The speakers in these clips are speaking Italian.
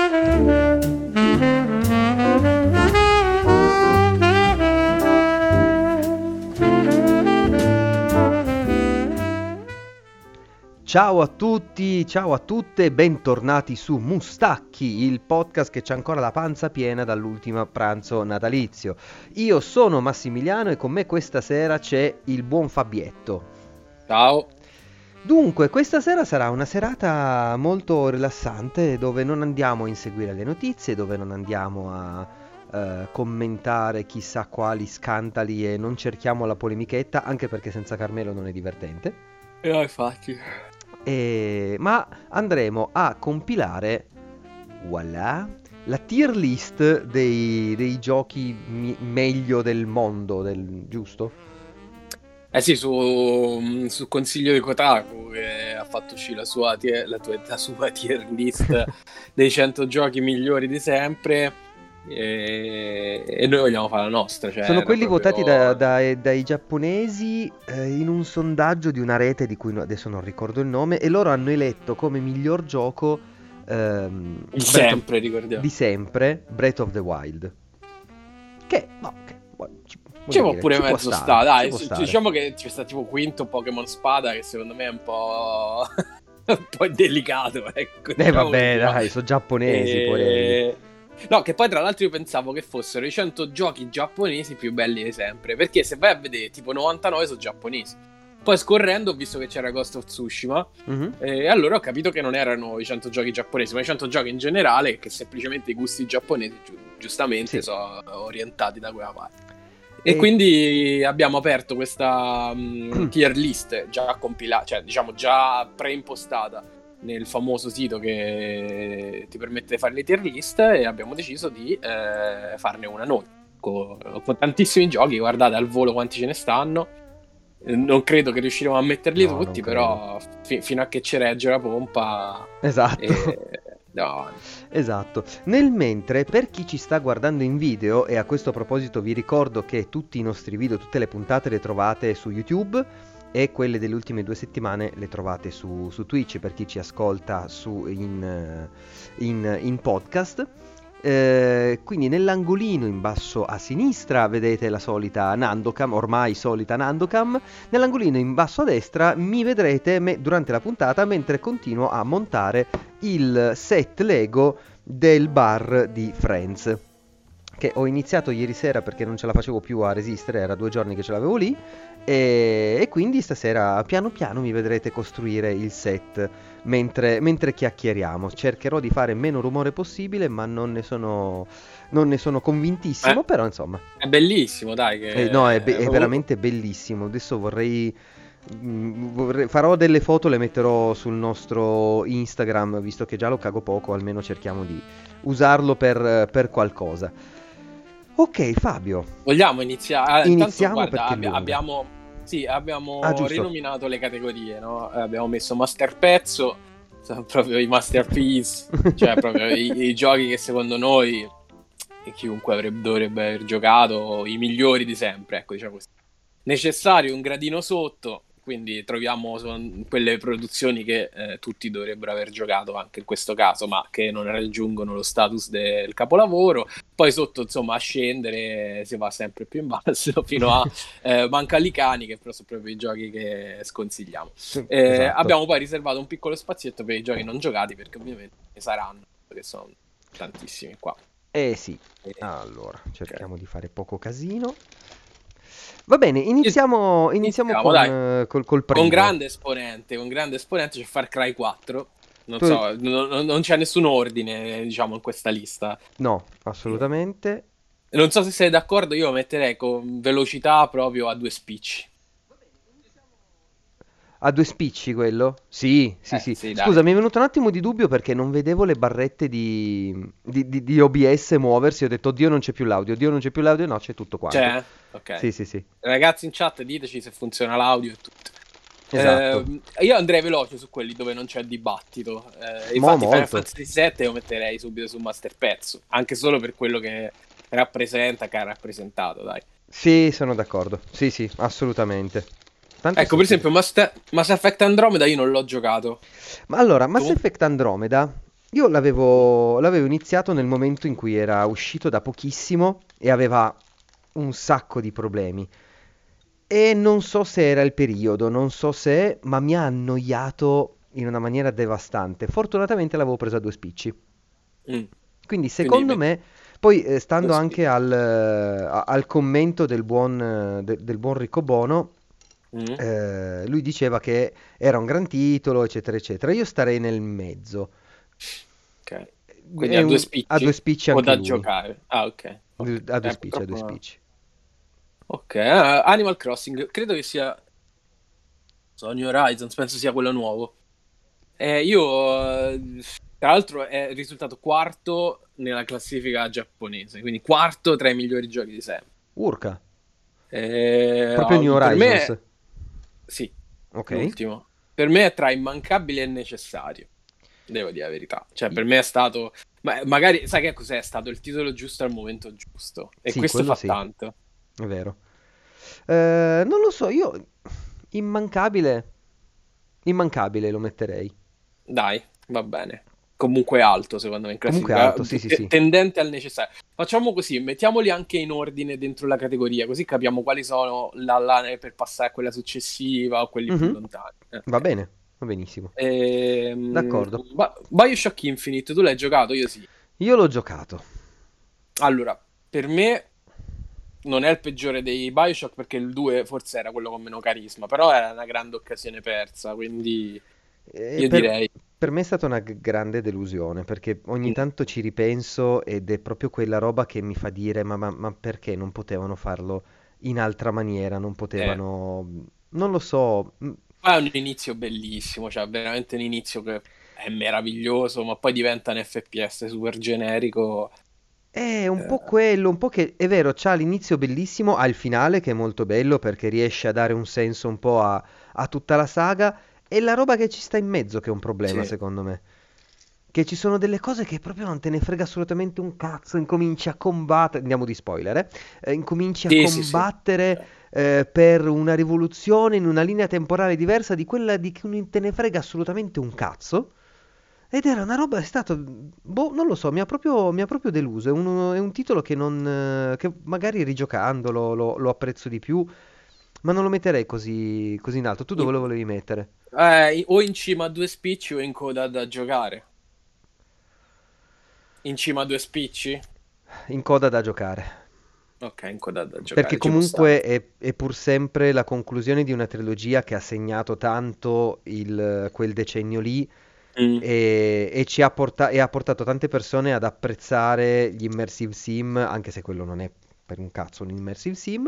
Ciao a tutti, ciao a tutte, bentornati su Mustacchi, il podcast che c'ha ancora la panza piena dall'ultimo pranzo natalizio. Io sono Massimiliano e con me questa sera c'è il buon Fabietto. Ciao. Dunque, questa sera sarà una serata molto rilassante dove non andiamo a inseguire le notizie, dove non andiamo a commentare chissà quali scandali e non cerchiamo la polemichetta, anche perché senza Carmelo non è divertente. Infatti. Ma andremo a compilare, voilà, la tier list dei giochi meglio del mondo, giusto? Sì, su consiglio di Kotaku che ha fatto uscire la sua tier list dei 100 giochi migliori di sempre e noi vogliamo fare la nostra. Cioè, Sono quelli proprio... votati dai giapponesi in un sondaggio di una rete di cui adesso non ricordo il nome, e loro hanno eletto come miglior gioco ricordiamo. di sempre Breath of the Wild. Ci può pure mezzo sta, dai, diciamo che ci sta tipo quinto Pokémon Spada, che secondo me è un po' un po' delicato, ecco. Vabbè, dai, sono giapponesi, poi. No, che poi tra l'altro io pensavo che fossero i 100 giochi giapponesi più belli di sempre, perché se vai a vedere tipo 99 sono giapponesi. Poi scorrendo ho visto che c'era Ghost of Tsushima, e allora ho capito che non erano i 100 giochi giapponesi, ma i 100 giochi in generale, che semplicemente i gusti giapponesi giustamente sono orientati da quella parte. E quindi abbiamo aperto questa tier list già compilata, cioè diciamo già preimpostata nel famoso sito che ti permette di fare le tier list, e abbiamo deciso di farne una noi con tantissimi giochi. Guardate al volo quanti ce ne stanno, non credo che riusciremo a metterli tutti, però fino a che ci regge la pompa. Esatto. Esatto. Nel mentre, per chi ci sta guardando in video, e a questo proposito vi ricordo che tutti i nostri video, tutte le puntate le trovate su YouTube, e quelle delle ultime 2 settimane le trovate su Twitch per chi ci ascolta in podcast. Quindi nell'angolino in basso a sinistra vedete la solita Nandocam, ormai solita Nandocam. Nell'angolino in basso a destra mi vedrete durante la puntata mentre continuo a montare il set Lego del bar di Friends, che ho iniziato ieri sera perché non ce la facevo più a resistere, era 2 giorni che ce l'avevo lì, e quindi stasera piano piano mi vedrete costruire il set mentre chiacchieriamo. Cercherò di fare meno rumore possibile, ma non ne sono convintissimo, però insomma è bellissimo, dai, è veramente bellissimo. Adesso farò delle foto, le metterò sul nostro Instagram, visto che già lo cago poco, almeno cerchiamo di usarlo per qualcosa. Ok, Fabio, vogliamo iniziare? Iniziamo, intanto, guarda, perché abbiamo rinominato le categorie, no? Abbiamo messo Master Pezzo, sono proprio i Masterpiece, cioè proprio i giochi che secondo noi chiunque dovrebbe aver giocato, i migliori di sempre, ecco, diciamo così. Necessario un gradino sotto, quindi troviamo quelle produzioni che tutti dovrebbero aver giocato anche in questo caso, ma che non raggiungono lo status del capolavoro. Poi sotto, insomma, a scendere si va sempre più in basso fino a Mancali Cani, che però sono proprio i giochi che sconsigliamo. Esatto. Abbiamo poi riservato un piccolo spazietto per i giochi non giocati, perché ovviamente ne saranno, perché sono tantissimi qua. Sì, allora cerchiamo di fare poco casino. Va bene, iniziamo col primo. Con grande esponente c'è Far Cry 4. Non c'è nessun ordine, diciamo, in questa lista. No, assolutamente. Non so se sei d'accordo, io lo metterei con velocità proprio a 2 spicci. A 2 spicci quello? Sì. Sì, Scusa, dai. mi è venuto un attimo di dubbio perché non vedevo le barrette di OBS muoversi. Ho detto, oddio, non c'è più l'audio. No, c'è tutto quanto. C'è? Ok. Sì. Ragazzi in chat, diteci se funziona l'audio e tutto. Esatto. Io andrei veloce su quelli dove non c'è dibattito. Infatti Final Fantasy VII lo metterei subito su Master Pezzo, anche solo per quello che rappresenta, che ha rappresentato, dai. Sì, sono d'accordo. Sì, assolutamente. Ecco, per esempio, Mass Effect Andromeda io non l'ho giocato. Ma allora, Mass Effect Andromeda Io l'avevo iniziato nel momento in cui era uscito da pochissimo e aveva un sacco di problemi. E non so se era il periodo, non so se, ma mi ha annoiato in una maniera devastante. Fortunatamente l'avevo preso a due spicci. Mm. Quindi Quindi secondo metti me, poi due stando anche spicci. al commento del buon Riccobono, Mm. lui diceva che era un gran titolo, eccetera, eccetera. Io starei nel mezzo. Ok. Quindi a due A due spicci? spicci O anche da lui. giocare? Ah, ok. Ok. A due spicci, a due Purtroppo no. spicci. Ok, Animal Crossing, credo che sia Sony Horizons, penso sia quello nuovo. Io, tra l'altro, è risultato quarto nella classifica giapponese, quindi quarto tra i migliori giochi di sempre. Urca, proprio New Per Horizons. me, sì, Ok. l'ultimo. Per me è tra immancabile e necessario, devo dire la verità. Cioè, I- per me è stato... magari, sai che cos'è? È stato il titolo giusto al momento giusto. E Sì, questo quello fa sì, tanto. è vero. Non lo so, io immancabile, immancabile lo metterei. Dai, va bene. Comunque alto, secondo me, in Comunque classifica. alto, sì, sì, sì. Tendente al necessario. Facciamo così, mettiamoli anche in ordine dentro la categoria, così capiamo quali sono per passare a quella successiva o quelli più Mhm. lontani. Va Ok. bene, va benissimo. Ehm, D'accordo. Bioshock Infinite, tu l'hai giocato? Io sì. Io l'ho giocato. Allora, per me non è il peggiore dei Bioshock perché il 2 forse era quello con meno carisma, però era una grande occasione persa, quindi E io direi... per me è stata una grande delusione perché ogni tanto ci ripenso ed è proprio quella roba che mi fa dire ma perché non potevano farlo in altra maniera, non eh, potevano, non lo so. Poi è un inizio bellissimo, cioè veramente un inizio che è meraviglioso, ma poi diventa un FPS super generico. È un po' Eh, quello, un po' che è vero, c'ha l'inizio bellissimo, ha il finale che è molto bello perché riesce a dare un senso un po' a tutta la saga, e la roba che ci sta in mezzo che è un problema, sì, secondo me. Che ci sono delle cose che proprio non te ne frega assolutamente un cazzo, incominci a combattere, andiamo di spoiler, incominci a sì, sì, sì. combattere Cioè, per una rivoluzione in una linea temporale diversa di quella di cui non te ne frega assolutamente un cazzo. Ed era una roba, è stato, boh, non lo so, mi ha proprio deluso. È un titolo che non, che magari rigiocandolo lo apprezzo di più, ma non lo metterei così in alto. Tu dove in- lo volevi mettere? o in cima a due spicci o in coda da giocare. In cima a due spicci? In coda da giocare. Ok, in coda da Perché giocare, ci può stare. comunque è pur sempre la conclusione di una trilogia che ha segnato tanto quel decennio lì Mm. e e ha portato tante persone ad apprezzare gli immersive sim, anche se quello non è per un cazzo un immersive sim.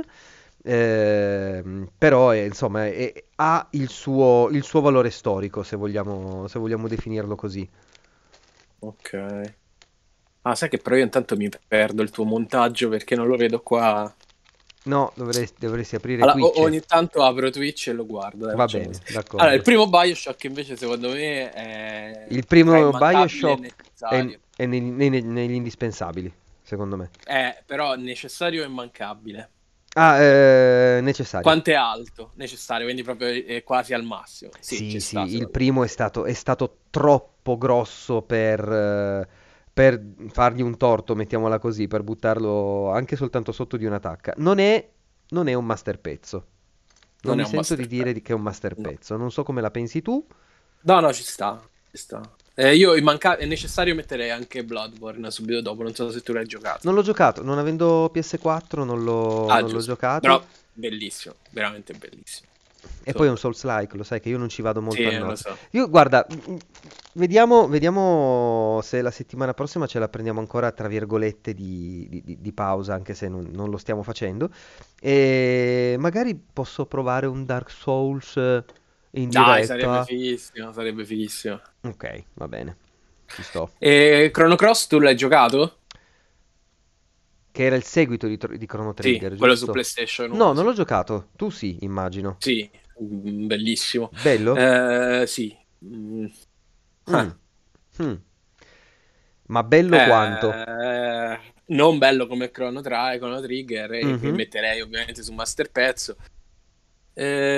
Però insomma ha il suo valore storico, se vogliamo definirlo così. Ok. Ah, sai che però io intanto mi perdo il tuo montaggio perché non lo vedo qua. No, dovresti aprire Allora, Twitch. ogni tanto apro Twitch e lo guardo, dai, Va facciamo così. bene, Allora, il d'accordo. primo Bioshock invece secondo me è Il tra primo immancabile e BioShock necessario. è negli indispensabili, secondo me. Però necessario e immancabile. Ah, necessario. Quanto è alto? Necessario, quindi proprio quasi al massimo. Sì, ci Sì, sta sì, il secondo me. primo è stato troppo grosso per fargli un torto, mettiamola così, per buttarlo anche soltanto sotto di una tacca. Non è un master pezzo. Non Non è mi un sento di master dire plan. che è un master No. pezzo. Non so come la pensi tu. No, no, ci sta. Ci sta. È necessario metterei anche Bloodborne subito dopo. Non so se tu l'hai giocato. Non l'ho giocato, non avendo PS4 Ah, non l'ho giusto. giocato. Però bellissimo, veramente bellissimo. E poi è un Insomma, Souls-like, lo sai che io non ci vado molto sì, a lo nozze. so. Io, guarda, vediamo se la settimana prossima ce la prendiamo ancora, tra virgolette, di pausa, anche se non lo stiamo facendo. E magari posso provare un Dark Souls in Dai, sarebbe diretta. fighissimo, sarebbe fighissimo. Ok, va bene, ci sto. E Chrono Cross tu l'hai giocato? Che era il seguito di Chrono Sì, Trigger, quello su giusto? PlayStation No, 1, non sì. l'ho giocato. Tu sì, immagino. Sì, bellissimo. Bello? Sì. Mm, Ah. mm. Ma bello quanto? Non bello come Chrono Trigger, e che Mhm. metterei ovviamente su Master Pezzo.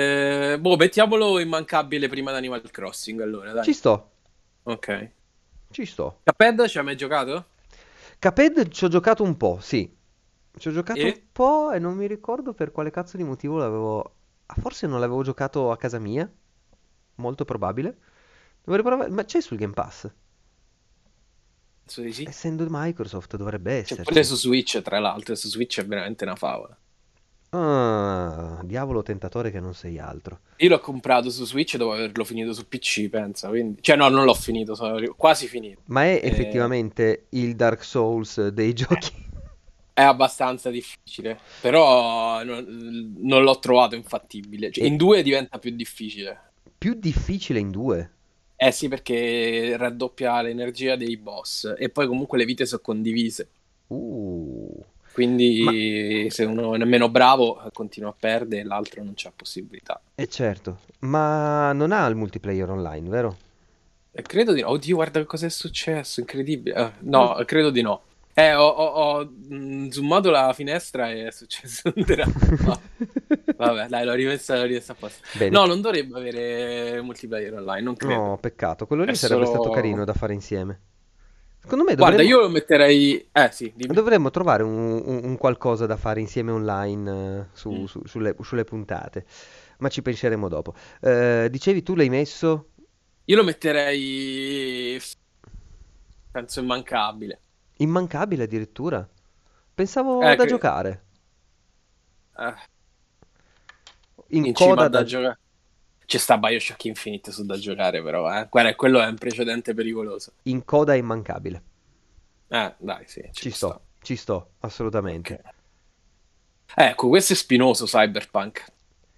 Boh, mettiamolo immancabile prima di Animal Crossing, allora, Ci dai. sto. Ok. Ci sto. Cuphead ci hai mai giocato? Cuphead ci ho giocato un po', sì. Ci ho giocato un E? po' e non mi ricordo per quale cazzo di motivo l'avevo... Forse non l'avevo giocato a casa mia, molto probabile. Dovrei provare... Ma c'è sul Game Pass? Penso di sì. Essendo Microsoft dovrebbe C'è pure esserci. su Switch, tra l'altro, e su Switch è veramente una favola. Ah, diavolo tentatore che non sei altro. Io l'ho comprato su Switch dopo averlo finito su PC, pensa, quindi... Cioè no, non l'ho finito, sono quasi finito. Ma è Eh, effettivamente il Dark Souls dei giochi È abbastanza difficile, però non l'ho trovato infattibile. Cioè, è in due diventa più difficile. più difficile in due. Eh sì, perché raddoppia l'energia dei boss e poi comunque le vite sono condivise. Uh. Ma, Quindi se uno è nemmeno bravo continua a perdere e l'altro non c'ha possibilità. certo, ma non ha il multiplayer online, vero? E credo di no. Oddio, guarda che cosa è successo, incredibile. Non- No, credo di no. Ho zoomato la finestra e è successo un dramma. Vabbè, dai, l'ho rimessa a posto. Bene. No, non dovrebbe avere multiplayer online, non credo. No, peccato, quello È lì sarebbe stato solo... carino da fare insieme. Secondo me Guarda, io lo metterei... sì, dimmi. dovremmo trovare un qualcosa da fare insieme online Mm. sulle puntate, ma ci penseremo dopo. Dicevi tu l'hai messo Io lo metterei... Penso immancabile. immancabile addirittura. Pensavo Eh, da cre- giocare. eh, In in cima coda da da... giocare. Ci sta BioShock Infinite su da giocare, però, eh. Guarda, quello è un precedente pericoloso. In coda immancabile. Dai, sì, ci può Ci sto, stare. assolutamente. Ok. Ecco, questo è spinoso, Cyberpunk.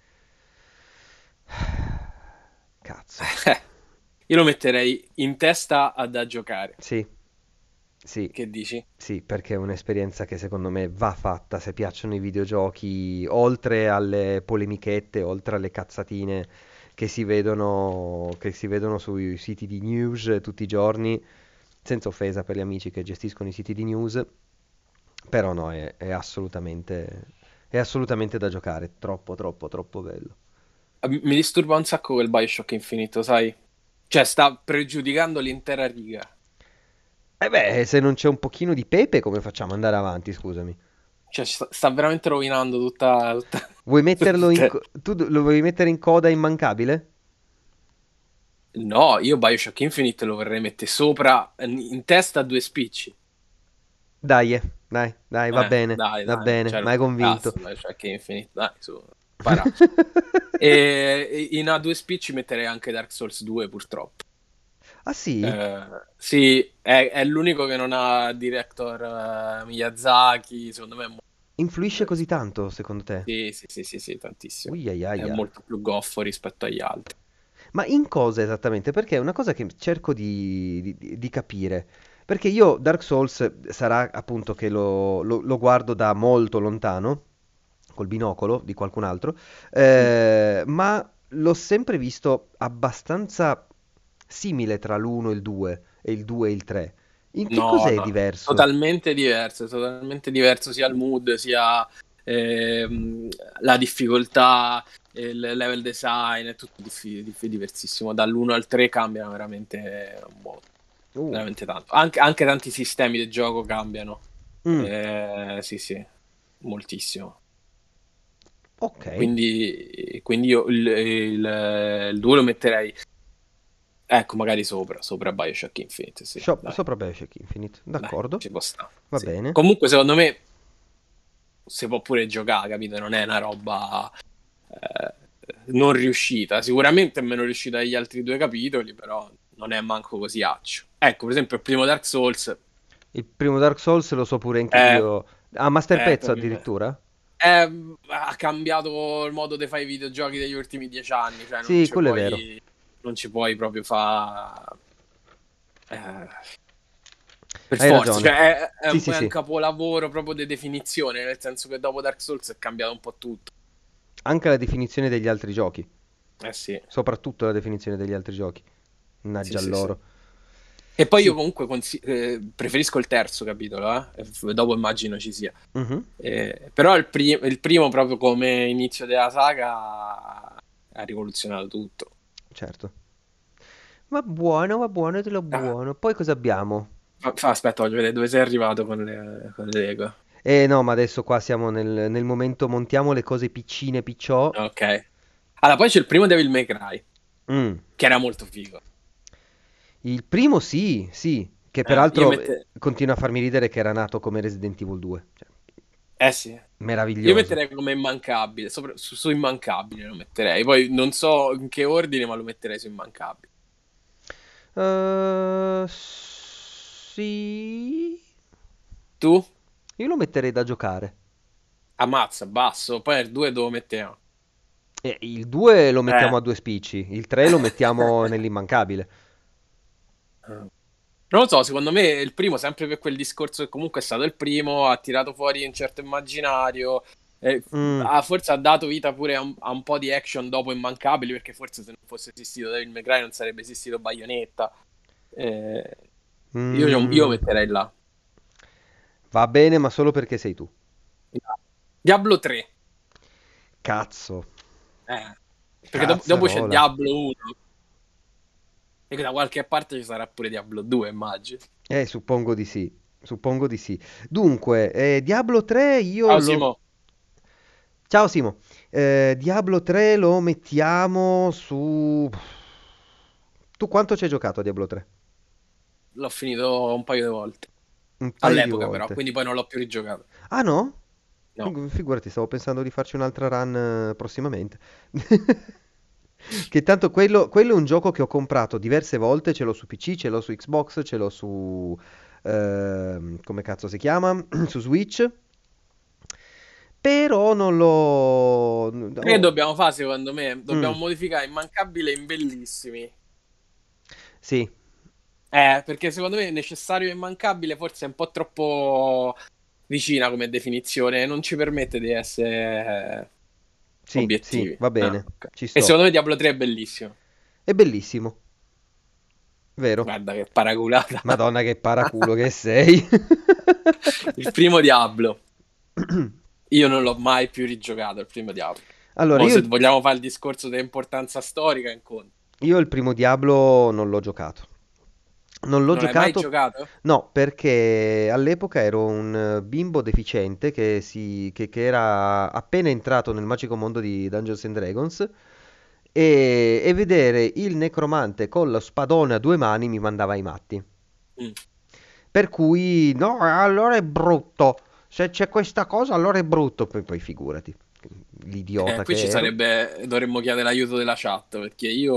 Cazzo. Io lo metterei in testa a da giocare. Sì, sì, Che dici? sì, perché è un'esperienza che secondo me va fatta se piacciono i videogiochi, oltre alle polemichette, oltre alle cazzatine che si vedono sui siti di news tutti i giorni, senza offesa per gli amici che gestiscono i siti di news, però no, è assolutamente da giocare, troppo, troppo, troppo bello. Mi disturba un sacco quel BioShock Infinito, sai? Cioè, sta pregiudicando l'intera riga. E beh, se non c'è un pochino di pepe, come facciamo ad andare avanti, scusami? Cioè, sta veramente rovinando tutta... Vuoi metterlo in... tutte- tu lo vuoi mettere in coda immancabile? No, io BioShock Infinite lo vorrei mettere sopra, in testa a due spicci. Dai, dai, Dai, va dai, bene, cioè, m'hai convinto. cazzo, BioShock Infinite, dai, su, para. E in A2 spicci metterei anche Dark Souls 2, purtroppo. Ah sì? Sì, è l'unico che non ha director Miyazaki, secondo me è molto Influisce così rispetto. tanto, secondo te? Sì, sì, sì, sì, sì, tantissimo. Ui, ai, È aia. molto più goffo rispetto agli altri. Ma in cosa esattamente? Perché è una cosa che cerco di capire. Perché io Dark Souls sarà appunto che lo guardo da molto lontano, col binocolo di qualcun altro, Mm. ma l'ho sempre visto abbastanza simile tra l'1 e il 2, e il 2 e il 3. In che No, cos'è no, no, diverso? totalmente diverso sia il mood, sia ehm, la difficoltà, il level design, è tutto diversissimo. Dall'1 al 3 cambiano veramente, Uh, veramente tanto. Anche tanti sistemi di gioco cambiano. mm, Sì, sì, moltissimo. ok. Quindi io il 2 lo metterei, ecco, magari sopra Bioshock Infinite, sì, dai. Sopra Bioshock Infinite, Dai, d'accordo, ci può stare. va Sì. bene. Comunque, secondo me, si può pure giocare, capito? Non è una roba eh, non riuscita. Sicuramente è meno riuscita degli altri due capitoli, però non è manco così accio. Ecco, per esempio, il primo Dark Souls Il primo Dark Souls lo so pure anche è, io. Ah, Master Pezzo per me. addirittura? Ha cambiato il modo di fare i videogiochi degli ultimi 10 anni, cioè Sì, quello è vero. non ci puoi proprio fare per Hai forza, ragione. cioè Sì, sì, è un sì. capolavoro proprio di definizione, nel senso che dopo Dark Souls è cambiato un po' tutto. Anche la definizione degli altri giochi. Eh sì, Soprattutto la definizione degli altri giochi. sì, Mannaggia sì, sì. loro. E poi io Sì. comunque preferisco il terzo capitolo, dopo immagino ci sia. Mhm, Però il primo, proprio come inizio della saga, ha rivoluzionato tutto. certo. Va buono, te lo Ah, buono. Poi cosa abbiamo? aspetta, voglio vedere dove sei arrivato con le Lego. No, ma adesso qua siamo nel momento montiamo le cose piccine picciò. Ok. Allora, poi c'è il primo Devil May Cry, Mm. che era molto figo. Il primo sì, sì, che Io peraltro mette... continua a farmi ridere che era nato come Resident Evil 2. Cioè, Eh sì. Io meraviglioso. metterei come immancabile, su immancabile lo metterei. Poi non so in che ordine, ma lo metterei su immancabile. Sì. Tu? Io lo metterei da giocare. Ammazza, basso. Poi il 2 dove mettiamo? Il 2 lo Eh. mettiamo a due spicci, il 3 lo mettiamo nell'immancabile. Non lo so, secondo me il primo, sempre per quel discorso che comunque è stato il primo, ha tirato fuori un certo immaginario, Mm, forse ha dato vita pure a un po' di action dopo Immancabili, perché forse se non fosse esistito Devil May Cry non sarebbe esistito Bayonetta. Eh, io mm, metterei là. va bene, ma solo perché sei tu. Diablo 3, Cazzo, perché dopo c'è cazzarola. Diablo 1, e che da qualche parte ci sarà pure Diablo 2, immagino. Suppongo di sì. Suppongo di sì. Dunque, Diablo 3 io Ciao lo... Simo, Ciao Simo. Diablo 3 lo mettiamo su... Tu quanto ci hai giocato a Diablo 3? l'ho finito un paio di volte. Un paio di All'epoca però, volte. quindi poi non l'ho più rigiocato. Ah no? No. Figurati, stavo pensando di farci un'altra run prossimamente. Che tanto quello è un gioco che ho comprato diverse volte, ce l'ho su PC, ce l'ho su Xbox, ce l'ho su... come cazzo si chiama? Su Switch. Però non l'ho... Che oh, dobbiamo fare secondo me? Dobbiamo mm, modificare immancabile in bellissimi. sì, Perché secondo me necessario e immancabile forse è un po' troppo vicina come definizione, non ci permette di essere sì, sì, obiettivi. va Ah, bene, ok. ci E sto. secondo me Diablo 3 è bellissimo. È bellissimo, vero? Guarda che paraculata. Madonna che paraculo che sei. Il primo Diablo. Io non l'ho mai più rigiocato, il primo Diablo. Allora, Mo se vogliamo fare il discorso dell'importanza storica, in conto. io il primo Diablo non l'ho giocato. Non l'ho Non l'hai mai giocato, giocato? no, perché all'epoca ero un bimbo deficiente che era appena entrato nel magico mondo di Dungeons and Dragons e vedere il necromante con lo spadone a due mani mi mandava ai matti. Mm. Per cui, no, allora è brutto. Se c'è questa cosa, allora è brutto. Poi figurati, l'idiota Qui ci che ero. sarebbe, dovremmo chiedere l'aiuto della chat perché io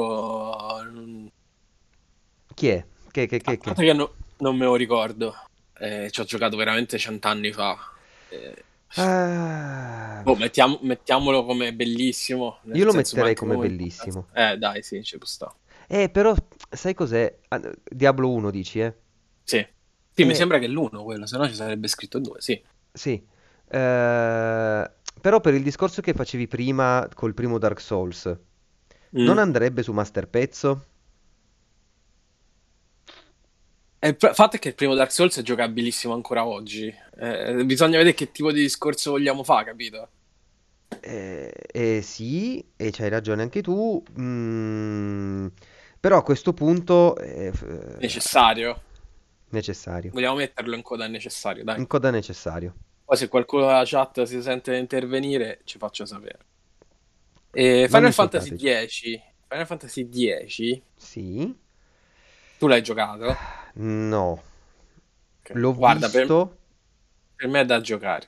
Chi è? a Che? parte che non me lo ricordo, ci ho giocato veramente 100 anni fa. Eh, Ah, boh, mettiamolo come bellissimo, io nel lo senso ma metterei anche come come importanza. bellissimo. Dai, sì, ci può stare. Però, sai cos'è? Diablo 1 dici, eh? Sì. Sì, mi Eh, sembra che è l'uno quello, se no ci sarebbe scritto due, sì. sì. Però per il discorso che facevi prima col primo Dark Souls, non Mm. andrebbe su Master Pezzo? E il fatto è che il primo Dark Souls è giocabilissimo ancora oggi. Bisogna vedere che tipo di discorso vogliamo fare, capito? Sì, e c'hai ragione anche tu. Però a questo punto Necessario. necessario. Vogliamo metterlo in coda necessario, dai. Un coda necessario. Poi se qualcuno della chat si sente intervenire, ci faccia sapere. Non Final Fantasy insultateci. X. Final Fantasy X. Sì? Tu l'hai giocato? No. Ok. L'ho Guarda, visto per me è da giocare.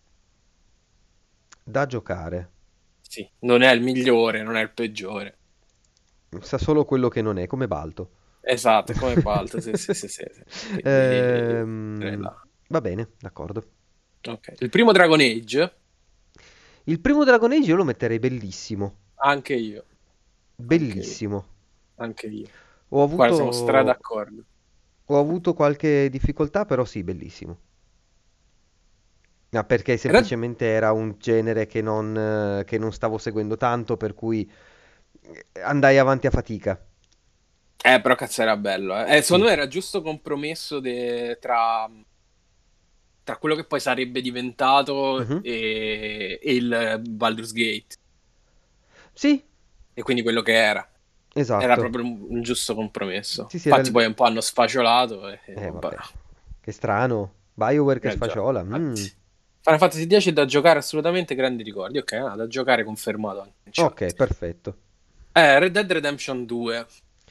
da giocare. Sì, non è il migliore, non è il peggiore. Sa solo quello che non è, come Balto. Esatto, è come Balto, sì, sì, sì, sì, sì. Quindi, Ehm, là. va bene, d'accordo. Ok. Il primo Dragon Age, Il primo Dragon Age io lo metterei bellissimo. anche io, anche io, Bellissimo. anche io. Ho Guarda, siamo stra avuto, d'accordo. ho avuto qualche difficoltà, però sì, bellissimo. No, perché Era- semplicemente era un genere che non stavo seguendo tanto, per cui andai avanti a fatica. Però cazzo era bello, eh. Secondo Sì. me era giusto compromesso tra quello che poi sarebbe diventato Mhm. e il Baldur's Gate, Sì, e quindi quello che era. Era Esatto. proprio un giusto compromesso. Sì, sì, Infatti poi un po' hanno sfacciolato e vabbè. vabbè. Che strano. BioWare che Già, sfaciola. infatti. Final Fantasy X è da giocare assolutamente, grandi ricordi. Ok, da giocare confermato anche in Ok, chat. perfetto. Red Dead Redemption 2.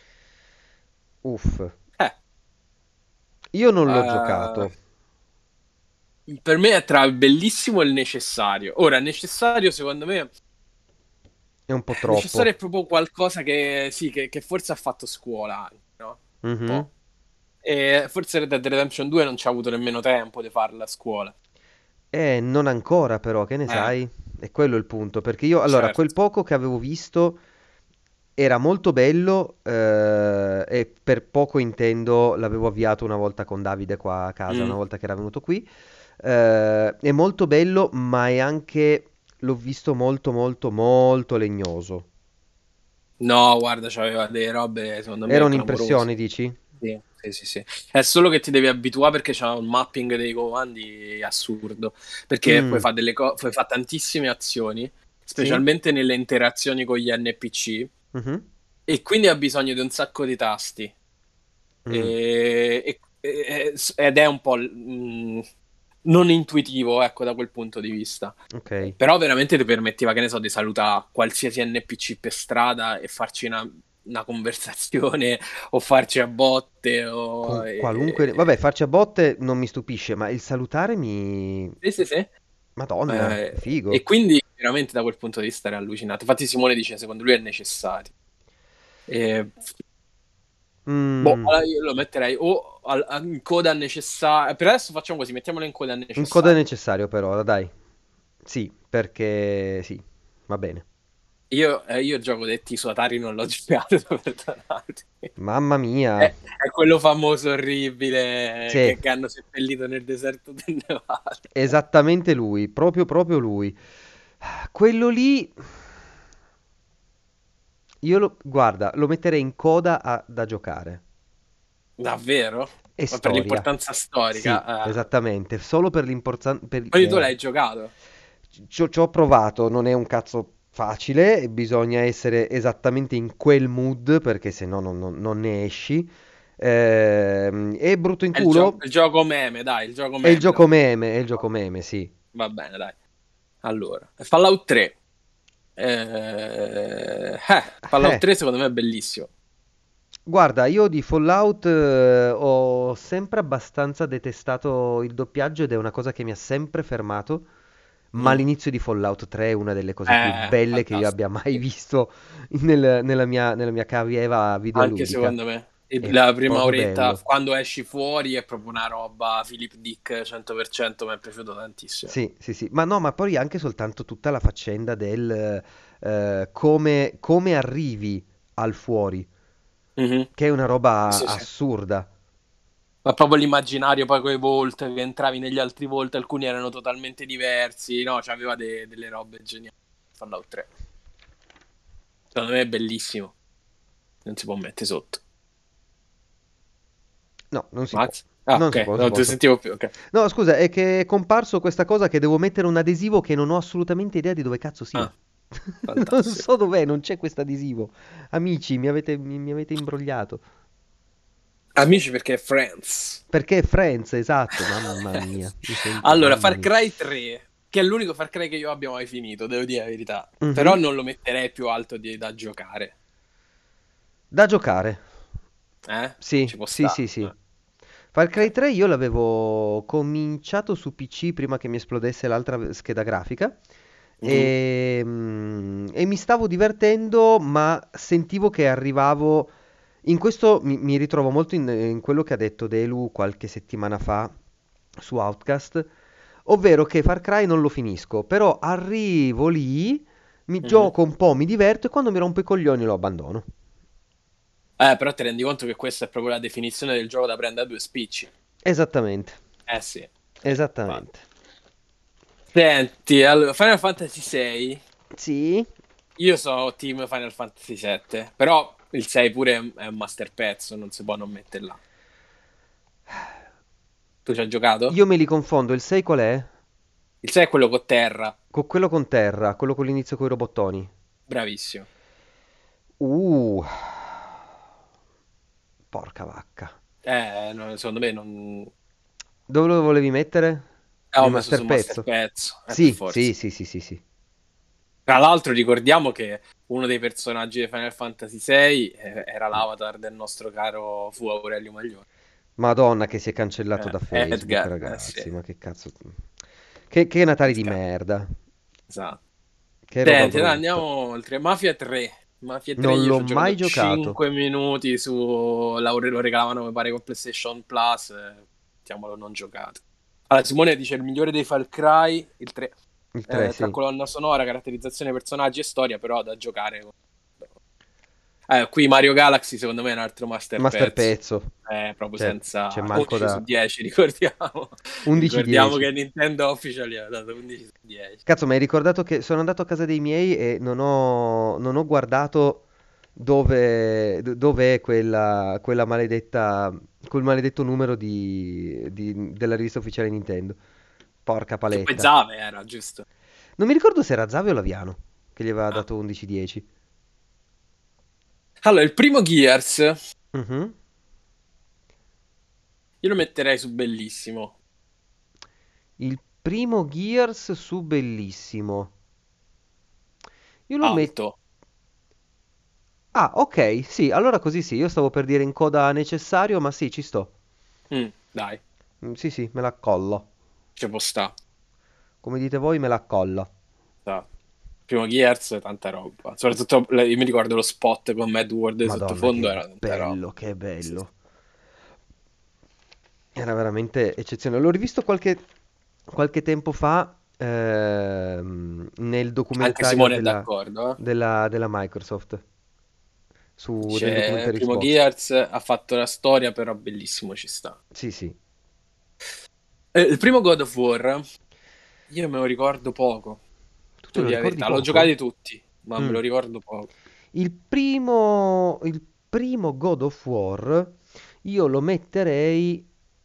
Uff. Eh, Io non l'ho eh, giocato. per me è tra il bellissimo e il necessario. Ora, il necessario secondo me. È un po' Il necessario è troppo. proprio qualcosa che, sì, che forse ha fatto scuola anche, no? Un Mhm. po'. E forse Red Dead Redemption 2 non ci ha avuto nemmeno tempo di farla a scuola. Non ancora però, che ne Eh, sai? È quello il punto, perché io, allora, quel certo. poco che avevo visto era molto bello, e per poco intendo l'avevo avviato una volta con Davide qua a casa, una Mm. volta che era venuto qui. È molto bello, ma è anche, l'ho visto molto molto molto legnoso. No, guarda, c'aveva delle robe secondo Era me clamorose. un'impressione, dici? Sì, sì, sì, sì. È solo che ti devi abituare perché c'ha un mapping dei comandi assurdo. Perché puoi Mm, fare puoi fare tantissime azioni, sì? specialmente nelle interazioni con gli NPC, Mhm, e quindi ha bisogno di un sacco di tasti. mm, Ed è un po' non intuitivo, ecco, da quel punto di vista. ok. Però veramente ti permetteva, che ne so, di salutare qualsiasi NPC per strada e farci una conversazione o farci a botte Con qualunque... Vabbè, farci a botte non mi stupisce, ma il salutare mi... Sì, sì, sì. Madonna, E figo. quindi veramente da quel punto di vista era allucinante. Infatti Simone dice, secondo lui è necessario. E, boh, Mm, allora io lo metterei o in coda necessaria. Per adesso facciamo così, mettiamolo in coda un coda è necessario. necessario però, dai. Sì, perché sì, va bene. Io gioco detti su Atari non l'ho giocato, perdonate. Mamma mia. È quello famoso orribile Sì, che hanno seppellito nel deserto del Nevada. esattamente lui, proprio lui. Quello lì, guarda, lo metterei in coda da giocare. Davvero? È Ma per storia. l'importanza Sì, storica. esattamente, solo per l'importanza... Quindi tu l'hai giocato? Ci ho provato, non è un cazzo facile, e bisogna essere esattamente in quel mood perché se no non ne esci. È brutto in culo, Il gioco meme, dai, il gioco è il meme, gioco dai. meme, è il gioco meme, sì. Va bene, dai. Allora, Fallout 3. Fallout Eh, 3 secondo me è bellissimo. guarda, io di Fallout ho sempre abbastanza detestato il doppiaggio ed è una cosa che mi ha sempre fermato, ma Mm. l'inizio di Fallout 3 è una delle cose più belle che io Fantastico. abbia mai visto nella mia carriera Anche videoludica. secondo me. È La prima proprio oretta, bello. quando esci fuori, è proprio una roba Philip Dick 100%, mi è piaciuto tantissimo. Sì, sì, sì, ma no, ma poi anche soltanto tutta la faccenda del come arrivi al fuori, Mhm. che è una roba Sì, sì. assurda. Ma proprio l'immaginario poi con i Vault, che entravi negli altri Vault, alcuni erano totalmente diversi, no, c'aveva delle robe geniali. Fallout 3. Secondo me è bellissimo, non si può mettere sotto. No, non si può. Max? Ah, Non si può, ok, non si non può. ti sentivo più, ok. No, scusa, è che è comparso questa cosa che devo mettere un adesivo che non ho assolutamente idea di dove cazzo sia. Ah, Non fantastico. so dov'è, non c'è questo adesivo. Amici, mi avete imbrogliato. Amici perché è Friends. Perché è Friends, esatto, mamma mia, mi sento, Allora, mamma Far mia. Cry 3, che è l'unico Far Cry che io abbia mai finito, devo dire la verità. Però Mhm. non lo metterei più alto da giocare. Da giocare. Sì, Ci può sì, stare. sì, sì. Far Cry Ok. 3 io l'avevo cominciato su PC prima che mi esplodesse l'altra scheda grafica Mhm. e mi stavo divertendo, ma sentivo che arrivavo... In questo mi ritrovo molto in quello che ha detto Delu qualche settimana fa su Outcast, ovvero che Far Cry non lo finisco, però arrivo lì, mi Mhm. gioco un po', mi diverto e quando mi rompo i coglioni lo abbandono. Però ti rendi conto che questa è proprio la definizione del gioco da prendere a due spicci. Esattamente, Eh sì, infatti. esattamente. Senti, allora, Final Fantasy 6, Sì, io sono team Final Fantasy 7, però il 6 pure è un master pezzo, non si può non metterla. Tu ci hai giocato? io me li confondo. Il 6 qual è? Il 6 è quello con Terra, Con quello con terra, quello con l'inizio con i robottoni. bravissimo. Uh. Porca vacca. Secondo me non... Dove lo volevi mettere? Ho Nel messo master su Master pezzo? Pezzo, per Sì, sì, forza. sì, sì, sì, sì. Tra l'altro ricordiamo che uno dei personaggi di Final Fantasy VI era l'avatar del nostro caro Fu Aurelio Maglione. Madonna che si è cancellato da Facebook, Edgar, sì, ragazzi, ma che cazzo. Che Natali di Edgar, merda. esatto. Che roba Senti, dai, brutta. andiamo oltre. Mafia 3. Mafia 3 Non io l'ho ci ho giocato mai giocato. 5 minuti su... Lo regalavano, mi pare, con PlayStation Plus. Mettiamolo non giocato. Allora, Simone dice il migliore dei Far Cry, il 3. Il 3, Tra sì. colonna sonora, caratterizzazione, personaggi e storia, però da giocare. Qui Mario Galaxy secondo me è un altro master Master pezzo. pezzo. Proprio Cioè, c'è senza manco 11 su da 10, ricordiamo. Ricordiamo 11-10. che Nintendo Official gli ha dato 11 su 10. Cazzo, mi hai ricordato che sono andato a casa dei miei e non ho guardato dove è quella maledetta, quel maledetto numero della rivista ufficiale Nintendo. Porca Che poi paletta. Zave era, giusto? Non mi ricordo se era Zavio o Laviano che gli aveva Ah. dato 11-10. Allora, il primo Gears Mhm. io lo metterei su bellissimo. Il primo Gears su Bellissimo. Io lo metto... Alto. Ah, ok, sì, allora così sì, io stavo per dire in coda necessario, ma sì, ci sto. Dai, Sì, sì, me la accollo. ci può sta. Come dite voi, me la accollo. Sta. Primo Gears, tanta roba. Soprattutto, io mi ricordo lo spot con Mad World di Madonna, sottofondo, era tanta roba. che Sì, sì. bello. Era veramente eccezionale. L'ho rivisto qualche tempo fa nel Anche documentario Simone è d'accordo, eh. della Microsoft, nel Dice, documentario primo Xbox. Gears ha fatto la storia, però bellissimo ci sta. Sì, sì. Il primo God of War, io me lo ricordo poco, Tu te devo lo dire la ricordi verità. L'ho poco? giocati tutti, ma me Mm. lo ricordo poco. Il primo God of War io lo metterei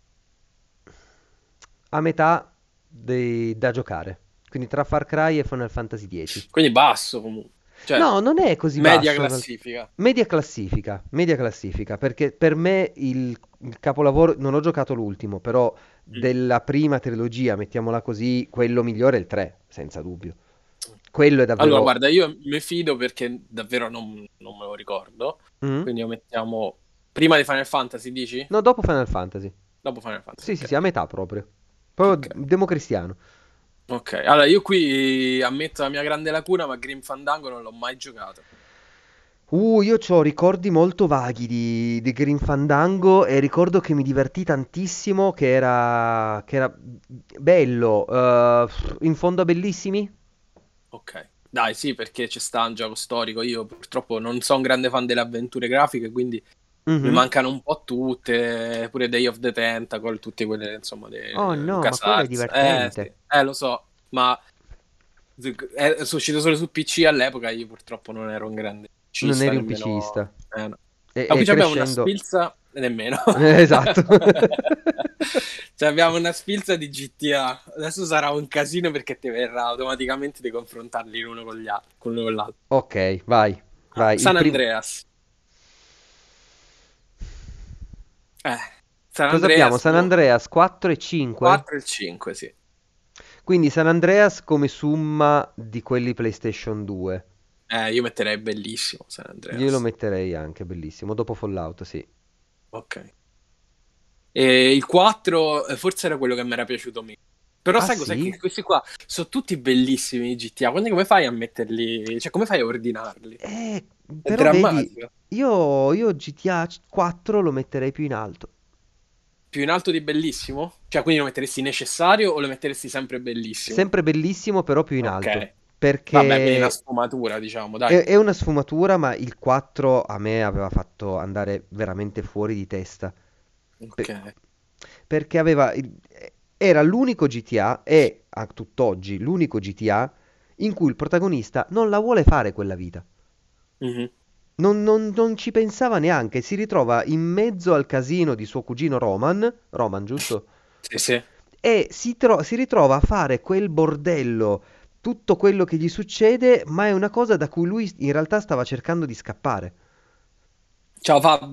a metà da giocare. Quindi tra Far Cry e Final Fantasy X. Quindi basso comunque. Cioè, No, non è così media basso in realtà. classifica. Media classifica, perché per me il capolavoro, non ho giocato l'ultimo, però Mm. della prima trilogia, mettiamola così, quello migliore è il 3, senza dubbio. Quello è Allora, davvero... guarda, io mi fido perché davvero non me lo ricordo. Mm? Quindi lo mettiamo prima di Final Fantasy, dici? No, dopo Final Fantasy. Dopo Final Fantasy, Sì, sì, sì, a ok. metà proprio. Proprio Ok. democristiano. Ok, allora io qui ammetto la mia grande lacuna, ma Grim Fandango non l'ho mai giocato. Io ho ricordi molto vaghi di Green Fandango e ricordo che mi divertì tantissimo, che era bello, in fondo a bellissimi. Ok, dai, sì, perché c'è sta un gioco storico. Io purtroppo non sono un grande fan delle avventure grafiche, quindi mi Mhm. mancano un po' tutte, pure Day of the Tentacle, tutte quelle, insomma, di Oh no, ma quello è LucasArts. Sì, divertente. lo so, ma sono uscito solo su PC all'epoca, io purtroppo non ero un grande Non PCista eri un nemmeno... PCista. No. Ma E qui abbiamo una crescendo... sfilza, nemmeno. Esatto. Cioè, abbiamo una sfilza di GTA. Adesso sarà un casino perché ti verrà automaticamente di confrontarli l'uno con gli altri, con l'uno con l'altro. Ok, vai, vai. San Andreas. Eh, San Cosa abbiamo? Andreas San Andreas 4 e 5? 4 e 5, sì. Quindi San Andreas come summa di quelli PlayStation 2. Io metterei bellissimo San Io lo Andreas. metterei anche, bellissimo. Dopo Fallout, sì. Ok. E il 4 forse era quello che mi era piaciuto meno. Però Ah sai cos'è? sì? Che questi qua sono tutti bellissimi i GTA. Quindi come fai a metterli? Cioè, come fai a ordinarli? Eh, È però vedi, drammatico. io GTA 4 lo metterei più in alto. Più in alto di bellissimo? Cioè, quindi lo metteresti necessario o lo metteresti sempre bellissimo? Sempre bellissimo, però più in alto. Ok. Vabbè, quindi una Perché sfumatura, diciamo, dai. è una sfumatura, ma il 4 a me aveva fatto andare veramente fuori di testa. Ok. Pe- perché era l'unico GTA, e a tutt'oggi l'unico GTA, in cui il protagonista non la vuole fare quella vita. Mhm. Non ci pensava neanche, si ritrova in mezzo al casino di suo cugino Roman, Roman, giusto? Sì, sì. E si ritrova a fare quel bordello, tutto quello che gli succede, ma è una cosa da cui lui in realtà stava cercando di scappare. Ciao Fabio.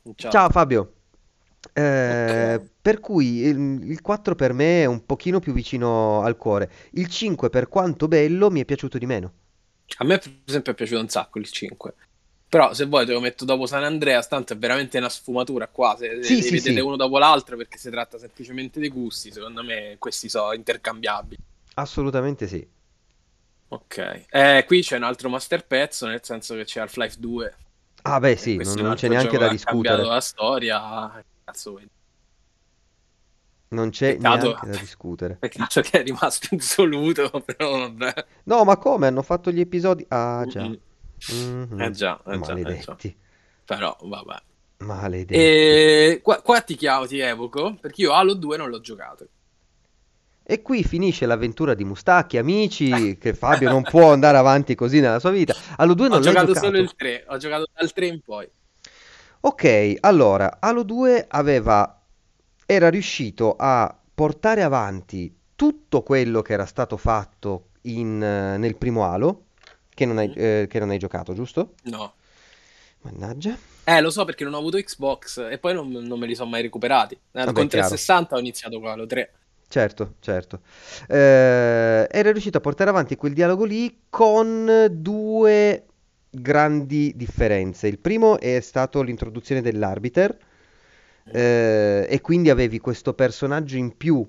Ciao. Ciao Fabio. Ok. Per cui il 4 per me è un pochino più vicino al cuore. Il 5, per quanto bello, mi è piaciuto di meno. A me, per esempio, è piaciuto un sacco il 5. Però, se vuoi, te lo metto dopo San Andreas, tanto è veramente una sfumatura qua. Se Sì, li sì, vedete sì, uno dopo l'altro, perché si tratta semplicemente dei gusti, secondo me questi sono intercambiabili. assolutamente sì. Ok. Qui c'è un altro master pezzo, nel senso che c'è Half-Life 2. Ah, beh, E sì, non, questo è un non c'è altro neanche gioco da che ha cambiato discutere. la storia. Che cazzo vuoi? Non c'è Peccato, neanche da discutere. peccato che è rimasto insoluto, però vabbè. No, ma come? Hanno fatto gli episodi? Ah, già. Mm-mm. Mhm. Eh già, eh già. Maledetti. Però, vabbè. Maledetti. E qua ti chiamo, ti evoco, perché io Halo 2 non l'ho giocato. E qui finisce l'avventura di Mustacchi, amici, che Fabio non può andare avanti così nella sua vita. Allo 2 Ho non l'hai giocato solo giocato? il 3, ho giocato dal 3 in poi. Ok, allora, Halo 2 era riuscito a portare avanti tutto quello che era stato fatto nel primo Halo, Mhm. che non hai giocato, giusto? No. Mannaggia. Lo so perché non ho avuto Xbox e poi non me li sono mai recuperati. Vabbè, Con chiaro. 360 ho iniziato con Halo 3. Certo, certo. Era riuscito a portare avanti quel dialogo lì con due grandi differenze. Il primo è stato l'introduzione dell'Arbiter, Mhm. e quindi avevi questo personaggio in più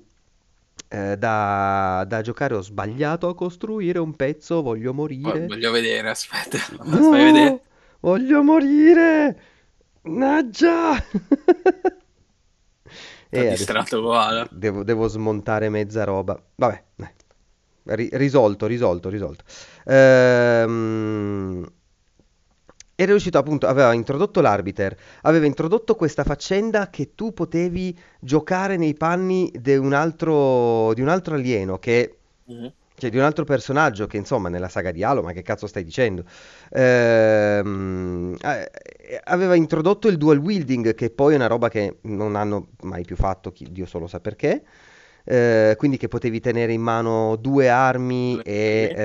da giocare. Ho sbagliato a costruire un pezzo, voglio morire. Voglio vedere, aspetta, fai vedere. No, voglio morire. Naggia! T'ho E adesso distratto con Halo. devo smontare mezza roba. Vabbè, dai. Risolto, risolto, risolto. Ehm, Era riuscito appunto, aveva introdotto l'Arbiter, aveva introdotto questa faccenda che tu potevi giocare nei panni di un altro alieno, Mhm. cioè di un altro personaggio che insomma nella saga di Halo, ma che cazzo stai dicendo? Aveva introdotto il dual wielding, che poi è una roba che non hanno mai più fatto, Dio solo sa perché. Quindi che potevi tenere in mano due armi Due armi.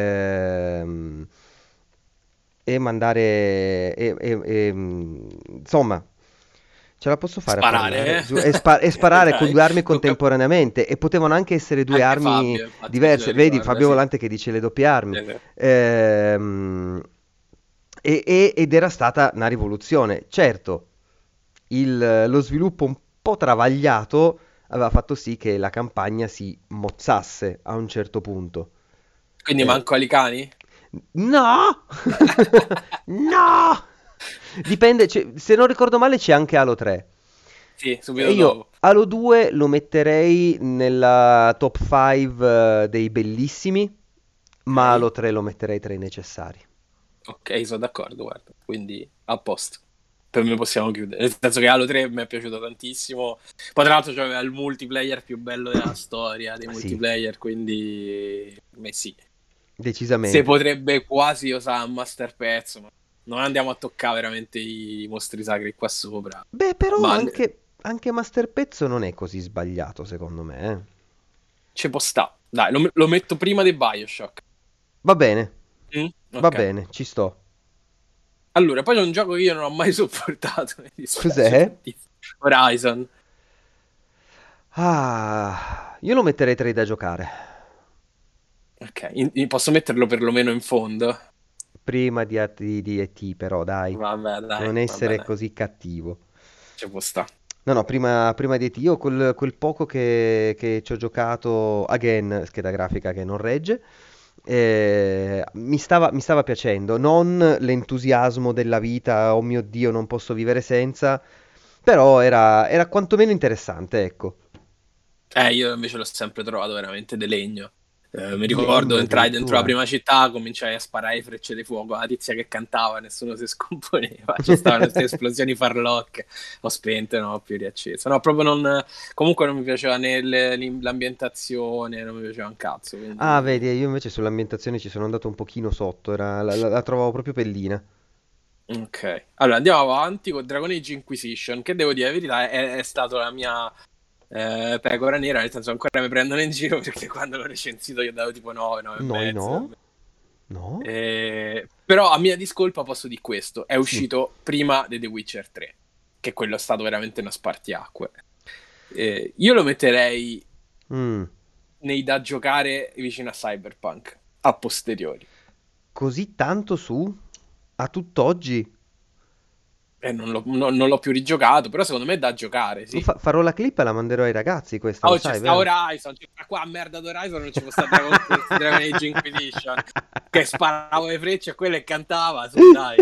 e mandare insomma, ce la posso fare a Sparare, parlare? eh? E sparare con Dai, due armi tocca... contemporaneamente e potevano anche essere due Anche armi Fabio, infatti, se lo diverse. Vedi ricorda, Fabio sì. Volante che dice le doppie armi. Sì, sì. Ehm, ed era stata una rivoluzione. Certo, lo sviluppo un po' travagliato aveva fatto sì che la campagna si mozzasse a un certo punto. Quindi Eh, manco Alicani? no! No! Dipende, se non ricordo male c'è anche Halo 3. Sì, E subito io dopo. Halo 2 lo metterei nella top 5 dei bellissimi, ma Ok, Halo 3 lo metterei tra i necessari. ok, sono d'accordo, guarda. Quindi, a posto. Per me possiamo chiudere. Nel senso che Halo 3 mi è piaciuto tantissimo. Poi, tra l'altro, c'aveva il multiplayer più bello della storia dei Sì, multiplayer, quindi... Per me sì. Se decisamente. potrebbe quasi usare un master pezzo, ma non andiamo a toccare veramente i mostri sacri qua sopra. Beh, però Ma anche Master Pezzo non è così sbagliato, secondo me. ci può sta. Dai, lo metto prima dei Bioshock. Va bene, Mm? va Ok. bene, ci sto. Allora, poi c'è un gioco che io non ho mai sopportato, mi dispiace Cos'è? tantissimo. Horizon. Ah, io lo metterei tra i da giocare. Ok, posso metterlo perlomeno in fondo? Prima di ET, però, dai. Non Vabbè, essere dai. così cattivo. Ci può sta. No, no, prima di ET. Io quel poco che ci ho giocato, again, scheda grafica che non regge, mi stava piacendo. Non l'entusiasmo della vita, oh mio Dio, non posso vivere senza, però era quantomeno interessante, ecco. Io invece l'ho sempre trovato veramente de legno. Mi Di ricordo, legno entrai dentro la addirittura. prima città, cominciai a sparare frecce di fuoco alla tizia che cantava, nessuno si scomponeva, ci stavano queste esplosioni farlocche, ho spento e non ho più riacceso. No, proprio non... Comunque non mi piaceva né l'ambientazione, non mi piaceva un cazzo, Ah, quindi... vedi, io invece sull'ambientazione ci sono andato un pochino sotto, la trovavo proprio bellina. Ok, allora andiamo avanti con Dragon Age Inquisition, che devo dire la verità è stata la mia pecora nera, nel senso ancora mi prendono in giro perché quando l'ho recensito io davo tipo 9, 9 e Noi mezzo. no? No? Però a mia discolpa posso dire questo, è Sì. uscito prima di The Witcher 3. che quello è stato veramente uno spartiacque. Io lo metterei nei da giocare vicino a Cyberpunk, a posteriori. Così tanto su? A tutt'oggi? Non l'ho più rigiocato, però secondo me è da giocare, sì. Farò la clip e la manderò ai ragazzi, questa, lo C'è sai, sta vero? Horizon, c'è sta qua merda d'Horizon, non ci può stare Dragon Age Inquisition, che sparavo le frecce a quello e cantava, su dai.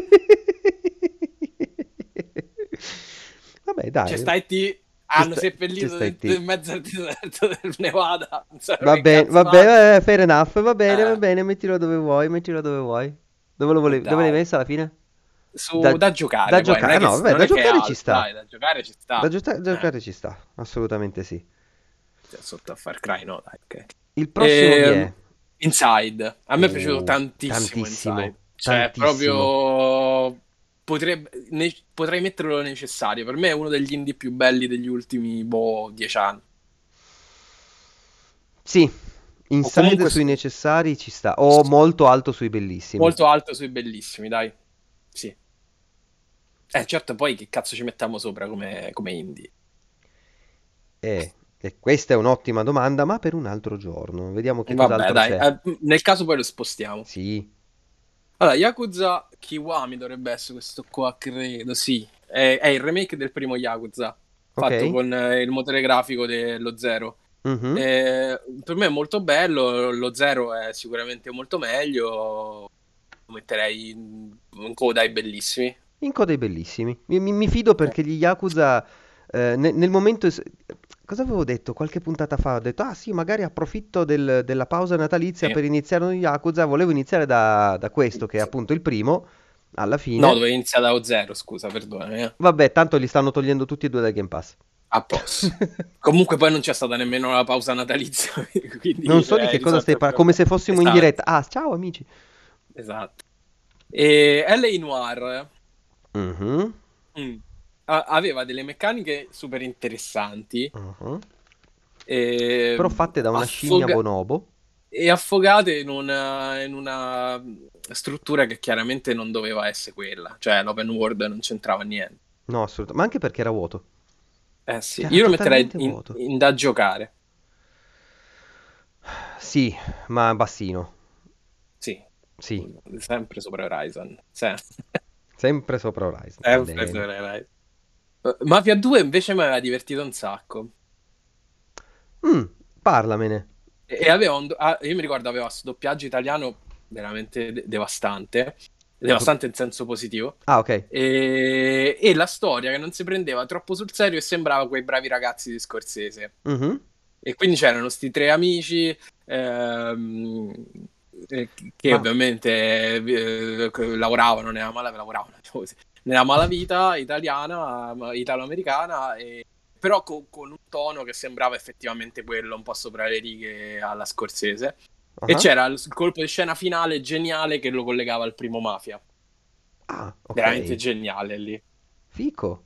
Vabbè, dai. C'è sta E.T., hanno seppellito in mezzo al deserto del Nevada. Va bene, fair enough, va bene, mettilo dove vuoi, Dove l'hai messo alla fine? Da giocare, da poi, giocare, non è no, vabbè, da giocare altro, ci sta. dai, da giocare ci sta. Giocare ci sta, assolutamente sì. Sotto a Far Cry, no, dai, ok. Il prossimo chi è? Inside. A me è piaciuto tantissimo Inside. Cioè, proprio potrei metterlo necessario. Per me è uno degli indie più belli degli ultimi 10 anni. Sì, Inside sui necessari ci sta. O molto alto sui bellissimi. Molto alto sui bellissimi, dai. Sì. Certo, poi che cazzo ci mettiamo sopra come indie? E questa è un'ottima domanda, ma per un altro giorno. Vediamo che cos'altro dai, c'è. Nel caso poi lo spostiamo. Sì. Allora, Yakuza Kiwami dovrebbe essere questo qua, credo, sì. È il remake del primo Yakuza, fatto con il motore grafico dello Zero. Mm-hmm. Per me è molto bello, lo Zero è sicuramente molto meglio, lo metterei in coda ai bellissimi. In coda ai bellissimi. Mi fido perché gli Yakuza nel momento... Cosa avevo detto? Qualche puntata fa ho detto, ah sì, magari approfitto della pausa natalizia per iniziare un Yakuza. Volevo iniziare da questo, che è appunto il primo, alla fine. No, dovevo iniziare da O0, scusa, perdonami. Vabbè, tanto li stanno togliendo tutti e due dal Game Pass. A posto. Comunque poi non c'è stata nemmeno la pausa natalizia, quindi non so di che cosa stai parlando, come se fossimo in diretta. Ah, ciao amici. Esatto. E L.A. Noire aveva delle meccaniche super interessanti, però fatte da una scimmia bonobo e affogate in una struttura che chiaramente non doveva essere quella, cioè l'open world non c'entrava niente. No, assolutamente, ma anche perché era vuoto. Sì, io lo metterei in da giocare. Sì, ma bassino. Sì. Sì. Sempre sopra Horizon. Sempre sopra Horizon. Sempre sopra Horizon. Mafia 2 invece mi aveva divertito un sacco. Parlamene. E aveva io mi ricordo aveva questo doppiaggio italiano veramente devastante. Devastante in senso positivo. Ah, ok. E la storia che non si prendeva troppo sul serio e sembrava quei bravi ragazzi di Scorsese. E quindi c'erano sti tre amici che ovviamente lavoravano nella malavita italiana, italo-americana, però con un tono che sembrava effettivamente quello, un po' sopra le righe alla Scorsese. E c'era il colpo di scena finale geniale che lo collegava al primo Mafia. Ah, ok. Veramente geniale lì. Fico.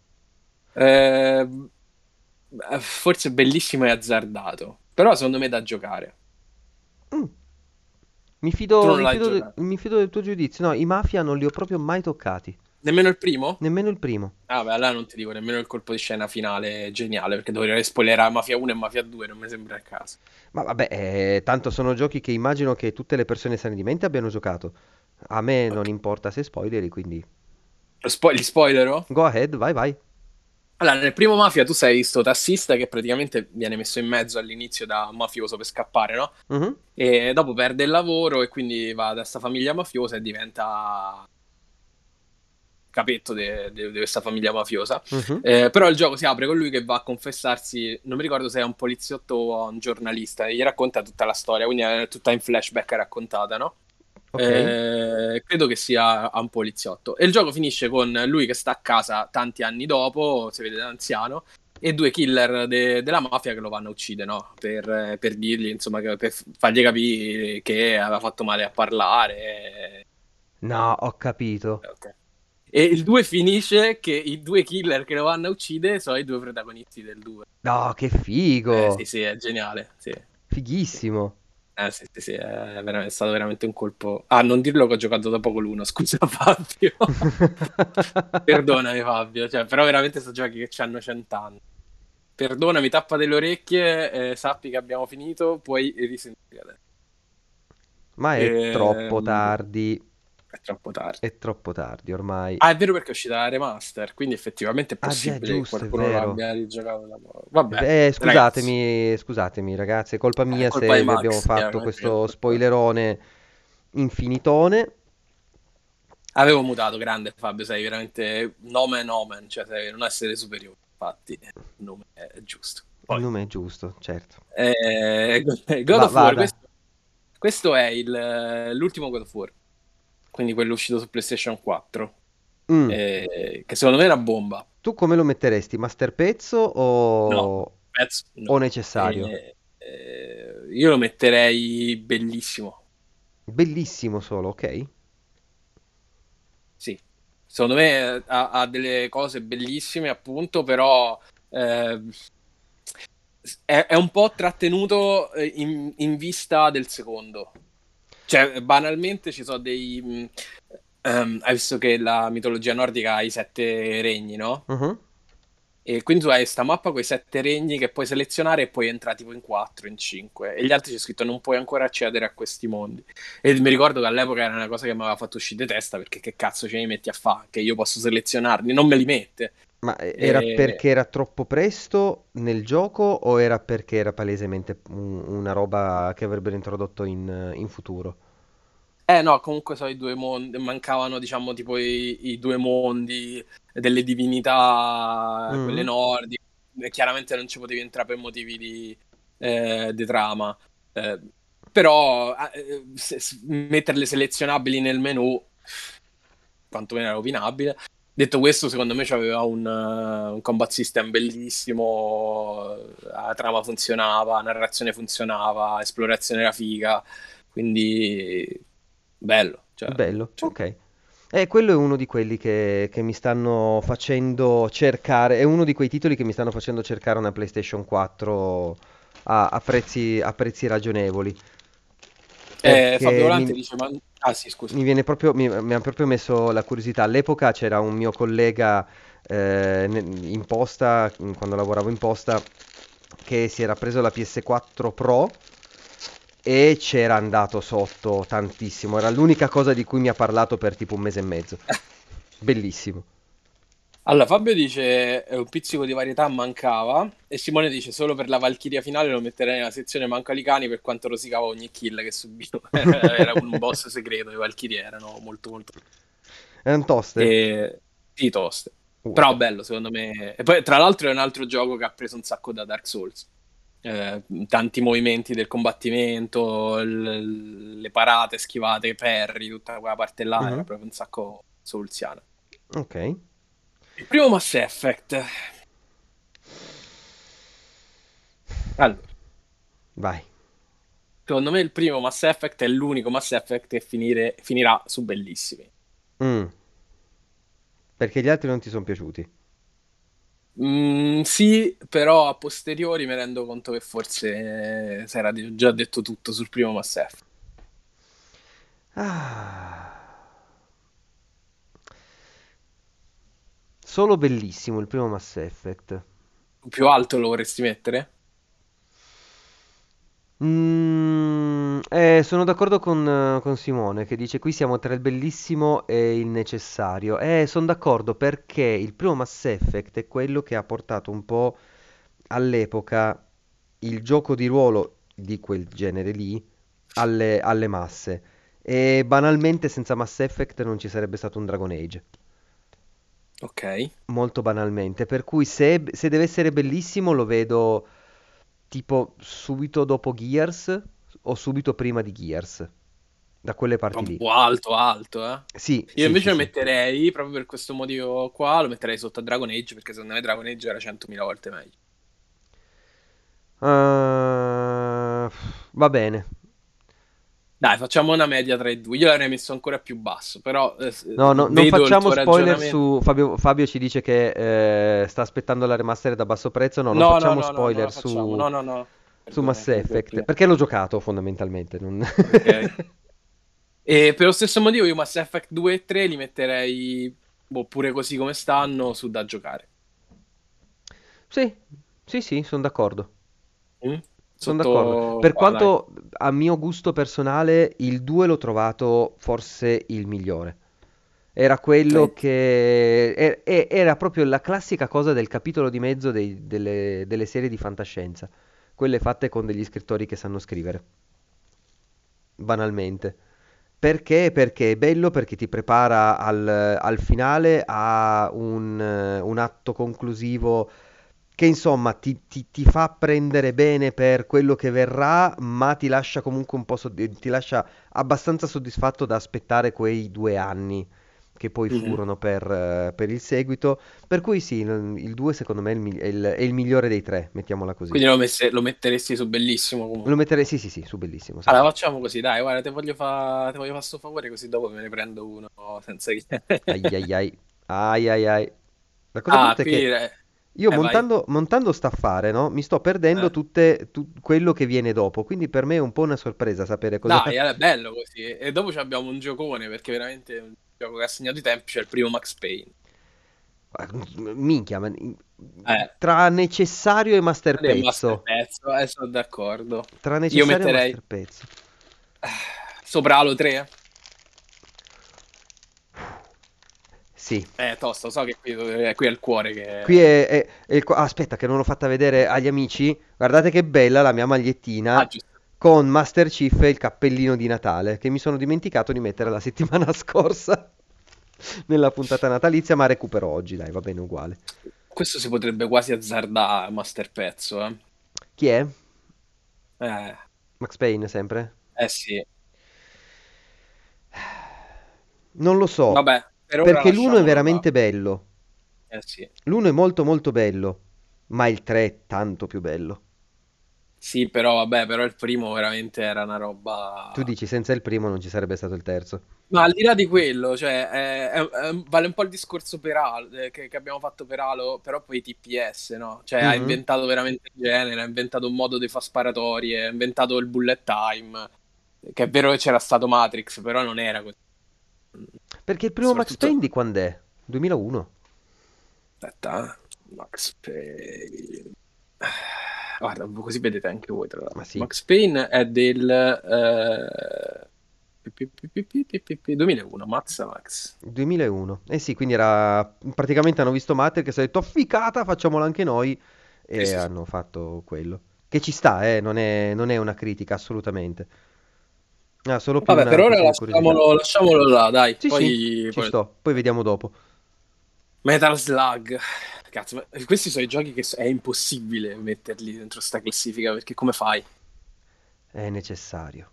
Forse bellissimo e azzardato, però secondo me è da giocare. Mi fido del tuo giudizio. No, i Mafia non li ho proprio mai toccati. Nemmeno il primo? Nemmeno il primo. Ah, beh, allora non ti dico nemmeno il colpo di scena finale geniale, perché dovrei spoilerare Mafia 1 e Mafia 2, non mi sembra il caso. Ma vabbè, tanto sono giochi che immagino che tutte le persone sane di mente abbiano giocato. A me non importa se spoileri, quindi... Li spoilerò? Go ahead, vai. Allora, nel primo Mafia tu sei sto tassista che praticamente viene messo in mezzo all'inizio da un mafioso per scappare, no? E dopo perde il lavoro e quindi va da questa famiglia mafiosa e diventa capetto di questa famiglia mafiosa. Però il gioco si apre con lui che va a confessarsi, non mi ricordo se è un poliziotto o un giornalista, e gli racconta tutta la storia, quindi è tutta in flashback raccontata, no? Credo che sia un poliziotto. E il gioco finisce con lui che sta a casa tanti anni dopo, si vede da anziano, e due killer della mafia che lo vanno a uccidere, no? Per dirgli, insomma, per fargli capire che aveva fatto male a parlare. No, ho capito. Okay. E il 2 finisce che i due killer che lo vanno a uccidere sono i due protagonisti del 2. No, che figo! Sì, è geniale, sì. Fighissimo. Sì, sì, sì, è stato veramente un colpo. Ah, non dirlo che ho giocato da poco l'uno, scusa Fabio. Perdonami Fabio, cioè, però veramente sono giochi che hanno 100 anni. Perdonami, tappate le orecchie, sappi che abbiamo finito, puoi risentire adesso. Ma è troppo Ehm, tardi. è troppo tardi. È troppo tardi ormai. Ah, è vero perché è uscita la remaster, quindi effettivamente è Ah già, possibile che giusto, è qualcuno lo vero. abbia rigiocato da poco. Vabbè, ragazzi, Scusatemi ragazzi, è colpa è mia colpa di se vi abbiamo Max, fatto chiaramente che è questo colpa. spoilerone infinitone. Avevo mutato, grande Fabio, sei veramente nomen omen, cioè sei non essere superiore, infatti il nome è giusto. Il Poi, nome è giusto, certo. God of War, Vada. questo è l'ultimo God of War, quindi quello uscito su PlayStation 4, Mm. che secondo me è una bomba. Tu come lo metteresti? Master pezzo No, o, pezzo o no. necessario? Io lo metterei bellissimo. Bellissimo solo, ok? Sì, secondo me ha delle cose bellissime, appunto, però eh, è un po' trattenuto in vista del secondo. Cioè, banalmente ci sono hai visto che la mitologia nordica ha i 7 regni, no? Mhm. E quindi tu hai questa mappa con i 7 regni che puoi selezionare e poi entrare tipo in 4, in 5. E gli altri c'è scritto non puoi ancora accedere a questi mondi. E mi ricordo che all'epoca era una cosa che mi aveva fatto uscire di testa perché che cazzo ce li metti a fare? Che io posso selezionarli, non me li mette. Ma era E... perché era troppo presto nel gioco o era perché era palesemente una roba che avrebbero introdotto in futuro? No, comunque sono i due mondi, mancavano diciamo tipo i due mondi delle divinità, quelle Mm. nordiche. E chiaramente non ci potevi entrare per motivi di trama. Eh, però metterle selezionabili nel menu, quantomeno era opinabile. Detto questo, secondo me c'aveva un combat system bellissimo, la trama funzionava, la narrazione funzionava, esplorazione era figa, quindi bello. Bello, Cioè, ok. Quello è uno di quelli che mi stanno facendo cercare, è uno di quei titoli che mi stanno facendo cercare una PlayStation 4 a prezzi ragionevoli. Fabio Perché Volante dice, ma... Ah sì, scusa. mi viene proprio, mi ha proprio messo la curiosità. All'epoca c'era un mio collega in posta, quando lavoravo in posta, che si era preso la PS4 Pro e c'era andato sotto tantissimo. Era l'unica cosa di cui mi ha parlato per tipo un mese e mezzo. Bellissimo. Allora, Fabio dice un pizzico di varietà mancava e Simone dice solo per la Valchiria finale lo metterei nella sezione manca ai cani per quanto rosicava ogni kill che subivo. Era un boss segreto, le Valchirie erano molto molto... Erano toste? E... Sì, toste. Però Vabbè. bello, secondo me. E poi, tra l'altro, è un altro gioco che ha preso un sacco da Dark Souls. Tanti movimenti del combattimento, le parate, schivate, parry, tutta quella parte là era Mhm. proprio un sacco soulsiana. Ok. Il primo Mass Effect. Allora, Vai. secondo me il primo Mass Effect è l'unico Mass Effect che finirà su bellissimi. Mm. Perché gli altri non ti sono piaciuti? Sì, però a posteriori mi rendo conto che forse si era già detto tutto sul primo Mass Effect. Ah. Solo bellissimo il primo Mass Effect. Più alto lo vorresti mettere? Sono d'accordo con Simone che dice qui siamo tra il bellissimo e il necessario. Sono d'accordo perché il primo Mass Effect è quello che ha portato un po' all'epoca il gioco di ruolo di quel genere lì alle masse. E banalmente senza Mass Effect non ci sarebbe stato un Dragon Age. Ok. Molto banalmente. Per cui se deve essere bellissimo lo vedo tipo subito dopo Gears o subito prima di Gears. Da quelle parti lì. Proprio alto, alto, eh. Sì, Io sì, invece sì, lo sì. metterei, proprio per questo motivo qua, lo metterei sotto a Dragon Age, perché secondo me Dragon Age era 100.000 volte meglio. Uh, Va bene. Dai, facciamo una media tra i due. Io l'avrei messo ancora più basso, però No, no, non vedo il facciamo tuo spoiler ragionamento. su Fabio ci dice che sta aspettando la remaster da basso prezzo. No, non No, no, facciamo no, no, non spoiler la facciamo. su, No, no, no. su Perdona, Mass che devo Effect, dire. perché l'ho giocato fondamentalmente. Ok. E per lo stesso motivo io Mass Effect 2 e 3 li metterei, boh, pure così come stanno, su da giocare. Sì, sì, sì, sono d'accordo. Mm? Sono d'accordo. Sotto Per qua, dai. quanto a mio gusto personale il 2 l'ho trovato forse il migliore. Era quello Eh, che era proprio la classica cosa del capitolo di mezzo delle serie di fantascienza, quelle fatte con degli scrittori che sanno scrivere, banalmente. Perché? Perché è bello, perché ti prepara al finale a un atto conclusivo che insomma ti fa prendere bene per quello che verrà, ma ti lascia comunque un po' ti lascia abbastanza soddisfatto da aspettare quei 2 anni che poi mhm. furono per il seguito. Per cui sì, il 2 secondo me è il migliore dei tre, mettiamola così. Quindi lo metteresti su bellissimo Lo comunque. metterei, sì, sì, sì, su bellissimo, sì. Allora facciamo così, dai, guarda, te voglio fare sto favore così dopo me ne prendo uno senza che... Ai ai ai, ai ai ai. La cosa Ah, brutta è che qui... io vai. montando staffare, no? Mi sto perdendo Eh. quello che viene dopo, quindi per me è un po' una sorpresa sapere cosa... Dai, è bello così. E dopo ci abbiamo un giocone, perché veramente è un gioco che ha segnato i tempi, c'è il primo Max Payne. Minchia, Eh, tra necessario e master quello è il master pezzo. pezzo, sono d'accordo. Tra Io necessario e metterei master pezzo. sopra Halo 3. Sì. Tosto, so che qui è il cuore Qui che... aspetta, che non l'ho fatta vedere agli amici. Guardate che bella la mia Ah, magliettina giusto. con Master Chief e il cappellino di Natale, che mi sono dimenticato di mettere la settimana scorsa nella puntata natalizia, ma recupero oggi, dai, va bene uguale. Questo si potrebbe quasi azzardare, master pezzo, eh. Chi è? Eh, Max Payne, sempre? eh sì. Non lo so, Vabbè, per ora perché l'uno è lasciamolo là. veramente bello. Eh sì. L'uno è molto molto bello, ma il 3 è tanto più bello. Sì, però vabbè, però il primo veramente era una Tu roba... dici, senza il primo non ci sarebbe stato il terzo. Ma al di là di quello, cioè, vale un po' il discorso per Halo, che abbiamo fatto per Halo, però poi TPS, no? Cioè, ha Mhm. inventato veramente il genere, ha inventato un modo di fare sparatorie, ha inventato il bullet time, che è vero che c'era stato Matrix, però non era così. Perché il primo Max Soprattutto, Payne di quando è? 2001. aspetta, Max Payne. Guarda, così vedete anche voi, tra Ma l'altro. sì, Max Payne è del 2001, Mazza Max. 2001. Eh sì, quindi era... Praticamente hanno visto Matrix e si è detto, ficata, facciamolo anche noi. Sì, E sì, sì. hanno fatto quello. Che ci sta, non è una critica, assolutamente. Ah, solo più Vabbè, per una ora questione di curiosità. lasciamolo là, dai. Sì, sì, ci Poi... sto. Poi vediamo dopo. Metal Slug. Cazzo, questi sono i giochi che è impossibile metterli dentro sta classifica, perché come fai? È necessario.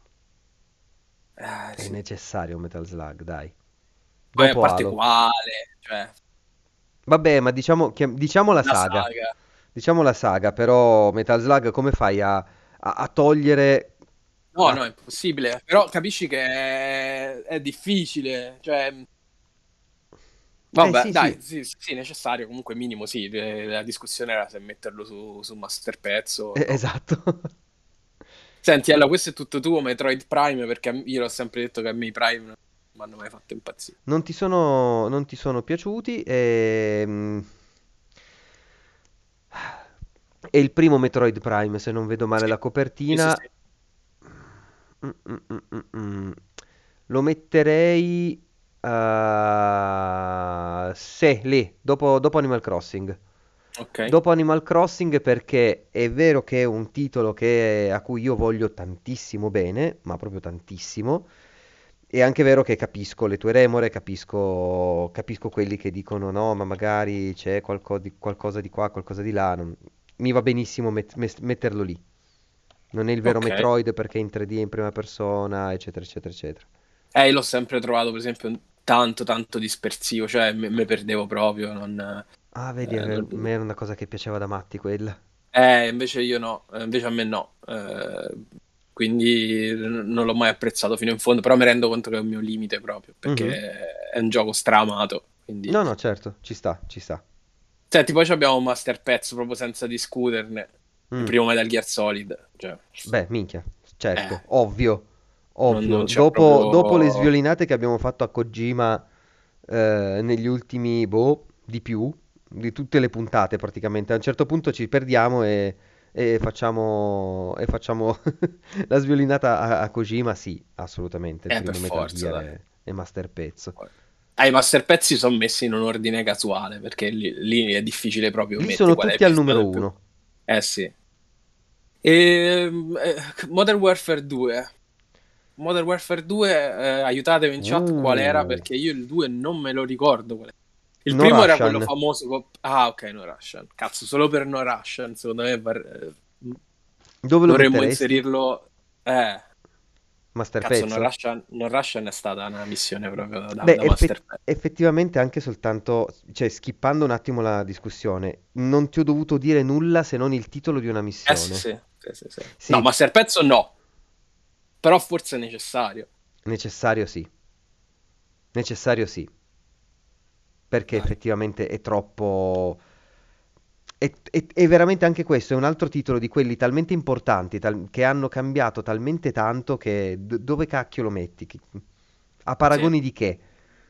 È Sì. necessario Metal Slug, dai. Poi a Dopo parte Halo. quale, cioè, Vabbè, ma diciamo la una saga. saga. Diciamo la saga, però Metal Slug come fai a togliere... No, a- no, è impossibile. Però capisci che è difficile. Cioè, vabbè, Sì, sì, dai, sì, sì, sì, necessario, comunque minimo, sì. La discussione era se metterlo su Master Pezzo o no. esatto. Senti, allora, questo è tutto tuo, Metroid Prime, perché io l'ho sempre detto che a me i Prime non mi hanno mai fatto impazzire. Non ti sono piaciuti e il primo Metroid Prime, se non vedo male Sì, la sì, sì, copertina, sì. mm. Lo metterei, sì, lì, dopo Animal Crossing. Ok. Dopo Animal Crossing perché è vero che è un titolo a cui io voglio tantissimo bene, ma proprio tantissimo. È anche vero che capisco le tue remore, capisco quelli che dicono no, ma magari c'è qualcosa di qua, qualcosa di là. Mi va benissimo metterlo lì. Non è il vero Ok. Metroid perché è in 3D, è in prima persona, eccetera, eccetera, eccetera. Io l'ho sempre trovato, per esempio, tanto, tanto dispersivo, cioè me perdevo proprio, non... Ah, vedi, a me era una cosa che piaceva da matti quella. Invece io no, invece a me no. Quindi non l'ho mai apprezzato fino in fondo, però mi rendo conto che è un mio limite proprio, Mhm. perché è un gioco stramato. Quindi... No, no, certo, ci sta, ci sta. Senti, poi ci abbiamo un master pezzo proprio senza discuterne. il Mm. primo Metal Gear Solid, cioè, Beh, minchia, eh, certo, ovvio, non ovvio. c'è Dopo le proprio... sviolinate che abbiamo fatto a Kojima negli ultimi, boh, di più, di tutte le puntate praticamente, a un certo punto ci perdiamo e facciamo la sviolinata a Kojima, sì, assolutamente, il Per primo Metal forza, Gear dai. è master pezzo. I master pezzi sono messi in un ordine casuale, perché lì è difficile proprio Lì metti sono qual è il tutti al numero personaggio più... uno. Eh sì. E, Modern Warfare 2. Modern Warfare 2, aiutatemi in chat qual era, Uh, perché io il 2 non me lo ricordo qual è. Il no primo era quello Russian. famoso. Ah, ok, No Russian. Cazzo, solo per No Russian, secondo me Dove lo dovremmo metteresti? inserirlo. Master Cazzo, pezzo? No Russian è stata una missione proprio Beh, da Master. effettivamente anche soltanto, cioè skippando un attimo la discussione, non ti ho dovuto dire nulla se non il titolo di una Sì, missione. sì, sì, sì, sì. No, Sì, Master Pezzo no, però forse è necessario. necessario sì, necessario sì, perché Dai. effettivamente è troppo... è veramente anche questo, è un altro titolo di quelli talmente importanti, che hanno cambiato talmente tanto che dove cacchio lo metti? A Sì, paragoni di che?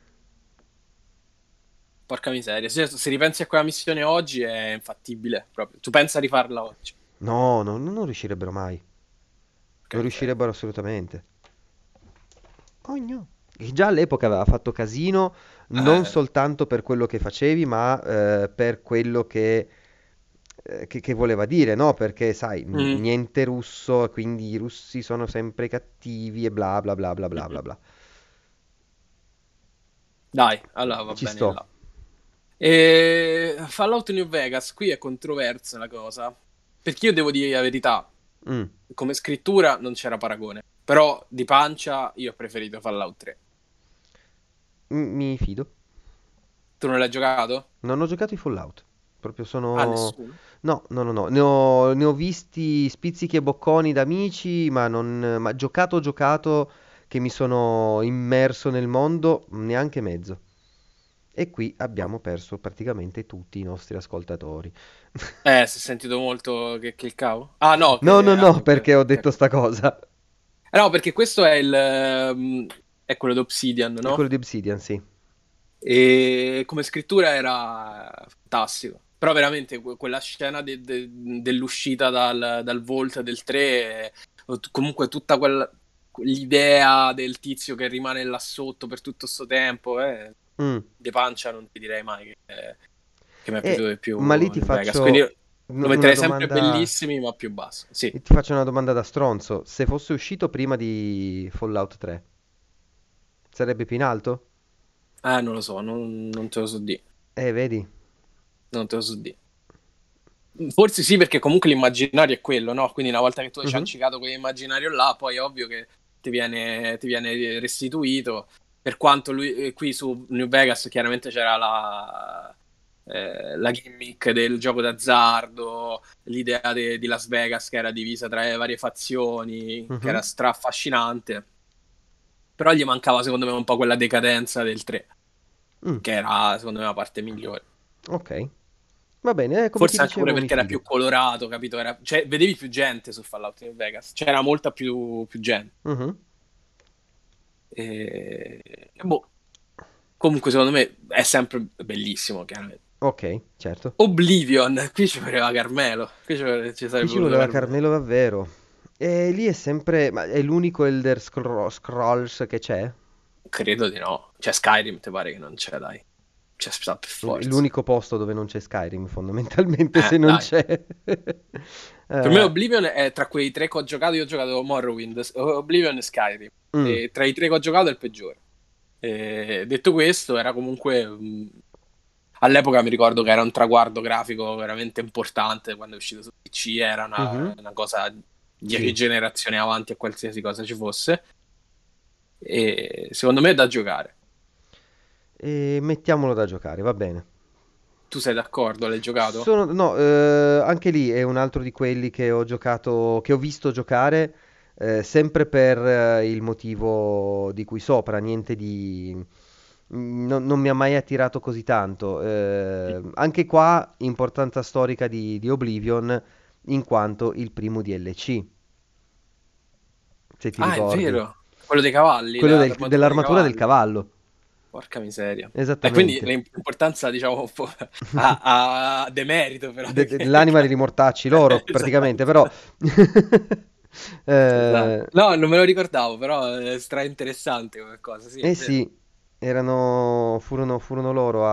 porca miseria. Se ripensi a quella missione oggi è infattibile proprio. Tu pensa a rifarla oggi. No, non riuscirebbero mai, Porca non miseria. riuscirebbero assolutamente. Oh no. Che già all'epoca aveva fatto casino non Eh, soltanto per quello che facevi, ma per quello che voleva dire, no? Perché, sai, mm, niente russo, quindi i russi sono sempre cattivi e bla bla bla bla bla bla mm. bla. Dai, allora va Ci bene sto. là. E Fallout New Vegas, qui è controversa la cosa. Perché io devo dire la verità, Mm, come scrittura non c'era paragone. Però di pancia io ho preferito Fallout 3. mi fido. Tu non l'hai giocato? Non ho giocato i Fallout. Proprio Ah, sono... nessuno. No, no, no, no. Ne ho visti spizzichi e bocconi da amici, ma non... Ma giocato che mi sono immerso nel mondo, neanche mezzo. E qui abbiamo perso praticamente tutti i nostri ascoltatori. Si è sentito molto che il cavo? Ah, no, No, no, che no, anche perché ho detto ecco. sta cosa. No, perché questo è è quello di Obsidian, È no? quello di Obsidian, sì. E come scrittura era fantastico. Però veramente quella scena dell'uscita dal Vault del 3, comunque tutta quell'idea del tizio che rimane là sotto per tutto questo tempo, Mm. De pancia non ti direi mai che mi è piaciuto di Ma lì più ti New Vegas. Quindi faccio lo una metterei sempre domanda... bellissimi, ma più basso. Sì. Ti faccio una domanda da stronzo. Se fosse uscito prima di Fallout 3, sarebbe più in alto? Non lo so, non te lo so dire. Vedi? Non te lo so dire. Forse sì, perché comunque l'immaginario è quello, no? Quindi una volta che tu hai Mhm, ciancicato quell'immaginario là, poi è ovvio che ti viene restituito. Per quanto lui, qui su New Vegas chiaramente c'era la gimmick del gioco d'azzardo, l'idea di Las Vegas che era divisa tra le varie fazioni, che mhm. era straffascinante. Però gli mancava secondo me un po' quella decadenza del 3, Mm, che era secondo me la parte migliore. ok. Va bene, come ti Forse anche pure dicevo, mi perché era fido. più colorato, capito? Cioè, vedevi più gente su Fallout New Vegas, c'era molta più gente. Mhm, Boh. Comunque, secondo me è sempre bellissimo, chiaramente. ok, certo. Oblivion, qui ci voleva Carmelo, ci Qui sarebbe ci voluto voleva Carmelo. Carmelo davvero. E lì è sempre... Ma è l'unico Elder Scrolls che c'è? Credo di no. Cioè, Skyrim, ti pare che non c'è, dai. C'è sta per forza. L'unico posto dove non c'è Skyrim, fondamentalmente, se non Dai. c'è. Per me Eh, Oblivion è tra quei tre che ho giocato, io ho giocato Morrowind, Oblivion e Skyrim. mm, E tra i tre che ho giocato è il peggiore. Detto questo, era comunque all'epoca mi ricordo che era un traguardo grafico veramente importante quando è uscito su PC, era mhm, una cosa 10 sì, generazioni avanti a qualsiasi cosa ci fosse. E secondo me è da giocare. e mettiamolo da giocare, va bene. Tu sei d'accordo? L'hai giocato? No, anche lì è un altro di quelli che ho giocato, che ho visto giocare, sempre per il motivo di cui sopra, niente di... non mi ha mai attirato così tanto. Anche qua, importanza storica di Oblivion, in quanto il primo DLC, se ti Ah, è ricordi. vero. Quello dei cavalli, Quello l'armatura dei dell'armatura del cavalli. cavallo. Porca miseria. E quindi Esattamente. l'importanza, diciamo, un po' a demerito, però. Dell'anima di rimortacci loro, praticamente, Esatto. però... Esatto. eh, No, non me lo ricordavo, però è stra interessante come cosa, sì, è eh vero. sì, furono loro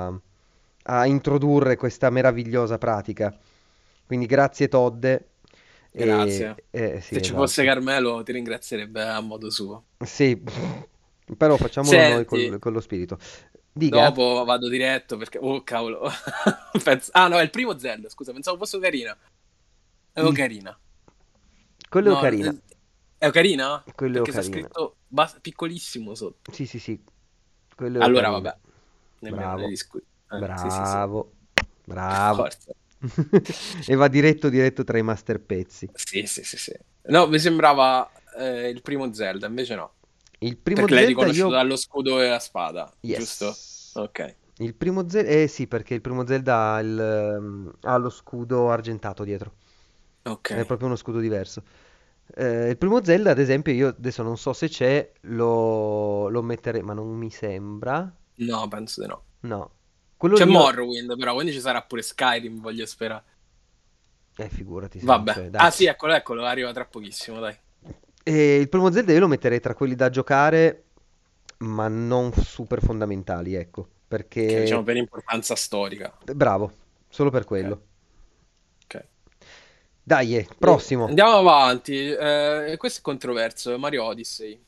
a introdurre questa meravigliosa pratica. Quindi grazie Todde. Grazie. Sì, Se ci fosse esatto. Carmelo ti ringrazierebbe a modo suo. Sì, però facciamolo noi Senti, con lo spirito. Dica? dopo vado diretto perché... Oh, cavolo. Ah, no, è il primo Zelda, scusa, pensavo fosse Ocarina. È Il... Ocarina. Quello è No, Ocarina. è Ocarina? Quello è Perché sta Ocarina. scritto piccolissimo sotto. Sì, sì, sì, quello è Allora, Ocarina. vabbè, nemmeno ne Bravo, discuto. Sì, sì, sì. bravo, Per bravo. forza. E va diretto tra i master pezzi. Sì, sì, sì, sì. No, mi sembrava il primo Zelda, invece no. Il primo Perché l'hai Zelda riconosciuto io... dallo scudo e la spada, giusto? Yes. Ok, Il primo Zelda... Eh sì, perché il primo Zelda ha lo scudo argentato dietro. ok. È proprio uno scudo diverso. Il primo Zelda, ad esempio, io adesso non so se c'è, lo metterei, ma non mi sembra. No, penso di no. No. Quello C'è lì io... Morrowind, però, quindi ci sarà pure Skyrim, voglio sperare. Figurati se non Vabbè. c'è, dai. Ah sì, eccolo, eccolo, arriva tra pochissimo, dai. E il primo Zelda io lo metterei tra quelli da giocare, ma non super fondamentali, ecco. Ok, diciamo Perché... per importanza storica. Bravo, solo per Ok, quello. ok. Dai, E prossimo. andiamo avanti. Questo è controverso, Mario Odyssey.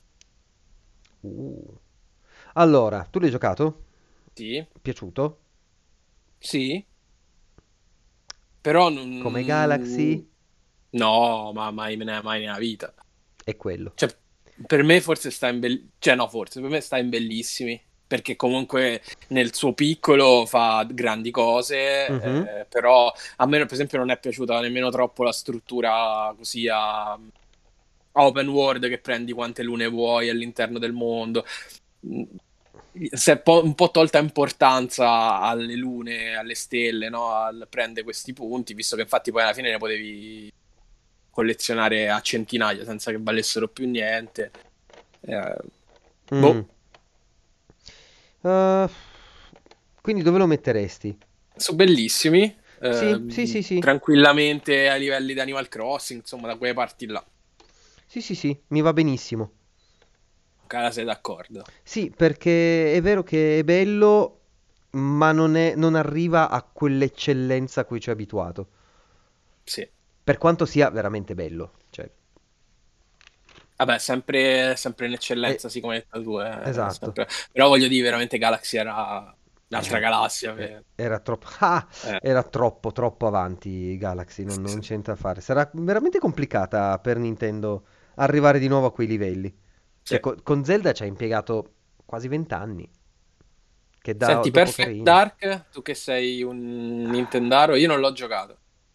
Uh. Allora, tu l'hai giocato? Sì, Piaciuto? sì, però Come Galaxy? no, ma mai nella vita. È quello. Cioè, per me forse sta in cioè no, forse per me sta in bellissimi, perché comunque nel suo piccolo fa grandi cose, Mhm. però a me per esempio non è piaciuta nemmeno troppo la struttura così a open world che prendi quante lune vuoi all'interno del mondo. Si è un po' tolta importanza alle lune, alle stelle, no? Al prendere questi punti, visto che infatti poi alla fine ne potevi collezionare a centinaia senza che valessero più niente. Eh, Mm. boh, Uh, quindi dove lo metteresti? sono bellissimi, Sì, sì, sì, sì. tranquillamente ai livelli di Animal Crossing, insomma, da quelle parti là. Sì, sì, sì, mi va benissimo. Cara, sei d'accordo? Sì, perché è vero che è bello, ma non arriva a quell'eccellenza a cui ci è abituato. Sì. Per quanto sia veramente bello. Cioè, Vabbè, sempre in è- eccellenza, sì, come hai detto tu, esatto. sempre. Però voglio dire, veramente Galaxy era un'altra Era, galassia. era troppo, ah, Eh, era troppo avanti Galaxy, sì, non sì. c'è niente da fare. Sarà veramente complicata per Nintendo arrivare di nuovo a quei livelli. Sì. Cioè, con Zelda ci ha impiegato quasi 20 anni. Che Senti, dopo Perfect Karina. Dark, tu che sei un Nintendaro, io non l'ho giocato.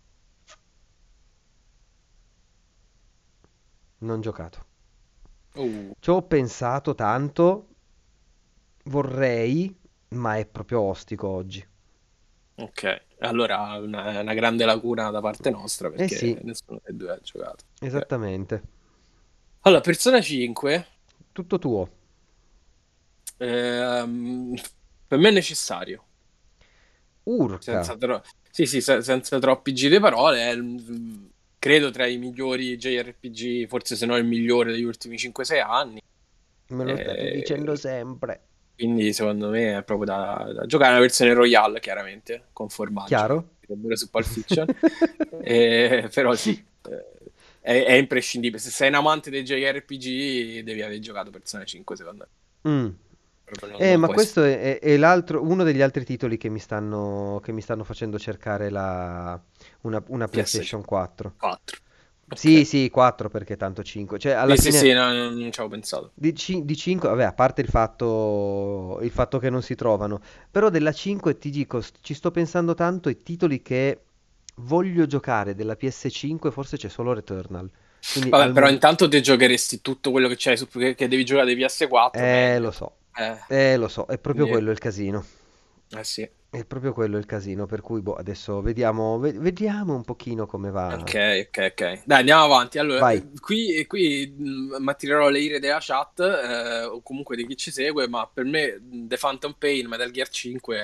Non giocato. Uh, Ci ho pensato tanto, vorrei, ma è proprio ostico oggi. ok. Allora, una grande lacuna da parte nostra Eh perché sì, nessuno dei due ha giocato. Ok. esattamente. Allora, Persona 5, Tutto tuo. ehm, per me è necessario. Urca. Senza sì, sì, senza troppi giri di parole, credo tra i migliori JRPG, forse se no il migliore degli ultimi 5-6 anni. Me lo state dicendo Eh, sempre. quindi secondo me è proprio da giocare una versione Royale, chiaramente, con formaggi, Chiaro? pure su Pulp Fiction. Però sì, è imprescindibile. Se sei un amante dei JRPG devi aver giocato Persona 5, secondo me. Mm. Proprio non Ma puoi questo escludere. è uno degli altri titoli che mi stanno facendo cercare una PlayStation 4. 4. Sì, Ok. sì, 4 perché tanto 5. Cioè, alla Sì, sì, fine sì, no, non ci avevo pensato. di 5, vabbè, a parte il fatto che non si trovano, però della 5 ti dico, ci sto pensando tanto ai titoli che voglio giocare della PS5, forse c'è solo Returnal. Quindi Vabbè, però intanto ti giocheresti tutto quello che c'hai che devi giocare di PS4, Lo meglio. so, Eh, lo so, è proprio quindi, quello il casino. sì. È proprio quello il casino, per cui boh, adesso vediamo un pochino come va. Ok, ok, ok. Dai, andiamo avanti. Allora, Vai. qui mi attirerò le ire della chat, o comunque di chi ci segue, ma per me The Phantom Pain, Metal Gear 5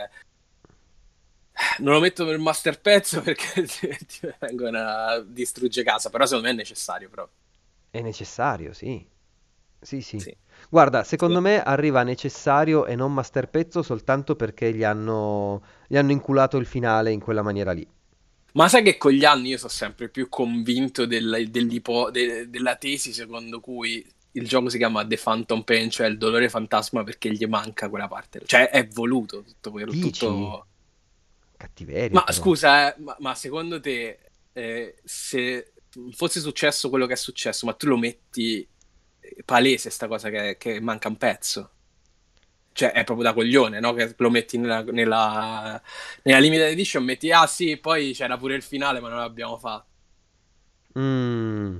non lo metto per master pezzo perché ti vengono a distrugge casa, però secondo me è necessario proprio. È necessario, sì. Sì, sì. Sì. Guarda, Sì. secondo me arriva necessario e non master pezzo soltanto perché gli hanno inculato il finale in quella maniera lì. Ma sai che con gli anni io sono sempre più convinto della tesi secondo cui il gioco si chiama The Phantom Pain, cioè il dolore fantasma perché gli manca quella parte. Cioè è voluto tutto quello, Dici? tutto... Cattiveria Ma però. scusa, ma secondo te se fosse successo quello che è successo, ma tu lo metti palese sta cosa che manca un pezzo? Cioè è proprio da coglione, no? Che lo metti nella limited edition, metti, ah sì, poi c'era pure il finale, ma non l'abbiamo fatto. Mm.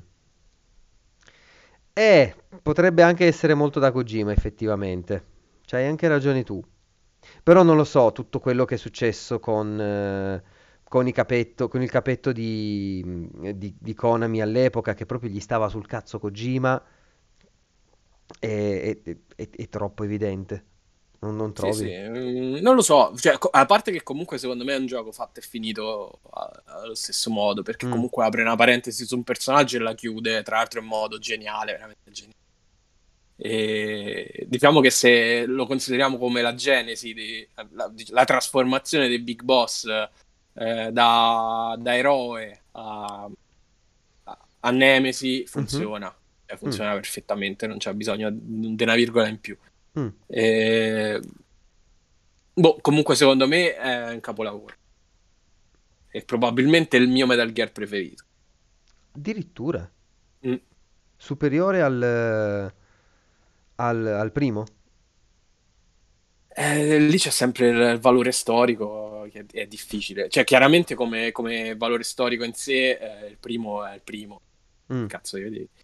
Potrebbe anche essere molto da Kojima, effettivamente. C'hai anche ragione tu. Però non lo so, tutto quello che è successo con il capetto di Konami all'epoca, che proprio gli stava sul cazzo Kojima, è troppo evidente. Non Sì, sì, trovi? non lo so, cioè, a parte che comunque secondo me è un gioco fatto e finito allo stesso modo, perché Mm, comunque apre una parentesi su un personaggio e la chiude, tra l'altro in modo geniale, veramente geniale. E diciamo che se lo consideriamo come la genesi, la trasformazione dei Big Boss da eroe a Nemesi, mhm, funziona. Cioè, mm, funziona perfettamente, non c'è bisogno di una virgola in più. mm. E, boh, comunque secondo me è un capolavoro. E probabilmente il mio Metal Gear preferito. Addirittura. Mm. Superiore al primo? Lì c'è sempre il valore storico che è difficile. Cioè, chiaramente come valore storico in sé, il primo è il primo. Mm, Cazzo, io dico.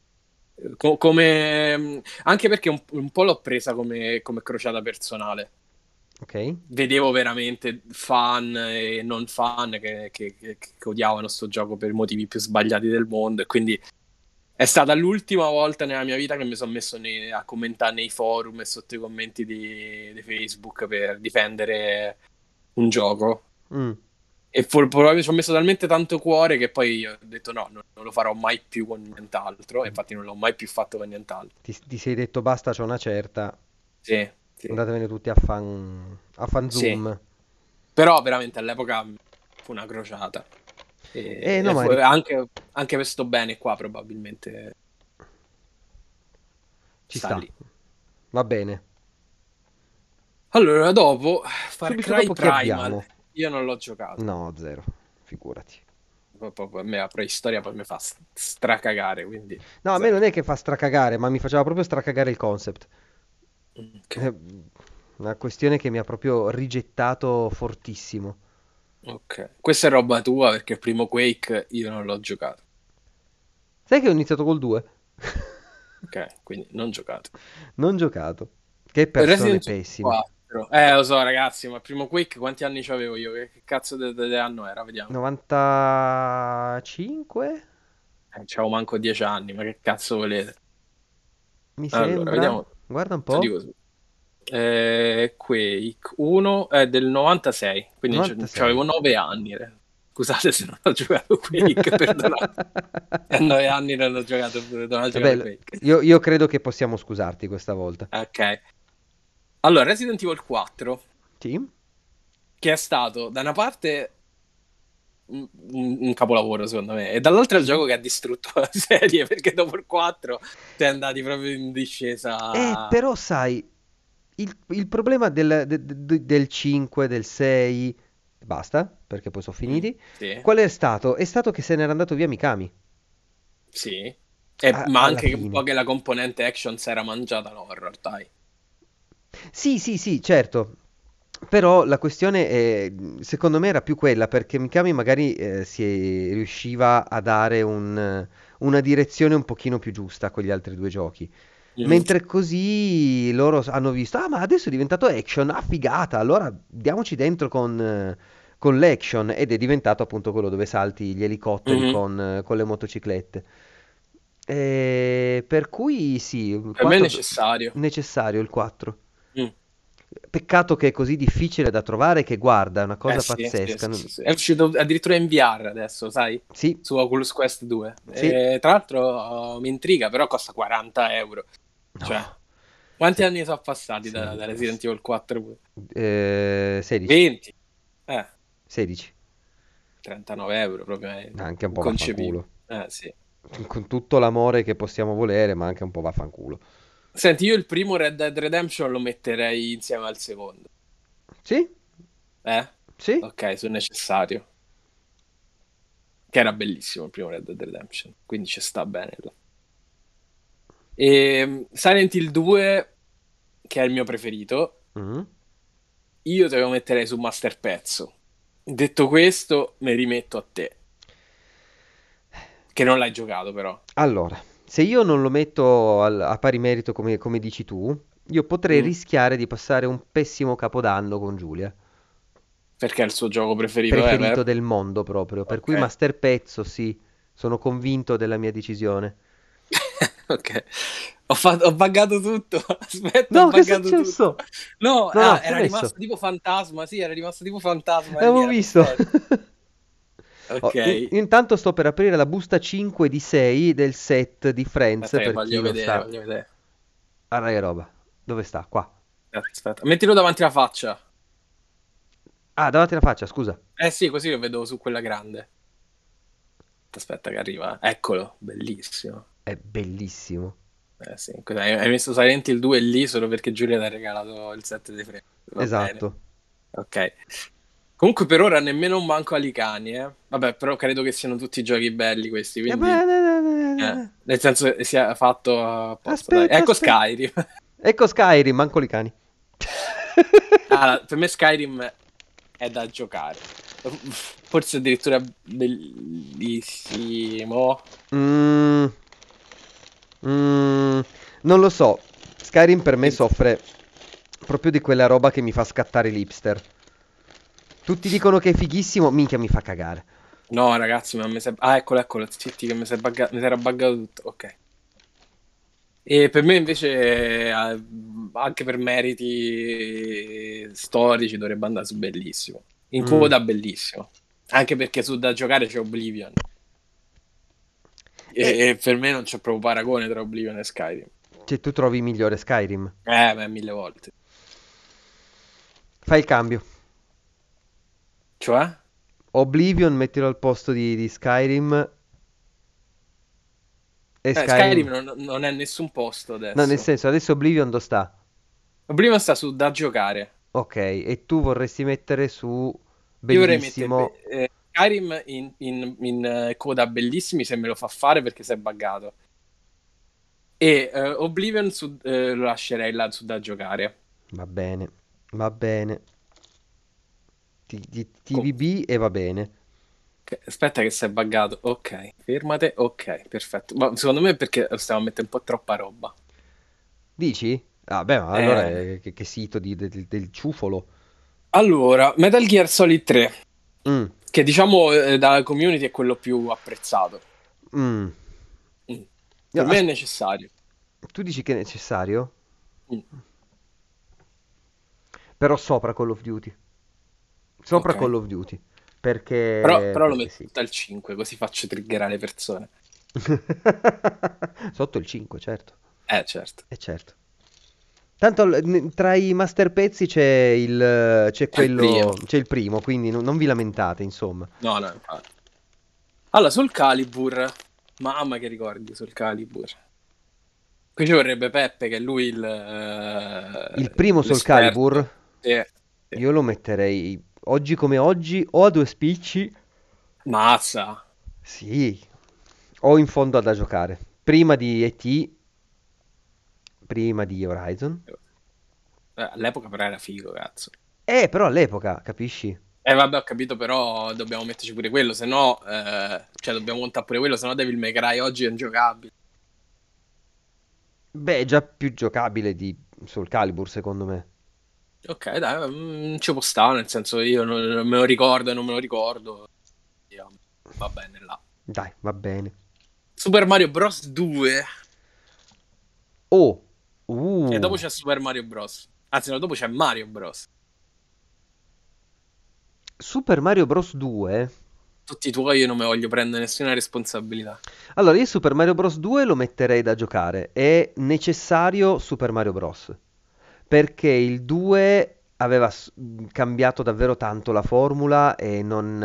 Anche perché un po' l'ho presa come crociata personale. ok. Vedevo veramente fan e non fan che odiavano sto gioco per i motivi più sbagliati del mondo e quindi è stata l'ultima volta nella mia vita che mi sono messo a commentare nei forum e sotto i commenti di Facebook per difendere un gioco. Mm. E probabilmente ci ho messo talmente tanto cuore che poi ho detto no, non lo farò mai più con nient'altro. E infatti non l'ho mai più fatto con nient'altro. Ti sei detto basta, c'è una certa. Sì, sì, Andatevene tutti a fan sì. zoom. Però veramente all'epoca fu una crociata. No, ma Anche per sto bene qua probabilmente ci sta sta. lì. Va bene. Allora, dopo Far Subito Cry dopo chi Primal, abbiamo? io non l'ho giocato. No, zero. Figurati. Poi a me la preistoria poi mi fa stracagare, quindi No, a me zero. non è che fa stracagare, ma mi faceva proprio stracagare il concept. Ok, È una questione che mi ha proprio rigettato fortissimo. ok. Questa è roba tua perché il primo Quake io non l'ho giocato. Sai che ho iniziato col 2? Ok, quindi non giocato. Non giocato. Che persone Resident Evil pessime. 4. Lo so, ragazzi, ma il primo Quake quanti anni c'avevo io? Che cazzo di anno era? Vediamo. 95? C'avevo manco 10 anni, ma che cazzo volete? Mi Allora, sembra. vediamo. Guarda un Te lo po'. dico su. Quake 1 è del 96, quindi 96. c'avevo 9 anni. Scusate se non ho giocato Quake, perdonate. A 9 anni non ho giocato, non ho Vabbè, giocato Quake. io credo che possiamo scusarti questa volta. Ok. Allora, Resident Evil 4, Sì? che è stato da una parte un capolavoro, secondo me, e dall'altra il Sì? gioco che ha distrutto la serie, perché dopo il 4 si è andati proprio in discesa. Però sai, il problema del 5, del 6, basta, perché poi sono Mm, finiti. sì, Qual è stato? È stato che se n'era andato via Mikami. sì. Ma Alla anche un po' fine. che la componente action si era mangiata l'horror, dai. Sì, sì, sì, certo. Però la questione secondo me era più quella, perché Mikami magari riusciva a dare una direzione un pochino più giusta con gli altri due giochi. Mhm. Mentre così loro hanno visto, ah, ma adesso è diventato action, ah, figata, allora diamoci dentro con l'action, ed è diventato appunto quello dove salti gli elicotteri Mhm. con le motociclette. Per cui sì, il Per me è 4 necessario. necessario il 4. Mm. Peccato che è così difficile da trovare che guarda, è una Eh cosa sì, sì, pazzesca. sì, sì, sì. È uscito addirittura in VR adesso, sai? Sì, Su Oculus Quest 2. sì, E, tra l'altro mi intriga, però costa 40 euro. Cioè, no, quanti se- anni sono passati se- da Resident Evil 4? 16, 20. 16, 39 euro, proprio è anche un po' inconcepibile. vaffanculo. Sì. Con tutto l'amore che possiamo volere, ma anche un po' vaffanculo. Senti, io il primo Red Dead Redemption lo metterei insieme al secondo. Sì, Eh? sì. Ok, sul necessario. Che era bellissimo il primo Red Dead Redemption, quindi ci sta bene là. E Silent Hill 2, che è il mio preferito, Mhm. io te lo metterei su Master Pezzo. Detto questo, mi rimetto a te, che non l'hai giocato però. Allora, se io non lo metto a pari merito come dici tu, io potrei Mm? rischiare di passare un pessimo capodanno con Giulia. Perché è il suo gioco preferito Preferito ever? del mondo proprio. Per cui Ok. Master Pezzo, sì, sono convinto della mia decisione. Ok. Ho buggato tutto. Aspetta, ho No, che è buggato tutto. successo? No, No, no, che hai era messo? rimasto tipo fantasma. Sì, era rimasto tipo fantasma lì, Avevo era visto. perfetto. Ok. Intanto sto per aprire la busta 5 di 6 del set di Friends, Aspetta che per chi voglio non vedere, sta. voglio vedere. Guarda che roba. Dove sta? Qua. Aspetta. Mettilo davanti alla faccia. Ah, davanti alla faccia, scusa. Eh sì, così lo vedo su quella grande. Aspetta che arriva. Eccolo, bellissimo. È bellissimo. Eh sì. Hai messo Silent Hill 2 lì solo perché Giulia ti ha regalato il set dei frame. Va bene. Esatto. Ok. Comunque per ora nemmeno un manco ali cani, eh. Vabbè, però credo che siano tutti giochi belli questi, E quindi... beh, Nel senso che sia fatto apposta, dai. aspetta, Ecco aspetta. Skyrim. Ecco Skyrim, manco li cani. Ah, per me Skyrim è da giocare. Forse addirittura bellissimo. Mm, mm, non lo so. Skyrim per me soffre proprio di quella roba che mi fa scattare l'hipster. Tutti dicono che è fighissimo, minchia mi fa cagare. No, ragazzi, ma mi si è... Ah, eccolo, eccolo, zitti che mi si era buggato tutto. Ok. E per me invece, anche per meriti storici, dovrebbe andare su bellissimo. In Mm. coda bellissimo. Anche perché su da giocare c'è Oblivion. E E per me non c'è proprio paragone tra Oblivion e Skyrim. se tu trovi migliore Skyrim, Ma mille volte. fai il cambio. Cioè? Oblivion mettilo al posto di Skyrim e Skyrim Skyrim. non è nessun posto No, nel adesso. senso, adesso Oblivion dove sta? Oblivion sta su da giocare. Ok, e tu vorresti mettere su Io vorrei mettere bellissimo. Skyrim in coda bellissimi se me lo fa fare perché si è buggato. E Oblivion lo lascerei là su da giocare. Va bene, va bene. Com- TVB e va bene. Aspetta che si è buggato. Ok, fermate. Ok, perfetto. Ma secondo me è perché stiamo a mettere un po' troppa roba. Dici? Ah, beh, ma allora Eh, che sito del ciufolo. allora, Metal Gear Solid 3, Mm, che diciamo dalla community è quello più apprezzato. mm. Mm. No, Per me è necessario. tu dici che è necessario? Mm. Però sopra Call of Duty. Sopra Ok. Call of Duty. Però lo Perché metto sì. al 5, così faccio triggerare le persone. Sotto il 5, certo. Certo. Certo. Tanto tra i master pezzi c'è È il primo. quello, c'è il primo, quindi non vi lamentate, insomma. No, no, infatti. Allora, sul Calibur. Mamma che ricordi sul Calibur. Qui ci vorrebbe Peppe, che è lui Il primo Soul l'esperto. Calibur Sì, sì. io lo metterei oggi come oggi o a due spicci, Mazza. sì, o in fondo da giocare. Prima di ET, prima di Horizon. All'epoca però era figo, cazzo. Però all'epoca, capisci? Vabbè, ho capito, però dobbiamo metterci pure quello, se no... cioè, dobbiamo montare pure quello, se no Devil May Cry oggi è ingiocabile. Beh, è già più giocabile di Soul Calibur, secondo me. Ok, dai, ci può stare, nel senso io non me lo ricordo e non me lo ricordo. Via, va bene là. Dai, va bene. Super Mario Bros. 2. Oh, Cioè, uh, dopo c'è Super Mario Bros. Anzi, no, dopo c'è Mario Bros. Super Mario Bros. 2. Tutti i tuoi, io non mi voglio prendere nessuna responsabilità. Allora, io Super Mario Bros. 2 lo metterei da giocare. È necessario Super Mario Bros. Perché il 2 aveva cambiato davvero tanto la formula e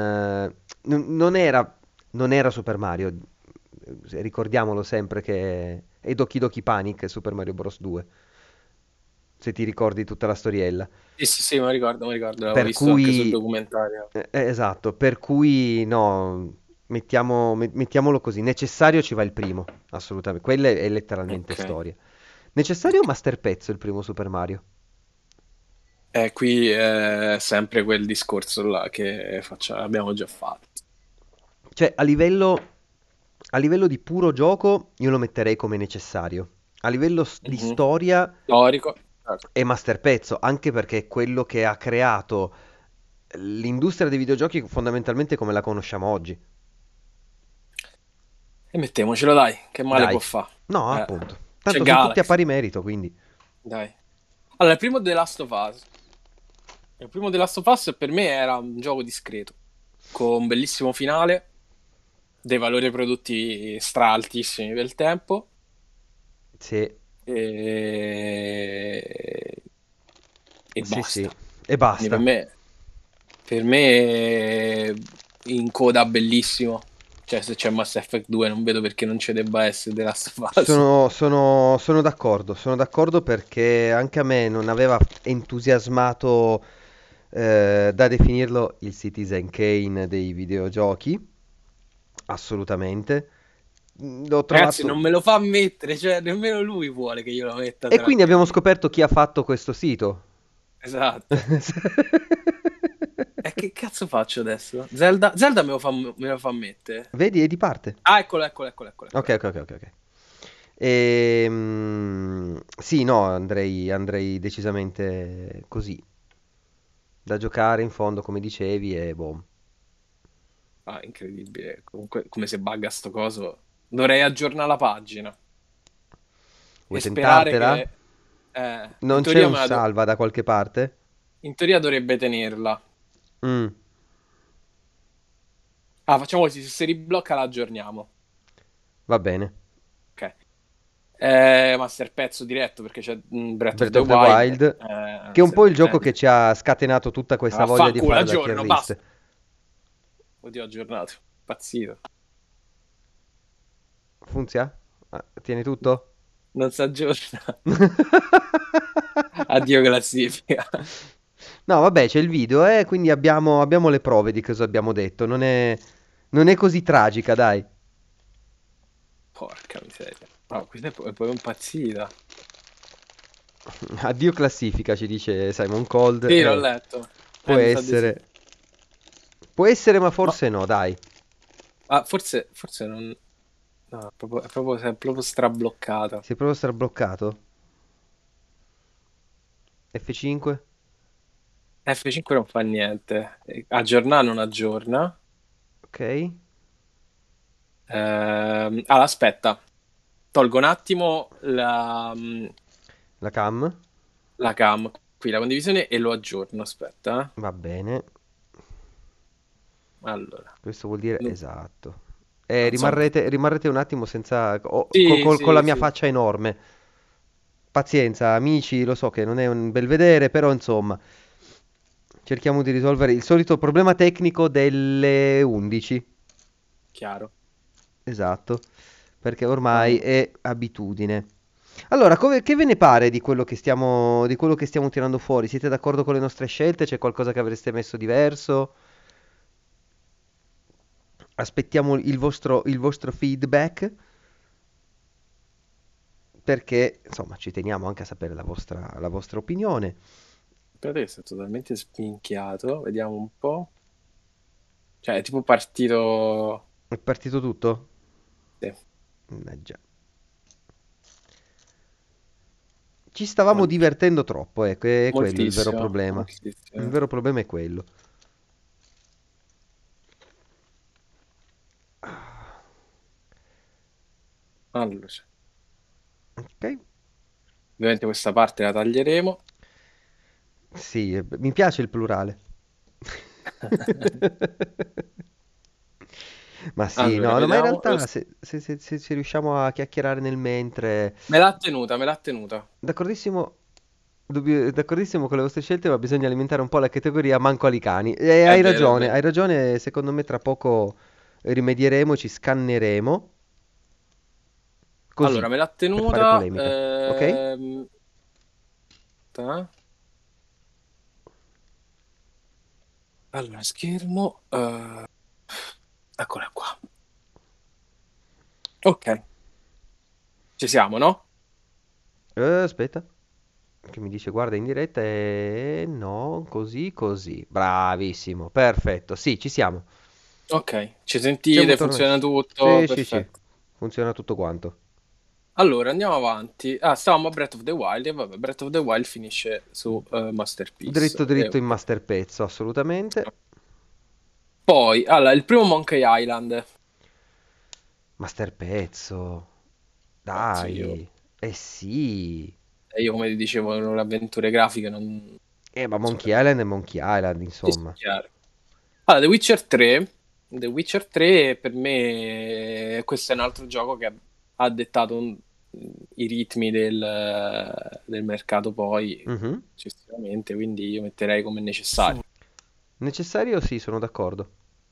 non era Super Mario. Ricordiamolo sempre che è Doki Doki Panic Super Mario Bros. 2, se ti ricordi tutta la storiella. Sì, sì, sì, mi ricordo, l'avevo Per visto anche sul cui, documentario. esatto, per cui no, mettiamolo così, necessario ci va il primo, assolutamente, quella è letteralmente Ok. storia. Necessario o master pezzo il primo Super Mario? Qui è sempre quel discorso là che abbiamo già fatto. Cioè, a livello di puro gioco, io lo metterei come necessario. A livello di Mhm. storia Storico. Certo. è master pezzo, anche perché è quello che ha creato l'industria dei videogiochi fondamentalmente come la conosciamo oggi. E mettiamocelo, dai, che male può Dai. fa'? No, Eh, appunto. C'è Tanto sono tutti a Galaxy, pari merito, quindi. dai. Allora, il primo The Last of Us. Il primo The Last of Us per me era un gioco discreto, con un bellissimo finale, dei valori prodotti stra altissimi per il tempo, Sì, e, e sì, sì. basta. E Quindi basta. per me in coda bellissimo. Cioè, se c'è Mass Effect 2 non vedo perché non ci debba essere The Last of Us. Sono d'accordo perché anche a me non aveva entusiasmato da definirlo il Citizen Kane dei videogiochi, assolutamente. L'ho Ragazzi, trovato. non me lo fa mettere, cioè nemmeno lui vuole che io lo metta E tra quindi abbiamo quelli. scoperto chi ha fatto questo sito. Esatto. E che cazzo faccio adesso? Zelda me lo fa mettere. Vedi, è di parte. Ah, eccolo, eccolo, eccolo, eccolo, Ok, eccolo. ok, ok, ok, ok. Sì, no, andrei decisamente così. Da giocare in fondo, come dicevi, e boh. Ah, incredibile. Comunque, come se bugga sto coso. Dovrei aggiornare la pagina Vuoi e sperare tentartela? che... in Non c'è teoria un salva da qualche parte? in teoria dovrebbe tenerla. Mm, Ah, facciamo così, se si riblocca la aggiorniamo. va bene. Ok. Master pezzo diretto perché c'è Breath of Breath the of the Wild. Wild, che è un Se po' no, il gioco che ci ha scatenato tutta questa voglia di vaffanculo, fare la tier aggiorno, list. basta. Oddio, aggiornato. Pazzito. Funziona? Ah, tieni tutto? Non si aggiorna. Addio classifica. No, vabbè, c'è il video, quindi abbiamo le prove di cosa abbiamo detto. Non è così tragica, dai. Porca miseria. No, questa è poi impazzita. Addio classifica, ci dice Simon Cold. Sì, l'ho letto. Può Mi sa di sì. essere. Può essere, ma Ma forse no, dai. forse non... No, è proprio strabloccata. Si è proprio strabloccato. F5? F5 non fa niente. Aggiornare non aggiorna. Ok. Allora, aspetta. Tolgo un attimo La cam? la cam qui, la condivisione e lo aggiorno. Aspetta. Va bene. Allora. Questo vuol dire Non, esatto. non so. Rimarrete un attimo senza. Sì, Con la sì, mia sì. faccia enorme. Pazienza, amici, lo so che non è un bel vedere, però insomma, cerchiamo di risolvere il solito problema tecnico delle 11. Chiaro. Esatto, perché ormai Ah, è abitudine. Allora, che ve ne pare di quello che stiamo tirando fuori? Siete d'accordo con le nostre scelte? C'è qualcosa che avreste messo diverso? Aspettiamo il vostro feedback perché, insomma, ci teniamo anche a sapere la vostra opinione. per adesso è totalmente spinchiato. Vediamo un po'. Cioè, è tipo partito... È partito tutto? Sì. Già. Ci stavamo Mol- divertendo troppo, ecco, è quello il vero moltissimo, problema. Il moltissimo. vero problema è quello. Allora, Ok? ovviamente questa parte la taglieremo. Sì, mi piace il plurale. Ma sì, Allora, no, no, ma in vediamo. realtà se riusciamo a chiacchierare nel mentre... Me l'ha tenuta, me l'ha tenuta. D'accordissimo, d'accordissimo con le vostre scelte, ma bisogna alimentare un po' la categoria manco ali cani. E È vero, è vero. hai ragione, secondo me tra poco rimedieremo, ci scanneremo, così, Allora, me l'ha per fare tenuta. polemica, ok? Ta- allora, schermo. Eccola qua. Ok, ci siamo, no? Aspetta, che mi dice guarda in diretta e no, così, così. Bravissimo, perfetto, sì, ci siamo. Ok, ci Siamo sentite, tornati. funziona tutto, Sì, sì, sì, perfetto. funziona tutto quanto. Allora, andiamo avanti. Ah, stavamo a Breath of the Wild e vabbè, Breath of the Wild finisce su Masterpiece. Dritto dritto in master pezzo, assolutamente. Poi, allora, il primo Monkey Island. Master pezzo. Cazzo, io, Dai. Eh sì. io come ti dicevo, le avventure grafiche non... Ma Insomma, Monkey Island è Monkey Island, sì, sì, insomma. chiaro. Allora, The Witcher 3. The Witcher 3 per me, questo è un altro gioco che ha dettato i ritmi del mercato poi, Mhm. successivamente, quindi io metterei come necessario. Necessario? Sì, sono d'accordo.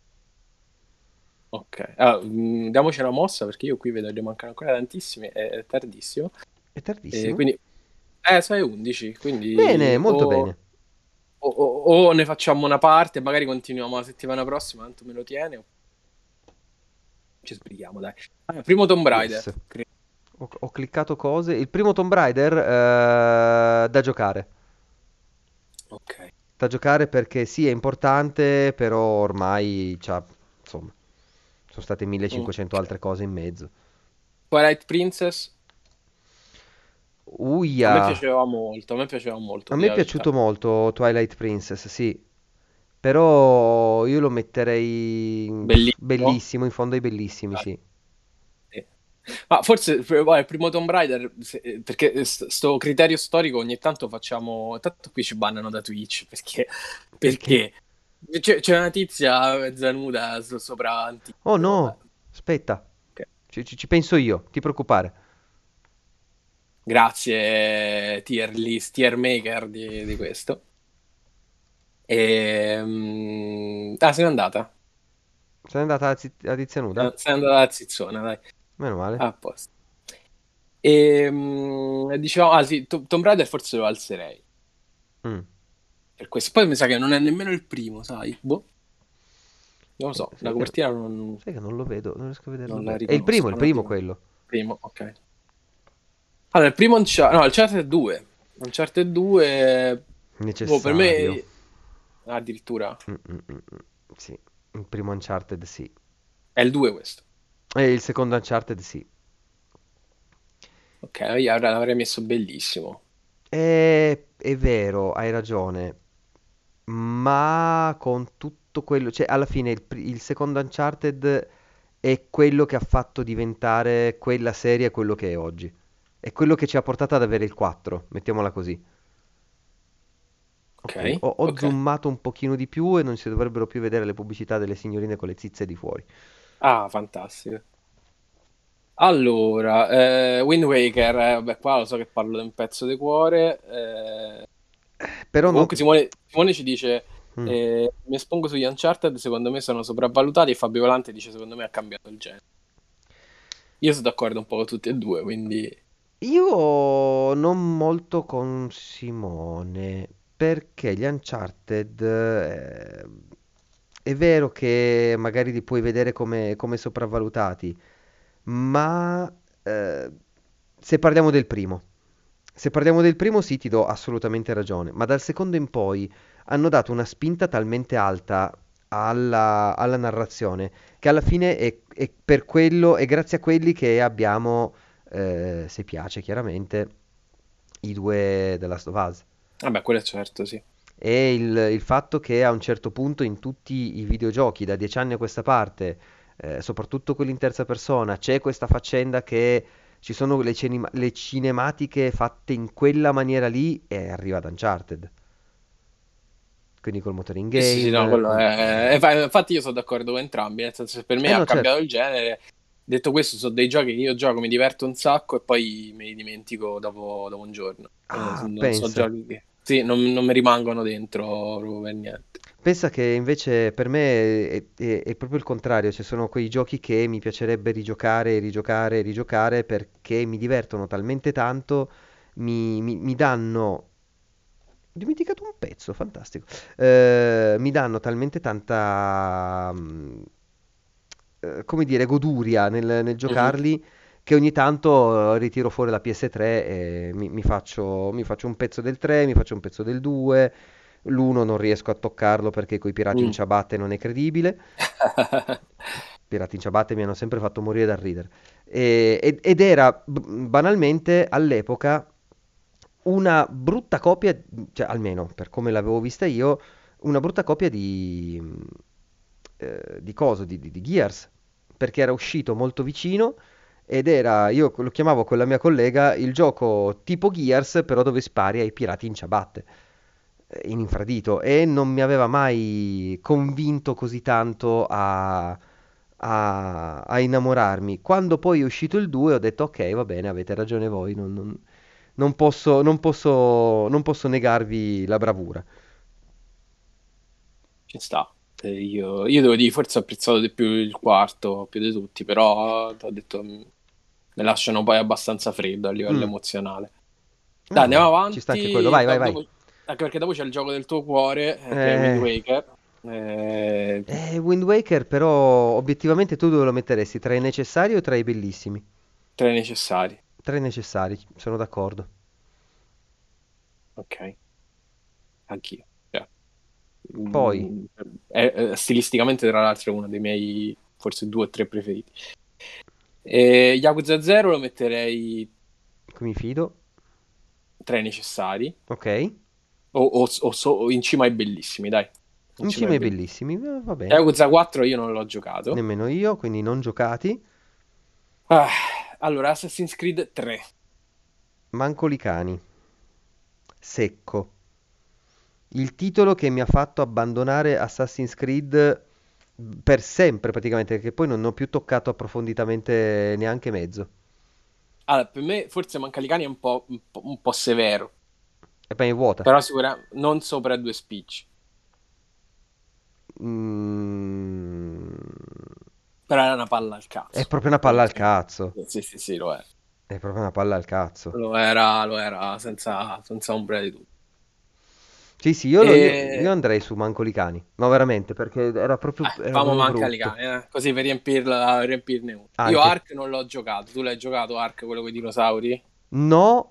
Ok, allora, diamoci una mossa perché io qui vedo che ne mancano ancora tantissimi, è tardissimo. È E tardissimo. quindi, sai 11, Bene, quindi molto bene. o ne facciamo una parte e magari continuiamo la settimana prossima, tanto me lo tiene, o ci sbrighiamo, dai. Ah, primo Tomb Raider, Yes. Ho cliccato cose. Il primo Tomb Raider da giocare. ok, Da giocare perché sì, è importante, però ormai insomma, sono state 1500 ok. altre cose in mezzo. Twilight Princess, a Uia! me piaceva molto, a me piaceva molto, A di me è la verità. piaciuto molto Twilight Princess, sì. Però io lo metterei Bellissimo. bellissimo, in fondo ai bellissimi, Dai, sì. sì. Ma forse il primo Tomb Raider, perché sto criterio storico ogni tanto facciamo, tanto qui ci bannano da Twitch, perché, Perché? perché c'è una tizia mezza nuda sopra Antico, Oh vabbè. no! Aspetta, Ok. ci penso io, ti preoccupare. Grazie tier list, tier maker di questo. Se n'è andata. Sei andata a tizia nuda? Se n'è andata a zizzona, dai. Meno male. A posto. Dicevamo, ah sì, Tomb Raider forse lo alzerei. Mm. Per questo. Poi mi sa che non è nemmeno il primo, sai? Boh, non lo so, la Sai che, copertina sai che non lo vedo, non riesco a vederlo non la bene. È il riconosco un primo attimo. quello. Primo, ok. Allora, il primo Uncharted, no, Uncharted 2. Uncharted 2, boh, per Necessario. me addirittura Mm, mm, mm, mm. Sì, il primo Uncharted sì. è il 2 questo. E il secondo Uncharted sì. Ok, io l'avrei messo bellissimo. È vero, hai ragione. Ma con tutto quello, cioè alla fine il secondo Uncharted è quello che ha fatto diventare quella serie quello che è oggi. È quello che ci ha portato ad avere il 4, mettiamola così. Ok, Ok, ho ok. zoomato un pochino di più e non si dovrebbero più vedere le pubblicità delle signorine con le zizze di fuori. Ah, fantastico. Allora, Wind Waker, vabbè, qua lo so che parlo di un pezzo di cuore. Però non... Comunque Simone ci dice, mm. mi espongo sugli Uncharted, secondo me sono sopravvalutati e Fabio Volante dice, secondo me ha cambiato il genere. Io sono d'accordo un po' con tutti e due, quindi... Io non molto con Simone, perché gli Uncharted è vero che magari li puoi vedere come sopravvalutati, ma eh, se parliamo del primo, se parliamo del primo sì ti do assolutamente ragione, ma dal secondo in poi hanno dato una spinta talmente alta alla narrazione che alla fine è per quello, è grazie a quelli che abbiamo se piace chiaramente, i due The Last of Us. Vabbè, quello è certo, sì. E il fatto che a un certo punto in tutti i videogiochi, da 10 anni a questa parte, soprattutto quelli in terza persona, c'è questa faccenda che ci sono le cinematiche fatte in quella maniera lì e arriva ad Uncharted. Quindi col motore in Sì, sì, sì, no, game, quello è... Infatti io sono d'accordo con entrambi, nel senso che per me Eh ha no, certo. cambiato il genere. Detto questo, sono dei giochi che io gioco, mi diverto un sacco e poi me li dimentico dopo un giorno. Ah, Non so pensa. giochi che... Sì, non mi rimangono dentro proprio per niente. Pensa che invece per me è proprio il contrario, ci sono quei giochi che mi piacerebbe rigiocare, rigiocare, rigiocare perché mi divertono talmente tanto, mi danno... Ho dimenticato un pezzo, fantastico. Mi danno talmente tanta, come dire, goduria nel Mhm. giocarli che ogni tanto ritiro fuori la PS3 e mi faccio un pezzo del 3, mi faccio un pezzo del 2. L'1 non riesco a toccarlo perché coi pirati in Mm. ciabatte non è credibile. Pirati in ciabatte mi hanno sempre fatto morire dal ridere. Ed era banalmente all'epoca una brutta copia, cioè almeno per come l'avevo vista io, una brutta copia di coso, di Gears, perché era uscito molto vicino ed era, io lo chiamavo con la mia collega, il gioco tipo Gears, però dove spari ai pirati in ciabatte, in infradito, e non mi aveva mai convinto così tanto a innamorarmi. Quando poi è uscito il 2 ho detto ok, va bene, avete ragione voi, non posso negarvi la bravura. Ci sta. Io devo dire, forse ho apprezzato di più il quarto, più di tutti, però ti ho detto, mi lasciano poi abbastanza freddo a livello Mm. emozionale. Dai, Vabbè, andiamo ci sta anche quello. avanti. Vai, vai, vai. Anche perché dopo c'è il gioco del tuo cuore, che è Wind Eh, Waker. Eh, Wind Waker, però, obiettivamente tu dove lo metteresti? Tra i necessari o tra i bellissimi? Tre necessari. Tra i necessari, sono d'accordo. Ok, anch'io. Cioè, Poi, mm, stilisticamente, tra l'altro, è uno dei miei forse due o tre preferiti. Yakuza 0 lo metterei qui mi fido. tra i necessari. Ok. O in cima ai bellissimi, dai. In cima Insieme ai ai bellissimi. bellissimi, va bene. Yakuza 4 io non l'ho giocato. Nemmeno io, quindi non giocati. Ah, allora, Assassin's Creed 3. Manco li cani. Secco. Il titolo che mi ha fatto abbandonare Assassin's Creed per sempre praticamente, perché poi non ho più toccato approfonditamente neanche mezzo. Allora, per me forse Mancalicani è un po' severo, E poi è vuota. però sicuramente non sopra due spicci. Mm, Però era una palla al è cazzo. proprio una palla Quello al sì. cazzo. Sì, sì, sì, lo è. È proprio una palla al cazzo. Lo era senza ombra di dubbio. Sì, sì, io E... andrei su Manco li cani. No, veramente, perché era famo proprio brutto. Mancalicani, così per riempirne uno. Io Anche. Ark non l'ho giocato. Tu l'hai giocato Ark, quello con i dinosauri? No,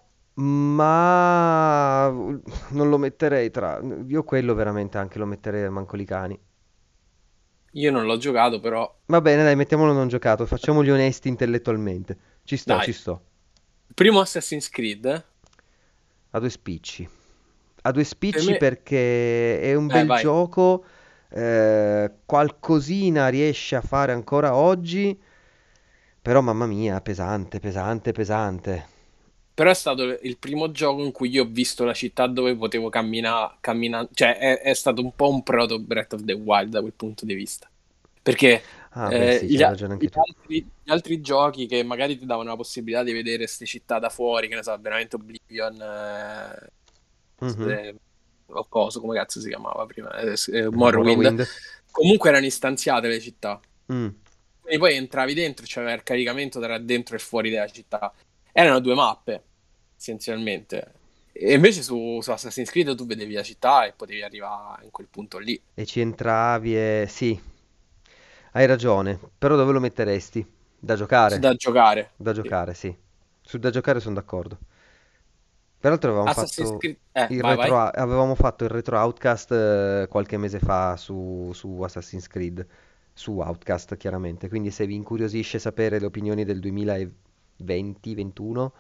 ma non lo metterei tra... Io quello veramente anche lo metterei a Manco li cani. Io non l'ho giocato, però Va bene, dai, mettiamolo non giocato, facciamoli onesti intellettualmente. Ci sto, dai. ci sto. Il primo Assassin's Creed, A due spicci. A due per spicci me... perché è un bel Vai. gioco, qualcosina riesce a fare ancora oggi, però mamma mia, pesante, pesante, pesante. Però è stato il primo gioco in cui io ho visto la città dove potevo camminare, cioè è stato un po' un proto Breath of the Wild da quel punto di vista. Perché Ah, beh, sì, c'hai ragione anche tu. gli altri giochi che magari ti davano la possibilità di vedere queste città da fuori, che ne so, veramente Oblivion, Mhm. o coso, come cazzo si chiamava prima, Morrowind, Morrowind. comunque erano istanziate le città. Mm. Quindi poi entravi dentro, c'era il caricamento tra dentro e fuori della città. Erano due mappe, essenzialmente. E invece su Assassin's Creed tu vedevi la città e potevi arrivare in quel punto lì. E ci entravi e... Sì, hai ragione, però dove lo metteresti? Da giocare? Da giocare. Da Sì. giocare, sì. Su da giocare sono d'accordo. Peraltro Assassin's Creed... vai, vai. avevamo fatto il retro Outcast qualche mese fa su Assassin's Creed, su Outcast chiaramente, quindi se vi incuriosisce sapere le opinioni del 2020-21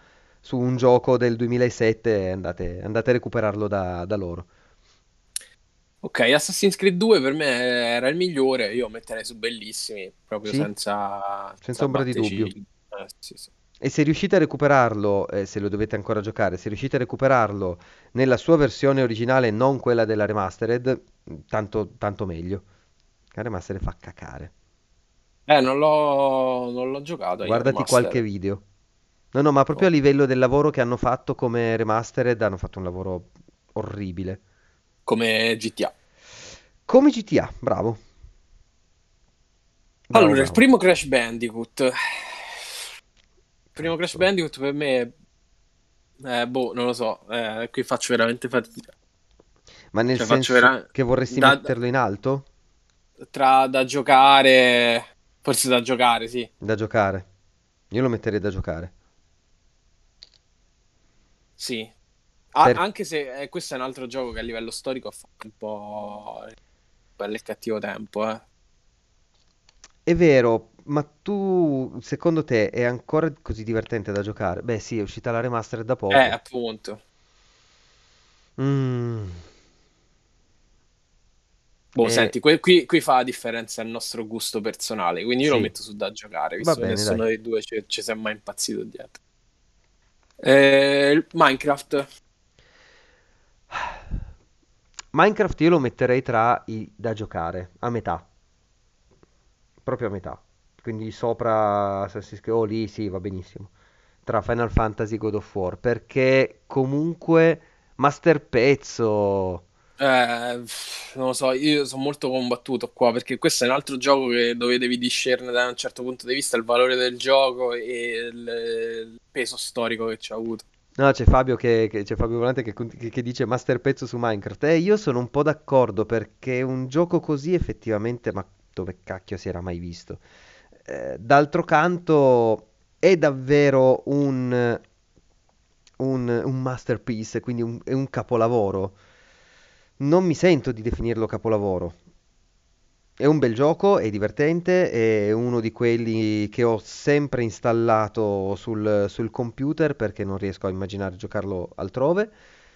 su un gioco del 2007, andate a recuperarlo da loro. Ok, Assassin's Creed 2 per me era il migliore, io metterei su bellissimi, proprio Sì, senza senza ombra di batterci. dubbio. Sì, sì. E se riuscite a recuperarlo, se lo dovete ancora giocare, se riuscite a recuperarlo nella sua versione originale, non quella della remastered, tanto, tanto meglio. La remastered fa cacare. Non l'ho giocato io, Guardati qualche remaster, video. No, no, ma proprio a no. livello del lavoro che hanno fatto come remastered, hanno fatto un lavoro orribile. Come GTA. Come GTA, bravo. Bravo, Allora, il bravo. primo Crash Bandicoot. Il primo Crash Cazzo. Bandicoot per me, boh, non lo so, qui faccio veramente fatica. Ma nel Cioè, faccio senso veramente... che vorresti metterlo in alto? Tra da giocare, forse da giocare, sì. Da giocare. Io lo metterei da giocare. Sì. Per- Anche se questo è un altro gioco che a livello storico ha fatto un po' il bello e cattivo tempo, eh. È vero, ma tu, secondo te, è ancora così divertente da giocare? Beh, sì, è uscita la remastered da poco. Appunto. Mm. Boh, senti, qui fa la differenza il nostro gusto personale, quindi io lo Sì, metto su da giocare, va visto che bene, dai. nessuno dei due ci si è mai impazzito dietro. Minecraft. Minecraft io lo metterei tra i da giocare, a metà, proprio a metà. Quindi sopra Assassin's Creed, oh lì sì, va benissimo. Tra Final Fantasy e God of War, perché comunque Master Pezzo. Non lo so, io sono molto combattuto qua perché questo è un altro gioco dove devi discernere da un certo punto di vista il valore del gioco e il peso storico che ci ha avuto. No, c'è Fabio Volante che dice Master Pezzo su Minecraft. Io sono un po' d'accordo perché un gioco così effettivamente, ma dove cacchio si era mai visto? D'altro canto è davvero un masterpiece, quindi è un capolavoro. Non mi sento di definirlo capolavoro. È un bel gioco, è divertente, è uno di quelli che ho sempre installato sul computer perché non riesco a immaginare di giocarlo altrove.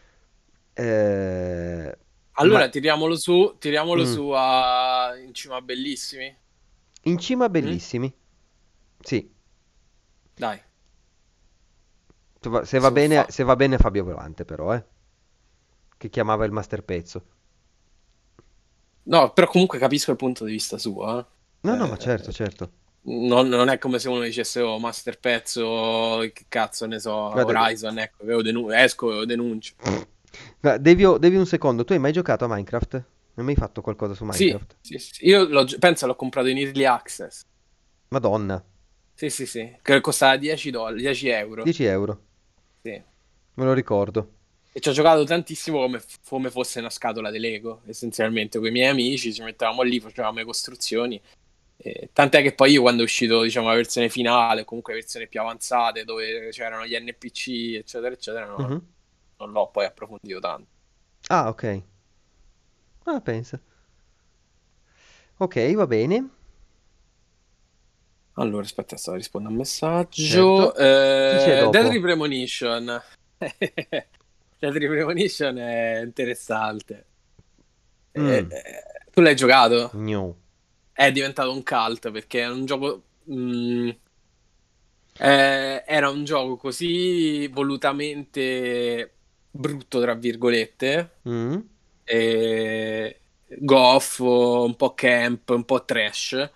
Eh, ma Allora, tiriamolo mm, su in cima a bellissimi. in cima a Mm? bellissimi. Sì, Dai, se va si può bene, fare. se va bene Fabio Volante però, che chiamava il master pezzo. No, però comunque capisco il punto di vista suo, No, no, ma certo, certo. Non è come se uno dicesse, oh, Master Pezzo, che cazzo ne so, Guarda, Horizon, ecco, che esco e lo denuncio. guarda, devi un secondo. Tu hai mai giocato a Minecraft? Hai mai fatto qualcosa su Sì, Minecraft? sì, sì. Io penso l'ho comprato in Early Access. Madonna, Sì, sì, sì, che costava 10 dollari, 10 euro. 10 euro, Sì. me lo ricordo. E ci ho giocato tantissimo come fosse una scatola di Lego, essenzialmente, con i miei amici, ci mettevamo lì, facevamo le costruzioni. Tant'è che poi io quando è uscito, diciamo, la versione finale, o comunque versioni più avanzate, dove c'erano gli NPC, eccetera, eccetera, Mhm. non l'ho poi approfondito tanto. Ah, ok. Ah, pensa. Ok, va bene. Allora, aspetta, stavo rispondendo a un messaggio. Certo. Chi c'è Deadly dopo? Premonition. Deadly Premonition è interessante. Mm, Tu l'hai giocato? no. È diventato un cult perché è un gioco. Era un gioco così volutamente brutto, tra virgolette, Mm, goffo, un po' camp, un po' trash,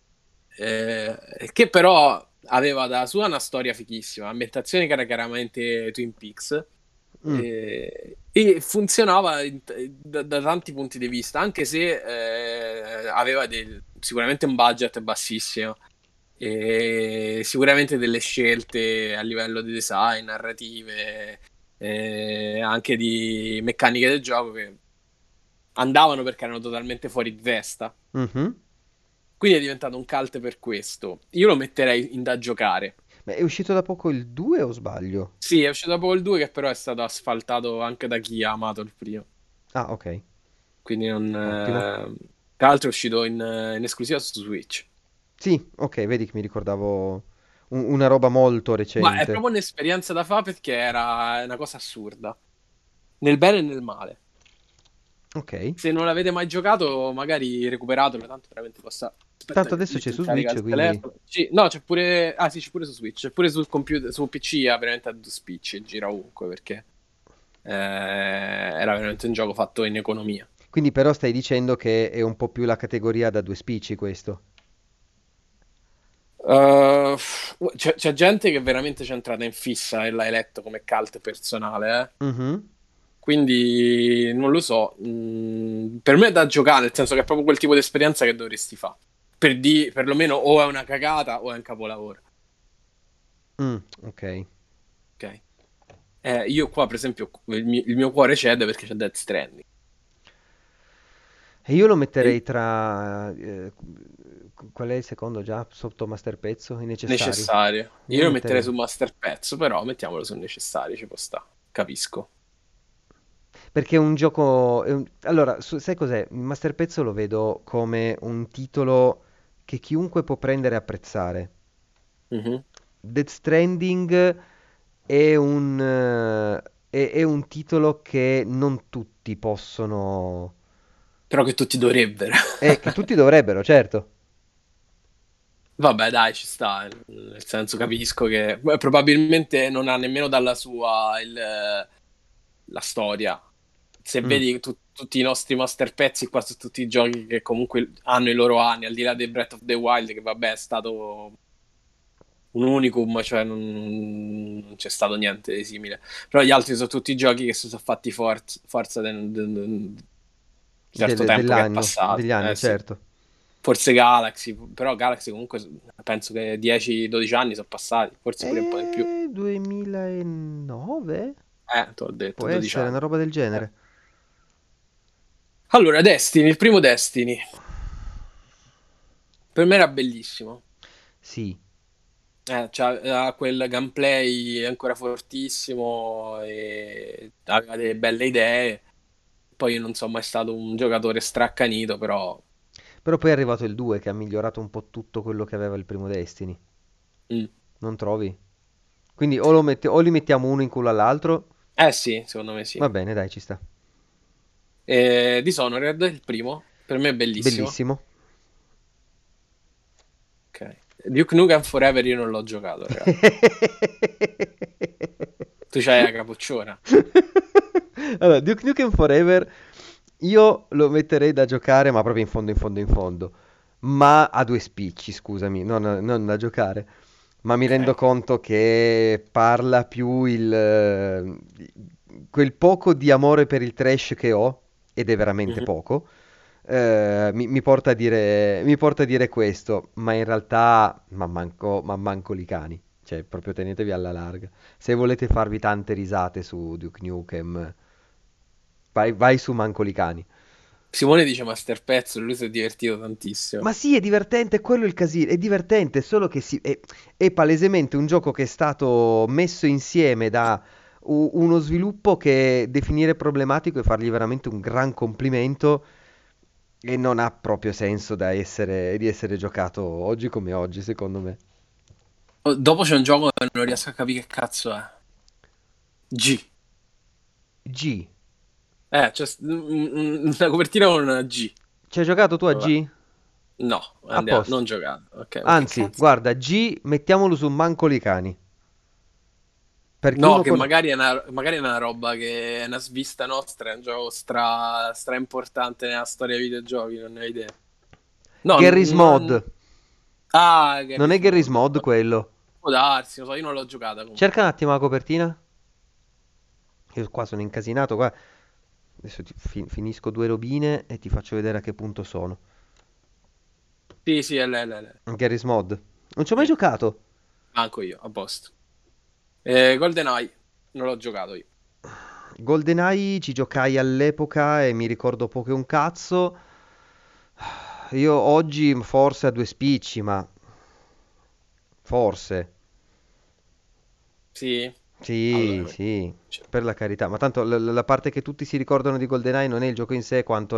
che però aveva da sua una storia fighissima, ambientazione che era chiaramente Twin Peaks, mm, e funzionava da tanti punti di vista, anche se aveva sicuramente un budget bassissimo e sicuramente delle scelte a livello di design, narrative, anche di meccaniche del gioco che andavano perché erano totalmente fuori di testa. mhm. Quindi è diventato un cult per questo. Io lo metterei in da giocare. Beh, è uscito da poco il 2 o sbaglio? Sì, è uscito dopo il 2 che però è stato asfaltato anche da chi ha amato il primo. Ah, ok. Quindi non... Ottimo. Tra l'altro è uscito in esclusiva su Switch. Sì, ok, vedi che mi ricordavo una roba molto Ma è recente. proprio un'esperienza da fare perché era una cosa assurda, nel bene e nel male. Ok. Se non l'avete mai giocato, magari recuperatelo, tanto veramente costa. Aspetta Tanto che adesso c'è metto in su carica Switch, il quindi... telefono. No, c'è pure. Ah, sì, c'è pure su Switch. C'è pure sul computer, su PC, veramente a due spicci, gira ovunque perché era veramente un gioco fatto in economia. Quindi però stai dicendo che è un po' più la categoria da due spicci questo. C'è gente che veramente c'è entrata in fissa e l'ha eletto come cult personale, eh. Mhm. Quindi non lo so. Per me è da giocare, nel senso che è proprio quel tipo di esperienza che dovresti fare. Perlomeno o è una cagata o è un capolavoro. Ok. Ok. Io qua, per esempio, il mio cuore cede perché c'è Death Stranding. E io lo E- metterei tra... qual è il secondo già? Sotto Master Pezzo? I necessari. necessario. Io Io lo lo metterei su metterei. Master Pezzo, però mettiamolo su necessario, ci può sta. Capisco. Perché è un gioco... Allora, sai cos'è? Master Pezzo lo vedo come un titolo che chiunque può prendere e apprezzare. Mhm. Death Stranding è un titolo che non tutti possono... Però che tutti dovrebbero. che tutti dovrebbero, certo. Vabbè, dai, ci sta. Nel senso, capisco che probabilmente non ha nemmeno dalla sua la storia. Se Mm. vedi tutti i nostri master pezzi qua su tutti i giochi che comunque hanno i loro anni, al di là di Breath of the Wild, che vabbè è stato un unicum, cioè non c'è stato niente di simile. Però gli altri sono tutti giochi che si sono fatti forza del certo tempo che è Degli passato. anni, Eh sì. certo. Forse Galaxy, però Galaxy comunque penso che 10-12 anni sono passati, forse pure un po' di più. 2009? Te l'ho detto, Può 12 essere una anni. roba del Eh. genere. Allora, Destiny, il primo Destiny, per me era bellissimo. Sì. Ha quel gameplay ancora fortissimo e aveva delle belle idee. Poi io non sono mai stato un giocatore straccanito, però Però poi è arrivato il 2 che ha migliorato un po' tutto quello che aveva il primo Destiny. mm. Non trovi? Quindi o li mettiamo uno in culo all'altro. Eh sì, secondo me sì. Va bene, dai, ci sta. Dishonored, il primo, per me è bellissimo. Bellissimo. Ok. Duke Nukem Forever io non l'ho giocato, raga. Tu c'hai la capocciona. Allora, Duke Nukem Forever io lo metterei da giocare, ma proprio in fondo, in fondo, in fondo. Ma a due spicci, scusami, non da giocare. Ma mi rendo Ok. conto che parla più quel poco di amore per il trash che ho, ed è veramente Mhm. poco, mi porta a dire questo, ma in realtà, ma manco li cani. Cioè, proprio tenetevi alla larga. Se volete farvi tante risate su Duke Nukem, vai su manco li cani. Simone dice Master Pezzo, lui si è divertito tantissimo. Ma sì, è divertente, è quello il casino, è divertente, solo che è palesemente un gioco che è stato messo insieme da uno sviluppo che definire problematico e fargli veramente un gran complimento e non ha proprio senso di essere giocato oggi come oggi, secondo me. Dopo c'è un gioco che non riesco a capire che cazzo è. G. G, C'è una copertina con una G. ci hai giocato tu a Vabbè. G? No, A andiamo, posto. non giocato. Ok, ma che Anzi, cazzo? guarda, G, mettiamolo su manco li cani. Perché No, uno che con... magari è una roba che è una svista nostra, è un gioco stra importante nella storia dei videogiochi, non ne ho idea. No, Garry's Mod. Non è Garry's Garry's Mod. Mod quello. Può darsi, non so, io non l'ho giocata comunque. Cerca un attimo la copertina. Io qua sono incasinato, qua. Adesso finisco due robine e ti faccio vedere a che punto sono. Sì, sì, è lei. Garry's Mod. Non ci ho mai Sì, giocato. manco io, a posto. GoldenEye, non l'ho giocato io. GoldenEye ci giocai all'epoca e mi ricordo poco e un cazzo. Io oggi forse a due spicci, ma forse. Sì? Sì, Allora, sì, cioè, per la carità. Ma tanto la parte che tutti si ricordano di GoldenEye non è il gioco in sé quanto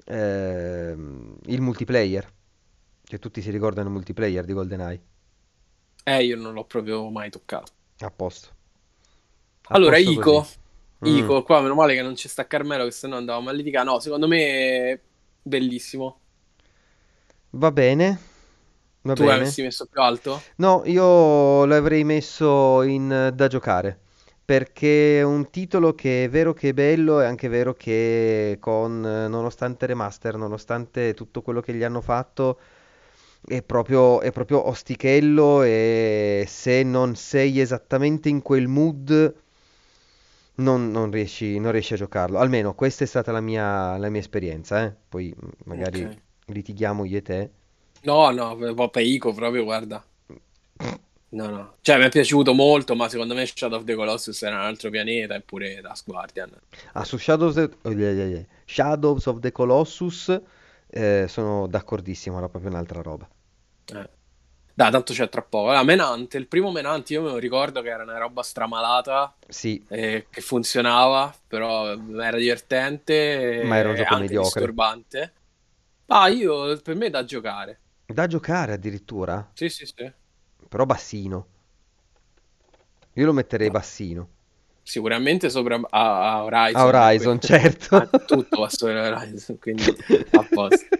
il multiplayer. Che tutti si ricordano il multiplayer di GoldenEye. Io non l'ho proprio mai toccato. A posto. A Allora, posto così. Ico, qua meno male che non c'è sta Carmelo, che sennò andavamo a litigare. No, secondo me bellissimo. Va bene, va Tu bene. l'avessi messo più alto? No, io l'avrei messo in da giocare, perché è un titolo che è vero che è bello, è anche vero che nonostante remaster, nonostante tutto quello che gli hanno fatto, è proprio ostichello e se non sei esattamente in quel mood non riesci a giocarlo. Almeno questa è stata la mia esperienza, eh. Poi Ok. magari litighiamo io e te. No, no, per Ico proprio, guarda. No, no. Cioè, mi è piaciuto molto, ma secondo me Shadow of the Colossus era un altro pianeta, eppure Last Guardian. Ah, su Shadows of the Colossus sono d'accordissimo, era proprio un'altra roba. Eh. Dai, tanto c'è tra poco. Allora, Menante, il primo Menante io me lo ricordo che era una roba stramalata, Sì, che funzionava, però era ma era un divertente e gioco anche mediocre. disturbante. Per me è da giocare. Da giocare addirittura, Sì, sì, sì. però bassino. Io lo metterei No, bassino. sicuramente sopra a A Horizon, Horizon, certo. tutto va sopra Horizon, quindi a posto.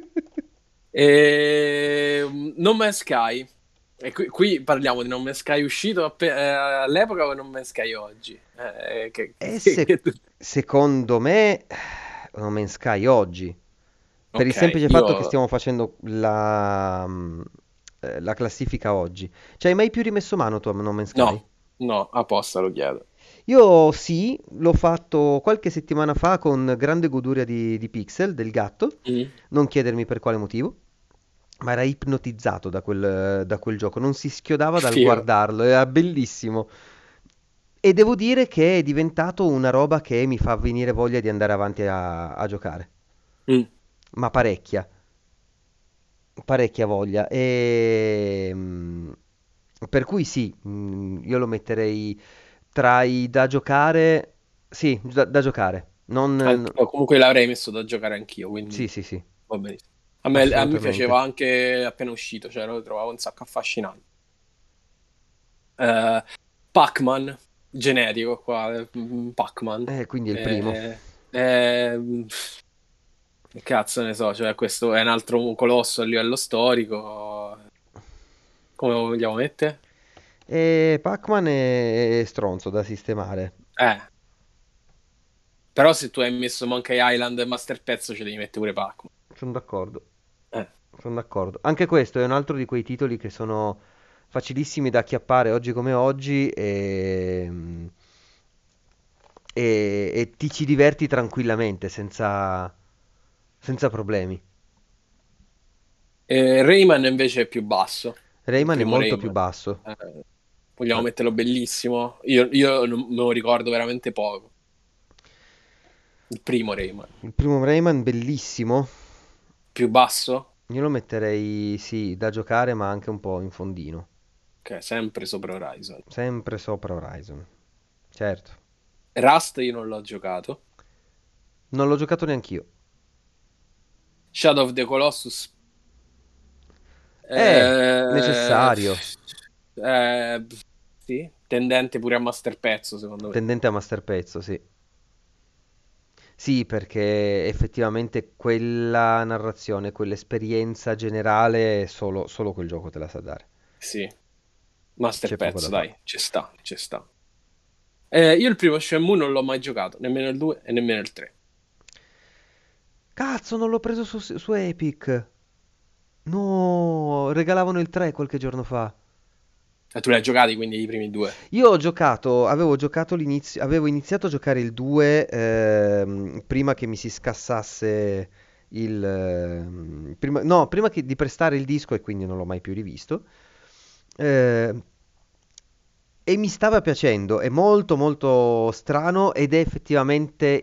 No Man's Sky. E qui parliamo di No Man's Sky uscito all'epoca o No Man's Sky oggi? E secondo me No Man's Sky oggi, per il Ok, semplice fatto che io stiamo facendo la classifica oggi. Ci hai mai più rimesso mano tu a No Man's Sky? no, no, apposta lo chiedo. Io sì, l'ho fatto qualche settimana fa con grande goduria di Pixel, del gatto, Mm. non chiedermi per quale motivo, ma era ipnotizzato da quel gioco, non si schiodava dal Figo. guardarlo, era bellissimo. E devo dire che è diventato una roba che mi fa venire voglia di andare avanti a giocare, Mm. ma parecchia, parecchia voglia. Per cui sì, io lo metterei tra i da giocare, sì, da giocare. Comunque l'avrei messo da giocare anch'io, Sì, quindi sì, sì, va benissimo. A me assolutamente. piaceva anche appena uscito, cioè lo trovavo un sacco affascinante. Eh, Pac-Man, generico qua, Pac-Man. Quindi è il primo. Eh, eh, che cazzo ne so, cioè questo è un altro colosso a livello storico. Come lo vogliamo mettere? E Pac-Man è stronzo da sistemare. Eh, però se tu hai messo Monkey Island e Master Pezzo ce li metti pure Pac-Man. Sono d'accordo. Eh. Sono d'accordo. Anche questo è un altro di quei titoli che sono facilissimi da acchiappare oggi come oggi e ti ci diverti tranquillamente, senza problemi. Rayman invece è più basso, il Rayman è primo molto più Rayman. basso. Vogliamo Ah, metterlo bellissimo? Io me lo ricordo veramente poco. Il primo Rayman. il primo Rayman bellissimo. Più basso? Io lo metterei, sì, da giocare, ma anche un po' in fondino. Ok, sempre sopra Horizon. Sempre sopra Horizon. Certo. Rust io non l'ho giocato. Non l'ho giocato neanch'io. Shadow of the Colossus. È Eh, necessario. eh, sì, tendente pure a Master Pezzo, secondo me. Tendente a master pezzo, sì. Sì, perché effettivamente quella narrazione, quell'esperienza generale, solo quel gioco te la sa dare. Sì, Master C'è poco Pezzo, da fare. dai, ci sta, ci sta. Io il primo Shenmue non l'ho mai giocato, nemmeno il 2 e nemmeno il 3. Cazzo, non l'ho preso su Epic. No, regalavano il 3 qualche giorno fa. E tu li hai giocati quindi i primi due? Io avevo giocato avevo iniziato a giocare il 2 prima che mi si scassasse no, di prestare il disco e quindi non l'ho mai più rivisto. Eh, e mi stava piacendo, è molto molto strano ed è effettivamente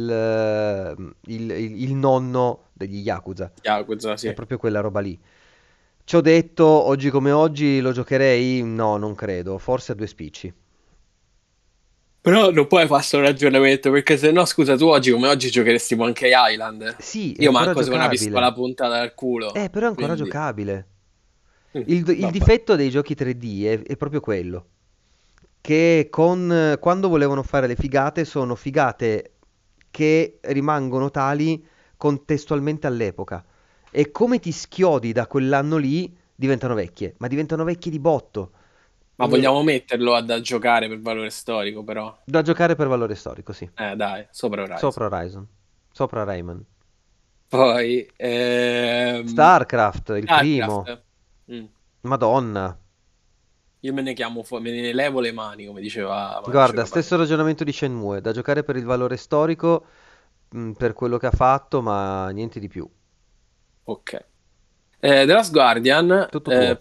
il nonno degli Yakuza. Yakuza, È sì. proprio quella roba lì. Ci ho detto, oggi come oggi lo giocherei? No, non credo, forse a due spicci. Però non puoi fare sto ragionamento, perché se no, scusa, tu oggi come oggi giocheresti Monkey Island. Sì, è Io ancora manco se con una pistola giocabile. puntata al culo, Però è ancora quindi... giocabile. Il Vabbè. difetto dei giochi 3D è proprio quello, che quando volevano fare le figate sono figate che rimangono tali contestualmente all'epoca. E come ti schiodi da quell'anno lì, diventano vecchie, ma diventano vecchie di botto. Ma E vogliamo metterlo da giocare per valore storico, però. da giocare per valore storico, sì. Dai, sopra Horizon. Sopra Horizon, sopra Rayman. Poi, StarCraft, il primo. StarCraft. Mm. Madonna. Io me ne chiamo me ne levo le mani, come Guarda, diceva stesso Patrick. ragionamento di Shenmue, da giocare per il valore storico, per quello che ha fatto, ma niente di più. Ok. The Last Guardian, Tutto tuo.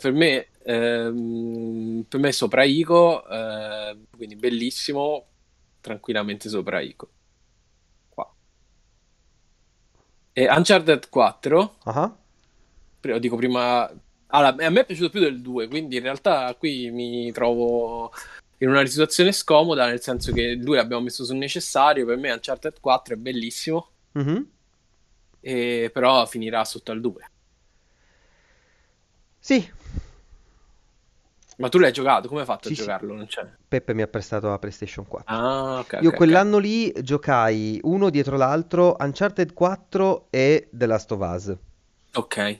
per me è sopra Ico, quindi bellissimo, tranquillamente sopra Ico. Qua. E Uncharted 4, Ah, dico prima. Allora, a me è piaciuto più del 2, quindi in realtà qui mi trovo in una situazione scomoda, nel senso che il 2 l'abbiamo messo sul necessario, per me Uncharted 4 è bellissimo, mhm. però finirà sotto al 2. Sì, Ma tu l'hai giocato? Come hai fatto a sì, sì. giocarlo? Non c'è. Peppe mi ha prestato la PlayStation 4. Ah, ok, Io ok, ok. quell'anno lì giocai uno dietro l'altro Uncharted 4 e The Last of Us. Ok.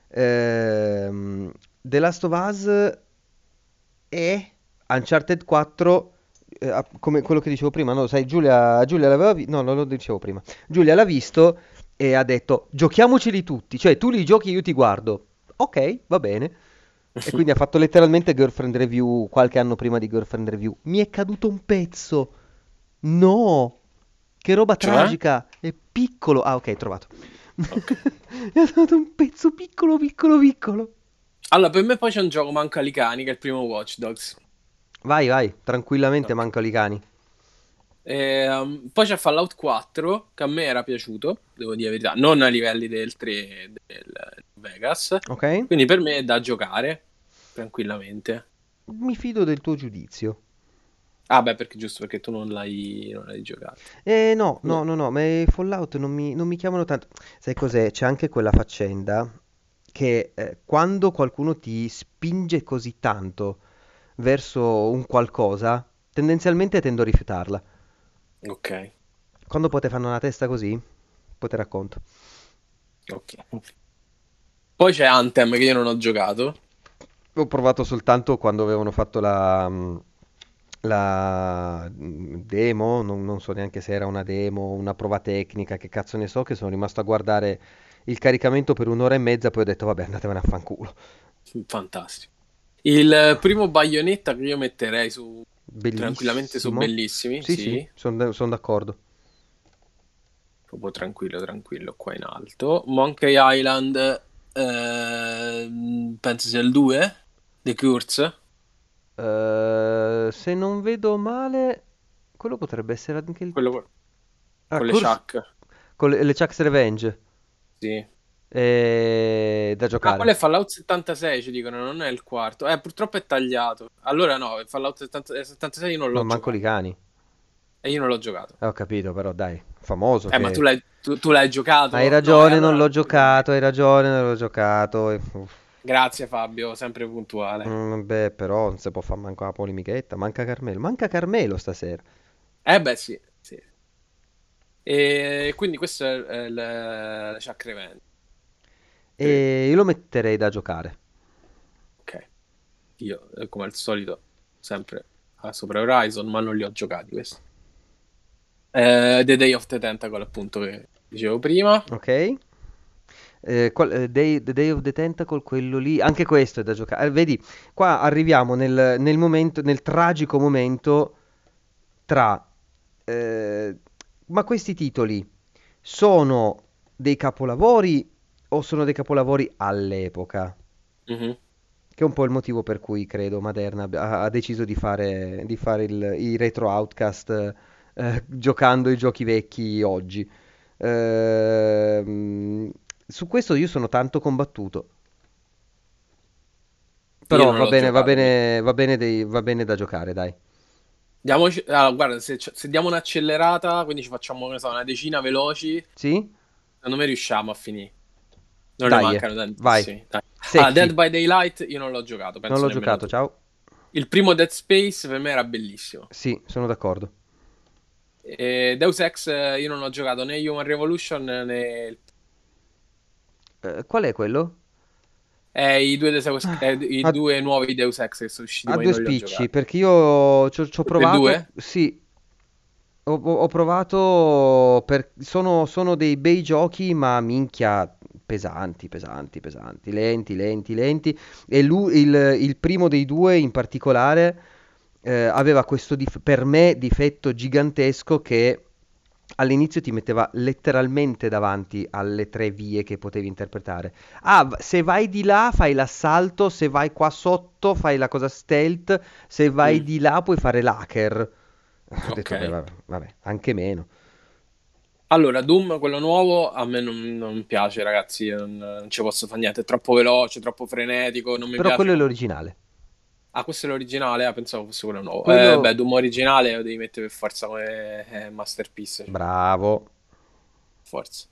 The Last of Us e Uncharted 4, come quello che dicevo prima, no? Sai, Giulia l'aveva visto, no, non lo dicevo prima. Giulia l'ha visto e ha detto, giochiamoceli tutti, cioè tu li giochi e io ti guardo. Ok, va bene. E quindi ha fatto letteralmente Girlfriend Review qualche anno prima di Girlfriend Review. Mi è caduto un pezzo. No, che roba Cioè? tragica. È piccolo. Ah, ok, trovato. Ok. Mi è caduto un pezzo piccolo, piccolo, piccolo. Allora, per me poi c'è un gioco manca ai cani, che è il primo Watch Dogs. Vai, vai, tranquillamente Ok. mancano i cani. Poi c'è Fallout 4, che a me era piaciuto, devo dire la verità, non ai livelli del 3 del Vegas. Ok? Quindi per me è da giocare, tranquillamente. Mi fido del tuo giudizio. Ah, beh, perché giusto perché tu non l'hai giocato. No, no, No. no, no, ma i Fallout non mi chiamano tanto. Sai cos'è? C'è anche quella faccenda che quando qualcuno ti spinge così tanto verso un qualcosa, tendenzialmente tendo a rifiutarla. Ok, Quando poi te fanno una testa così, poi te racconto. ok. Poi c'è Anthem che io non ho giocato. Ho provato soltanto quando avevano fatto la demo, non so neanche se era una demo, una prova tecnica, che cazzo ne so, che sono rimasto a guardare il caricamento per un'ora e mezza, poi ho detto vabbè andatevene a fanculo. Fantastico. Il primo Bayonetta che io metterei tranquillamente su Bellissimo. bellissimi, Sì, sì, sì. sono d'accordo. Proprio tranquillo, tranquillo qua in alto. Monkey Island, penso sia il 2, The Curse. Se non vedo male, quello potrebbe essere anche il... Quello Ah, con le Curse Chuck. con le Chuck's Revenge. Sì. Da Ah, quello giocare. è Fallout 76, ci dicono, non è il quarto. Purtroppo è tagliato. Allora no, il Fallout 76 io non Ma l'ho manco li giocato. cani. E io non l'ho giocato. Ho capito, però dai, famoso Ma tu che... l'hai Hai giocato? No, e ragione, non allora l'ho non gioca a me. giocato, hai ragione, non l'ho giocato. Grazie Fabio, sempre puntuale. Beh, però non si può fare manco la polemichetta. Manca Carmelo stasera. Beh sì, sì. E quindi questo è il Chuck Revenge, credo. E io lo metterei da giocare. Ok. Io, come al solito, sempre sopra Horizon, ma non li ho giocati questi. The Day of the Tentacle, appunto, che dicevo prima. Ok? The Day of the Tentacle, quello lì, anche questo è da giocare. Vedi, qua arriviamo nel momento, nel tragico momento tra... eh, ma questi titoli sono dei capolavori o sono dei capolavori all'epoca? Mhm. Che è un po' il motivo per cui credo Maderna ha deciso di fare i retro outcast giocando i giochi vecchi oggi. Ehm, Su questo io sono tanto combattuto. Io Però non l'ho va giocato, quindi. bene, va bene da giocare, dai. Allora, guarda, se diamo un'accelerata, quindi ci facciamo, che ne so, una decina veloci, Sì? secondo me riusciamo a finire. Non ne Dai, mancano vai. tantissimi. Dai. Ah, Dead secchi. by Daylight io non l'ho giocato, Non penso l'ho nemmeno giocato, tu. ciao. Il primo Dead Space per me era bellissimo. Sì, sono d'accordo. E Deus Ex io non ho giocato né Human Revolution né Qual è quello? i A, due nuovi Deus Ex che sono usciti, a ma io due non li ho spicci, giocati. perché io ci ho Tutti e provato, due? sì, ho provato, sono dei bei giochi, ma minchia, pesanti, pesanti, pesanti, lenti, lenti, lenti. E il primo dei due in particolare aveva questo per me difetto gigantesco che all'inizio ti metteva letteralmente davanti alle tre vie che potevi interpretare. Ah, se vai di là fai l'assalto, se vai qua sotto fai la cosa stealth, se vai Mm, di là puoi fare l'hacker. Ho ok. detto, beh, vabbè, vabbè, anche meno. Allora, Doom, quello nuovo, a me non piace, ragazzi. Io non ci posso fare niente. È troppo veloce, troppo frenetico. Non mi Però quello piace è come. l'originale. Ah, questo è l'originale? Ah, pensavo fosse quello nuovo. Beh, Quello, Doom originale lo devi mettere per forza come Masterpiece. Cioè, bravo, forza.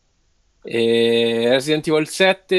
E Resident Evil 7,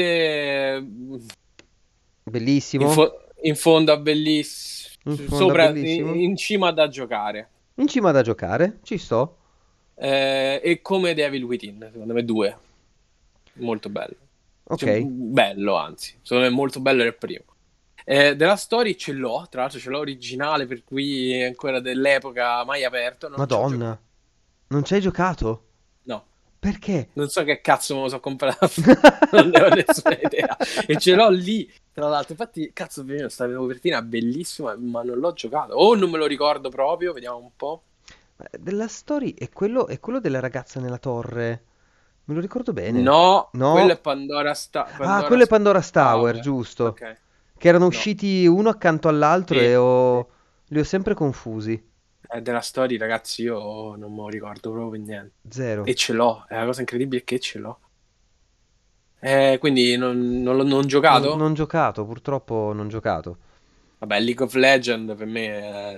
bellissimo, in fondo a bellissimo. in fondo Sopra, bellissimo. in cima da giocare. In cima da giocare, ci sto. E come Devil Within, secondo me due. Molto bello. Ok. Cioè, bello, anzi. Secondo me molto bello era il primo. Della Story ce l'ho, tra l'altro ce l'ho originale, per cui è ancora dell'epoca, mai aperto, non ci ho Madonna, giocato. non ci hai giocato? No, Perché? non so che cazzo me lo so comprato, non ne ho nessuna idea. E ce l'ho lì, tra l'altro. Infatti, cazzo, sta copertina bellissima, ma non l'ho giocato. O non me lo ricordo proprio, vediamo un po'. Della story è quello della ragazza nella torre. Me lo ricordo bene. No, quello è No. Ah, quello è Pandora's Pandora's Tower, Tower. giusto. Ok, Che erano no. usciti uno accanto all'altro Sì, e sì. li ho sempre confusi. Della storia, ragazzi, io non me lo ricordo proprio per niente. Zero. E ce l'ho, è la cosa incredibile che ce l'ho. Quindi non l'ho non giocato? Non giocato, purtroppo non giocato. Vabbè, League of Legends per me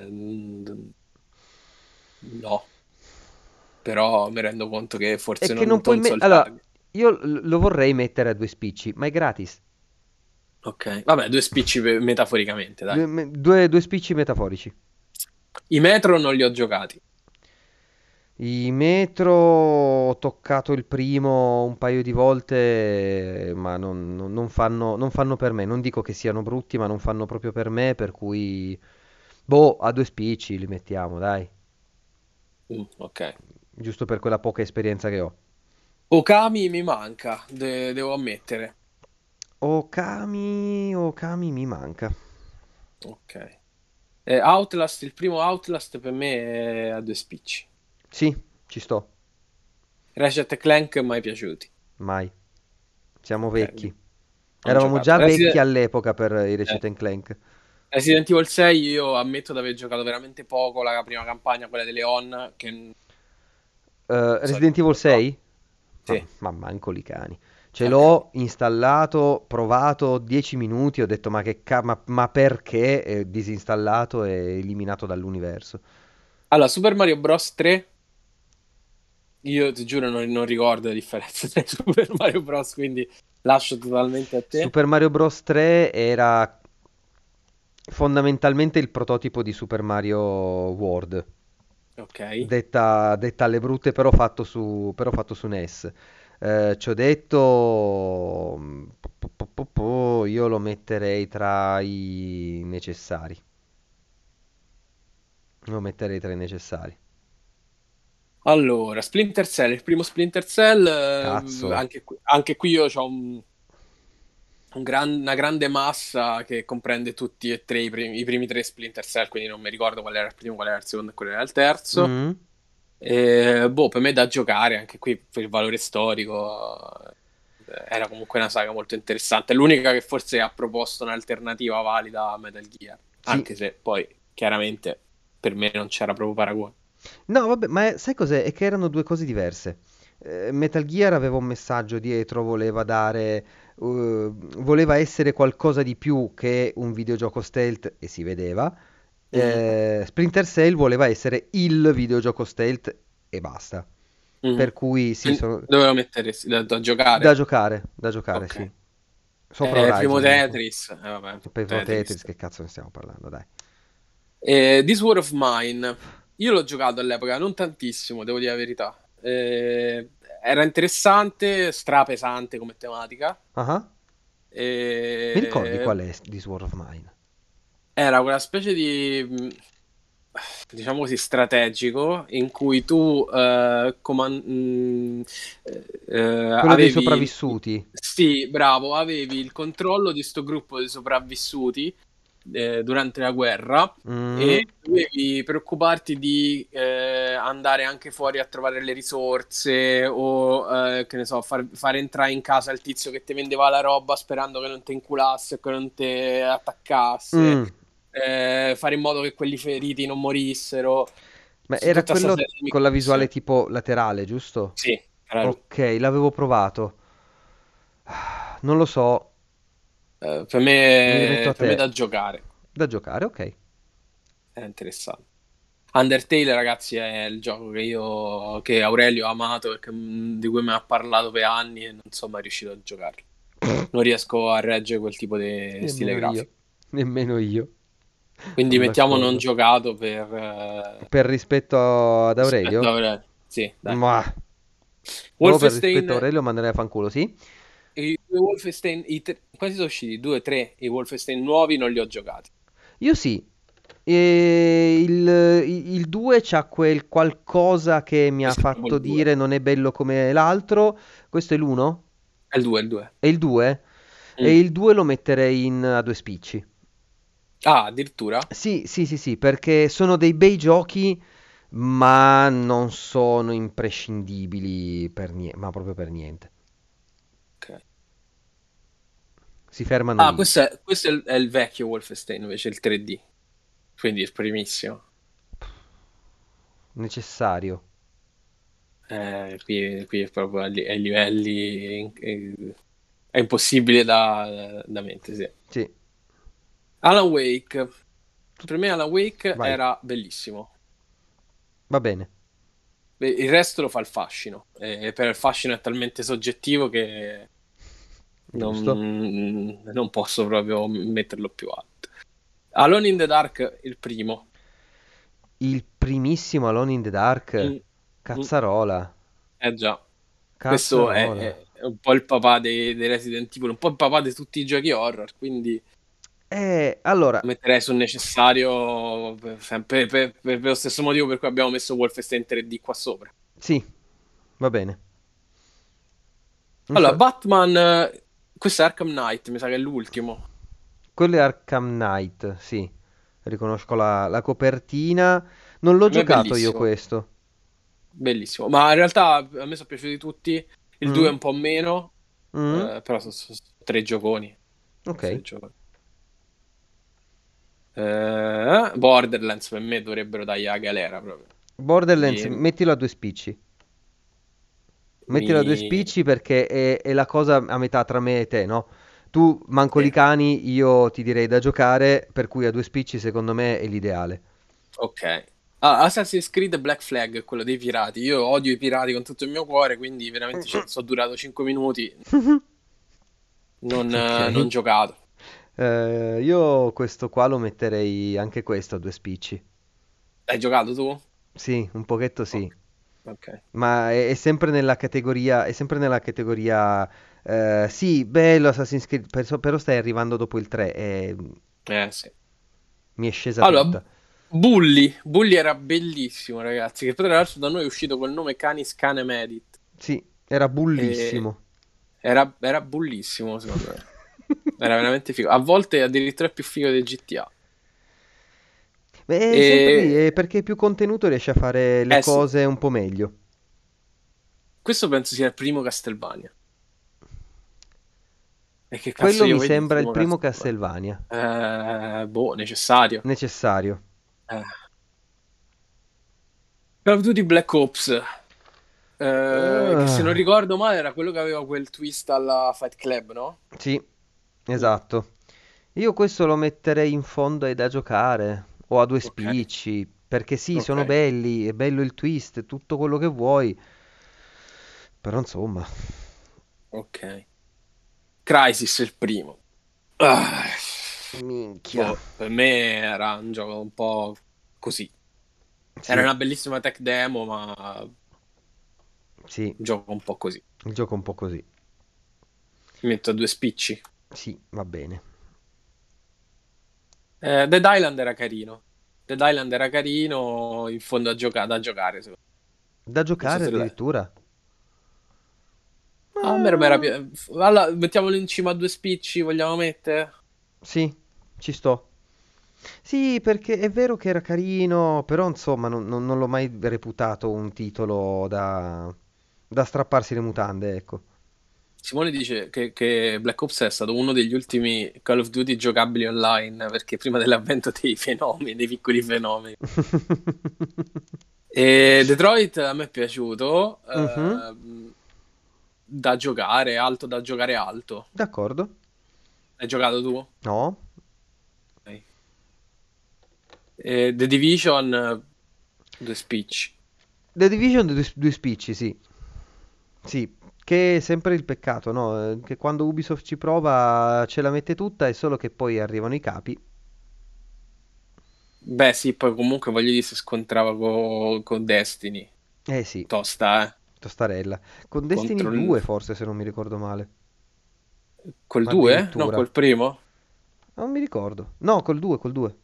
no, però mi rendo conto che È forse che non puoi non so mettere... il Allora, target. io lo vorrei mettere a due spicci, ma è gratis. Ok, vabbè, due spicci metaforicamente, dai. Due spicci metaforici. I Metro non li ho giocati. I Metro ho toccato il primo un paio di volte, ma non fanno per me. Non dico che siano brutti, ma non fanno proprio per me, per cui... Boh, a due spicci li mettiamo, dai. Ok. Giusto per quella poca esperienza che ho. Okami mi manca, devo ammettere. Okami mi manca. Ok. Outlast, il primo Outlast per me è a due spicci. Sì, ci sto. Ratchet e Clank mai piaciuti. Mai. Siamo Ok, vecchi. non Eravamo giocato. già vecchi all'epoca per i Eh, Ratchet Clank. Resident Evil 6 io ammetto di aver giocato veramente poco la prima campagna, quella delle On, che non so Resident Evil dirlo, però 6? sì, Ma manco li cani. Ce ok. l'ho installato, provato 10 minuti, ho detto ma perché? Disinstallato e eliminato dall'universo. Allora, Super Mario Bros. 3, io ti giuro non ricordo le differenze tra i Super Mario Bros., quindi lascio totalmente a te. Super Mario Bros. 3 era fondamentalmente il prototipo di Super Mario World. Ok. Detta alle brutte, però fatto su NES. Ci ho detto, io lo metterei tra i necessari. Lo metterei tra i necessari. Allora, Splinter Cell, il primo Splinter Cell, Cazzo. anche qui io ho una grande massa che comprende tutti e tre i primi tre Splinter Cell, quindi non mi ricordo qual era il primo, qual era il secondo e qual era il terzo. Mm. Boh, per me è da giocare, anche qui per il valore storico, era comunque una saga molto interessante. L'unica che forse ha proposto un'alternativa valida a Metal Gear, Sì. anche se poi chiaramente per me non c'era proprio paragone. No, vabbè, ma sai cos'è? È che erano due cose diverse. Metal Gear aveva un messaggio dietro, voleva essere qualcosa di più che un videogioco stealth e si vedeva. Mhm, Splinter Cell voleva essere il videogioco stealth e basta. mhm. Per cui sì, Quindi sono dovevo mettere da giocare? da giocare, Ok. sì. Sopra Primo Horizon, dico. Tetris. Vabbè, Per Tetris. Tetris, che cazzo ne stiamo parlando, dai. This War of Mine. Io l'ho giocato all'epoca, non tantissimo, devo dire la verità. Era interessante, strapesante come tematica. Ah ah. Mi ricordi E qual è This War of Mine? era quella specie di, diciamo così, strategico in cui tu Quello dei avevi, sopravvissuti. sì, bravo, avevi il controllo di sto gruppo di sopravvissuti durante la guerra e Mm, dovevi preoccuparti di andare anche fuori a trovare le risorse o che ne so, far entrare in casa il tizio che ti vendeva la roba sperando che non ti inculasse, che non ti attaccasse, mm. fare in modo che quelli feriti non morissero. Ma era Tutta questa quello serie di con la visuale missioni. tipo laterale, giusto? Sì, era lui. Ok, l'avevo provato. Non lo so, mi è venuto a Per me te. da giocare, Da giocare, ok. era interessante. Undertale, ragazzi, è il gioco che Aurelio ha amato e di cui mi ha parlato per anni e non sono mai riuscito a giocarlo. Non riesco a reggere quel tipo di stile Nemmeno io. grafico. Nemmeno io. Quindi Sono mettiamo non d'accordo. giocato Per rispetto ad rispetto a Aurelio? Aurelio. Sì, dai. Ma... Proprio per rispetto a Wolfenstein, Aurelio manderei a fanculo, sì? i due Wolfenstein, quasi sono usciti? Due, tre, i Wolfenstein nuovi non li ho giocati. Io sì. E il 2 c'ha quel qualcosa che mi ha Questo è proprio fatto il due. dire non è bello come l'altro. Questo è l'1? È il 2, il 2. E il 2? E il 2 lo metterei a due spicci. Ah, addirittura? Sì, sì, sì, sì, perché sono dei bei giochi, ma non sono imprescindibili per niente, ma proprio per niente. Ok. Si fermano Ah, lì. è il vecchio Wolfenstein, invece il 3D. Quindi il primissimo. Necessario. Qui è proprio ai livelli. È impossibile da mente, sì. Sì, Alan Wake. Per me Alan Wake vai, era bellissimo. va bene, Beh, il resto lo fa il fascino. E per il fascino è talmente soggettivo che giusto. non posso proprio metterlo più alto. Alone in the Dark, il primo. Il primissimo Alone in the Dark, Mm, mm, cazzarola, già. Questo cazzarola. è un po' il papà dei Resident Evil, un po' il papà di tutti i giochi horror, quindi Allora, lo metterei sul necessario sempre per lo stesso motivo per cui abbiamo messo Wolfenstein 3D qua sopra. sì, va bene. Non Allora, so, Batman, questo è Arkham Knight, mi sa che è l'ultimo. quello è Arkham Knight, sì, riconosco la copertina. Non l'ho Per me è giocato io bellissimo, questo. bellissimo. Ma in realtà a me sono piaciuti tutti, il 2 è Mm? un po' meno, Mm? però sono tre gioconi. Ok. Tre gioconi. Borderlands per me dovrebbero dargli la galera proprio. Borderlands, Lì mettilo a due spicci. Mettilo a due mi... spicci perché è la cosa a metà tra me e te, no? Tu manco li sì. cani, io ti direi da giocare, per cui a due spicci secondo me è l'ideale. Ok. Ah, Assassin's Creed Black Flag, quello dei pirati. Io odio i pirati con tutto il mio cuore, quindi veramente sono durato 5 minuti, non Ok. giocato. Io questo qua lo metterei anche questo a due spicci. Hai giocato tu? Sì, un pochetto sì. Ok. Ok. Ma è sempre nella categoria, sì, bello Assassin's Creed, però stai arrivando dopo il 3 e Sì. mi è scesa Allora, tutta. Bully era bellissimo, ragazzi. Che poi tra l'altro da noi è uscito col nome Canis Canem Edit. Sì, era E bullissimo. era bullissimo, secondo me. Era veramente figo. A volte addirittura più figo del GTA. Beh, è sempre lì, E... è perché più contenuto riesce a fare le Eh sì, cose un po' meglio. questo penso sia il primo Castlevania. E che cazzo Quello io mi vedi il sembra il primo primo Castlevania? Castlevania. Boh, necessario. Necessario. Eh. Call of Duty Black Ops, che se non Ah, ricordo male era quello che aveva quel twist alla Fight Club, no? sì, Mm, esatto. Io questo lo metterei in fondo ai da giocare o a due ok, spicci, perché sì, ok, sono belli, è bello il twist, tutto quello che vuoi, però insomma, ok. Crysis il primo. Ah, Minchia. per me era un gioco un po' così. Sì. Era una bellissima tech demo, ma Sì, un gioco un po' così. il gioco è un po' così. Mi metto a due spicci. Sì, va bene. Dead Island era carino. Dead Island era carino, in fondo da giocare. Da Non so giocare se l'è. addirittura. Ah, a me era Ah, allora, mettiamolo in cima a due spicci, vogliamo mettere? sì, ci sto. Sì, perché è vero che era carino, però insomma non l'ho mai reputato un titolo da strapparsi le mutande, ecco. Simone dice che Black Ops è stato uno degli ultimi Call of Duty giocabili online, perché prima dell'avvento dei fenomeni, dei piccoli fenomeni. E Detroit a me è piaciuto, Mhm, da giocare, alto da giocare alto. d'accordo. Hai giocato tu? No. Ok. The Division, due spicci. The Division due spicci, sì. Sì, che è sempre il peccato, no? Che quando Ubisoft ci prova ce la mette tutta, è solo che poi arrivano i capi. Beh, sì, poi comunque voglio dire, si scontrava con Destiny. Eh sì, Tosta, tostarella. Con Destiny Contro 2 forse, se non mi ricordo male. col 2? No, Addirittura. col primo? Non mi ricordo. No, col 2, col 2.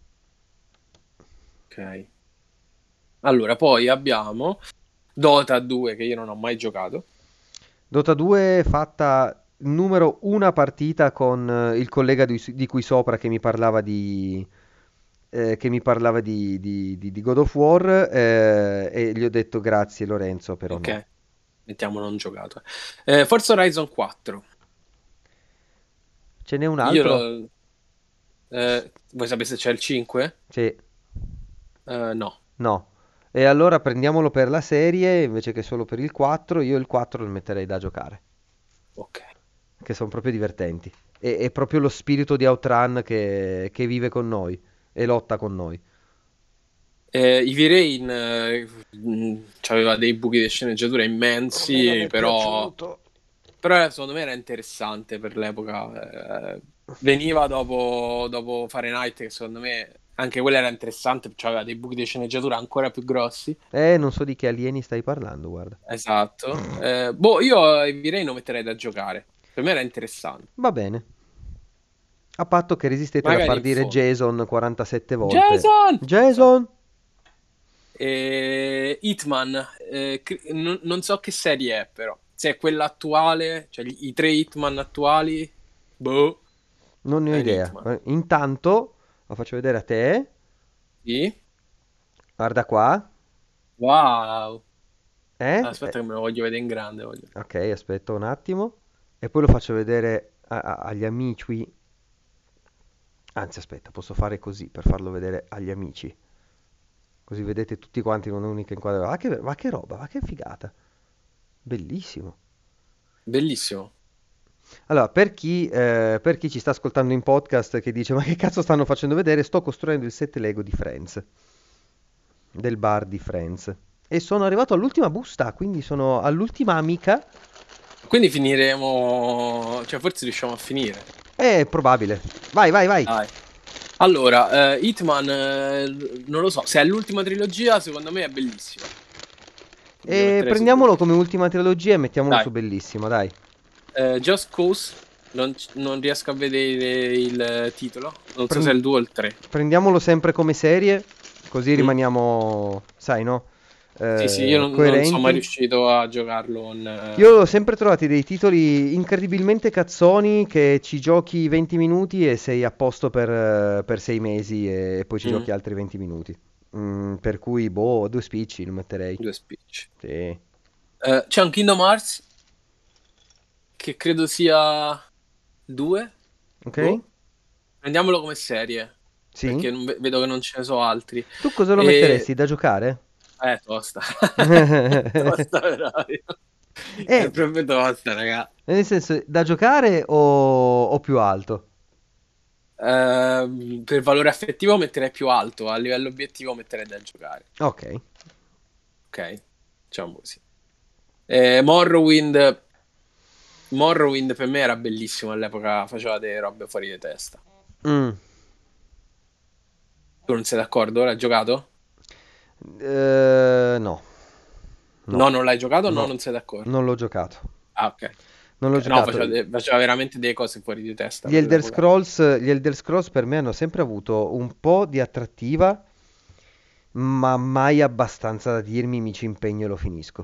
Ok. Allora, poi abbiamo Dota 2, che io non ho mai giocato. Dota 2 fatta numero una partita con il collega di qui sopra che mi parlava di God of War e gli ho detto grazie Lorenzo, però no. Ok, mettiamo non giocato. Forza Horizon 4. Ce n'è un Io altro? vuoi sapere se c'è il 5? Sì, No. no. E allora prendiamolo per la serie invece che solo per il 4. Io il 4 lo metterei da giocare, Ok. che sono proprio divertenti. È proprio lo spirito di Outrun che vive con noi e lotta con noi. Heavy Rain aveva dei buchi di sceneggiatura Me non immensi, è però, piaciuto. secondo me era interessante per l'epoca. Veniva dopo Fahrenheit, che secondo me anche quello era interessante, aveva dei buchi di sceneggiatura ancora più grossi. Non so di che alieni stai parlando, guarda. Esatto. Boh, io Heavy Rain lo metterei da giocare. Per me era interessante. Va bene. A patto che resistete da Magari far in dire fondo. Jason 47 volte. Jason! Esatto. Jason! Hitman, non so che serie è, però. Se è quella attuale, cioè i tre Hitman attuali, boh, Non ne ho è un idea. Hitman. Intanto lo faccio vedere a te. Sì? Guarda qua. Wow. Eh? Aspetta che me lo voglio vedere in grande. Ok, aspetta un attimo. E poi lo faccio vedere agli amici. Anzi, aspetta, posso fare così per farlo vedere agli amici. Così vedete tutti quanti in un'unica inquadratura. Ma che roba, ma che figata. Bellissimo. Bellissimo. Allora, per chi ci sta ascoltando in podcast che dice ma che cazzo stanno facendo vedere, sto costruendo il set Lego di Friends, del bar di Friends. E sono arrivato all'ultima busta, quindi sono all'ultima amica. Quindi finiremo, cioè forse riusciamo a finire. È probabile. Vai, vai, vai. Dai. Allora, Hitman, non lo so, se è l'ultima trilogia, secondo me è bellissima. Quindi lo E metterei su prendiamolo bellissima. come ultima trilogia e mettiamolo Dai. su bellissima, dai. Just Cause, non riesco a vedere il titolo. Non so se è Pren- il 2 o il 3. Prendiamolo sempre come serie, così Mm. rimaniamo, sai, no? Sì, sì, io non sono mai Coerenti. riuscito a giocarlo Io ho sempre trovati dei titoli incredibilmente cazzoni che ci giochi 20 minuti e sei a posto per 6 mesi e poi ci mm, giochi altri 20 minuti. Per cui, boh, due spicci lo metterei. due speech. Sì. C'è un Kingdom Hearts che credo sia 2. Ok? Boh. Prendiamolo come serie, Sì? perché vedo che non ce ne so altri. Tu cosa lo E... metteresti da giocare? Tosta. Tosta veramente. È Eh, proprio tosta, raga. nel senso, da giocare o più alto? Per valore affettivo metterei più alto, a livello obiettivo metterei da giocare. Ok. Ok? Diciamo così. Morrowind Morrowind per me era bellissimo all'epoca, faceva delle robe fuori di testa. Mm. Tu non sei d'accordo? L'hai giocato? No, no, No, non l'hai giocato o no, no, non sei d'accordo? non l'ho giocato. Ah, ok. Non l'ho Ok, no, giocato. faceva veramente delle cose fuori di testa per l'epoca. Gli Elder Scrolls per me hanno sempre avuto un po' di attrattiva, ma mai abbastanza da dirmi mi ci impegno e lo finisco.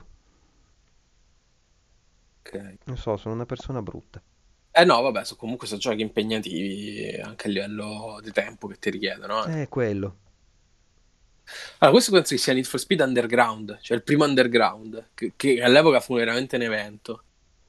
Ok. Non so, sono una persona brutta. Eh no, vabbè, comunque sono giochi impegnativi anche a livello di tempo che ti richiedono. È quello. Allora, questo penso che sia Need for Speed Underground, cioè il primo Underground, che all'epoca fu veramente un evento.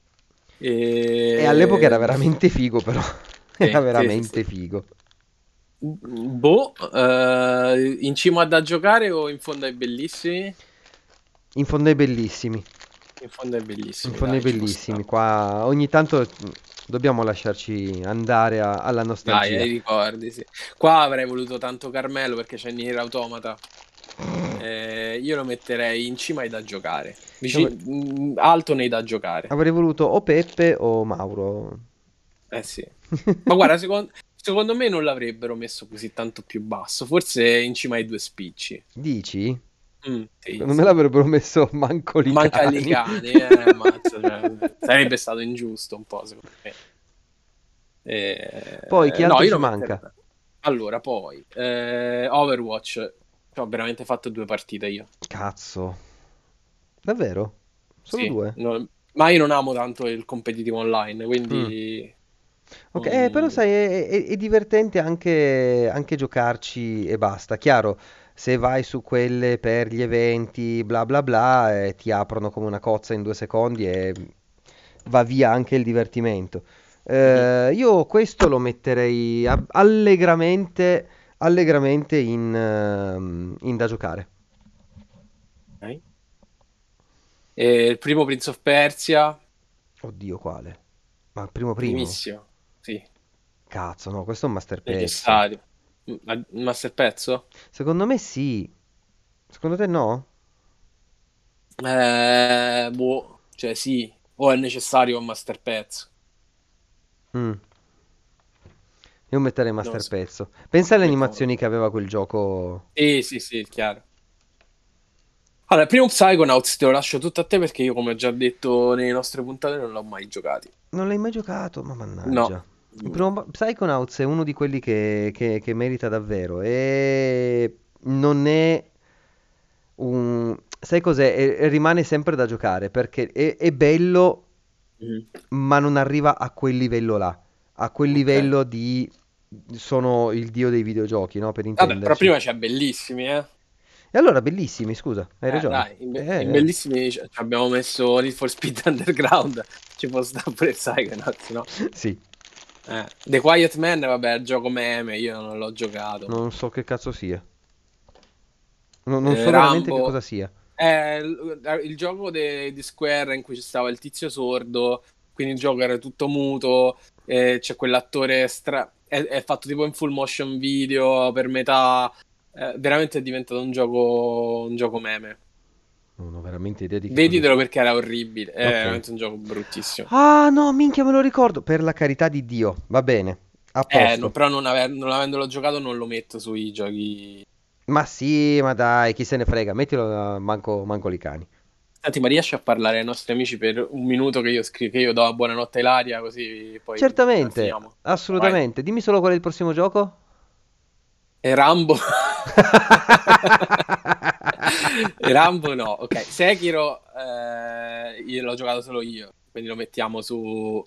E all'epoca era E... veramente figo, però. Era Sì, sì, sì. veramente figo. Boh, in cima da giocare o in fondo ai bellissimi? In fondo ai bellissimi. In fondo ai In bellissimi, fondo ai dai, ci può stare. bellissimi. Qua ogni tanto dobbiamo lasciarci andare alla Dai, nostalgia. ai ricordi, sì. Qua avrei voluto tanto Carmelo perché c'è Nier Automata. Io lo metterei in cima ai da giocare. Io Alto nei da giocare. avrei voluto o Peppe o Mauro. Eh sì. Ma guarda, secondo me non l'avrebbero messo così tanto più basso. Forse in cima ai due spicci. Dici? Sì, Secondo me sì. l'avrebbero messo manco li Manca lì cani. cani, ammazza, cioè, sarebbe stato ingiusto un po', secondo me. Poi chi No, altro io ci lo metterei. manca? Allora, poi, Overwatch. Ci ho veramente fatto 2 partite io. Cazzo. Davvero? Solo Sì, due? ma io non amo tanto il competitivo online, Mm. quindi... Ok, però mm, sai, è divertente anche giocarci e basta. Chiaro, se vai su quelle per gli eventi, bla bla bla, ti aprono come una cozza in 2 secondi e va via anche il divertimento. mhm, Io questo lo metterei allegramente, allegramente in da giocare. ok. E il primo Prince of Persia, Oddio, quale? Ma il primo primo? primissimo, sì, Cazzo, no, questo è un masterpezzo. necessario. Master pezzo? Secondo me sì. Secondo te no? Boh, cioè sì, o è necessario un master pezzo, Mm. Io metterei non lo so. masterpezzo. Pensa alle Mettiamolo. animazioni che aveva quel gioco. Sì, sì, sì, chiaro. Allora, il primo Psychonauts te lo lascio tutto a te perché io, come ho già detto nelle nostre puntate, non l'ho mai giocato. Non l'hai mai giocato, ma No. mannaggia. Il No. primo Psychonauts è uno di quelli che merita davvero. E non è un... Sai cos'è? Rimane sempre da giocare perché è bello, Mhm. ma non arriva a quel livello là. A quel Ok. livello di... Sono il dio dei videogiochi, no? Per Vabbè, però intenderci. prima c'è bellissimi, eh. E allora, bellissimi, scusa, hai ragione. Dai, in bellissimi ci abbiamo messo Need for Speed Underground. Ci può stare pure Psychonauts, no? Sì, The Quiet Man, vabbè, è il gioco meme, io non l'ho giocato, ma... non so che cazzo sia. Non so veramente che cosa Rambo. sia. Il gioco di Square in cui ci stava il tizio sordo, quindi il gioco era tutto muto, c'è quell'attore è fatto tipo in full motion video per metà, veramente è diventato un gioco meme. Non ho veramente idea di che cosa sia. Veditelo perché era orribile, è Ok. veramente un gioco bruttissimo. Ah, no, minchia, me lo ricordo. Per la carità di Dio. Va bene. A posto. Però non avendolo giocato non lo metto sui giochi. Ma sì, ma dai, chi se ne frega. Mettilo manco li cani. Senti, ma riesci a parlare ai nostri amici per un minuto che io do la buonanotte a Ilaria, così poi Certamente, finiamo. Vai. assolutamente. Dimmi solo qual è il prossimo gioco. E Rambo? E Rambo no. Ok, Sekiro io l'ho giocato solo io, quindi lo mettiamo su...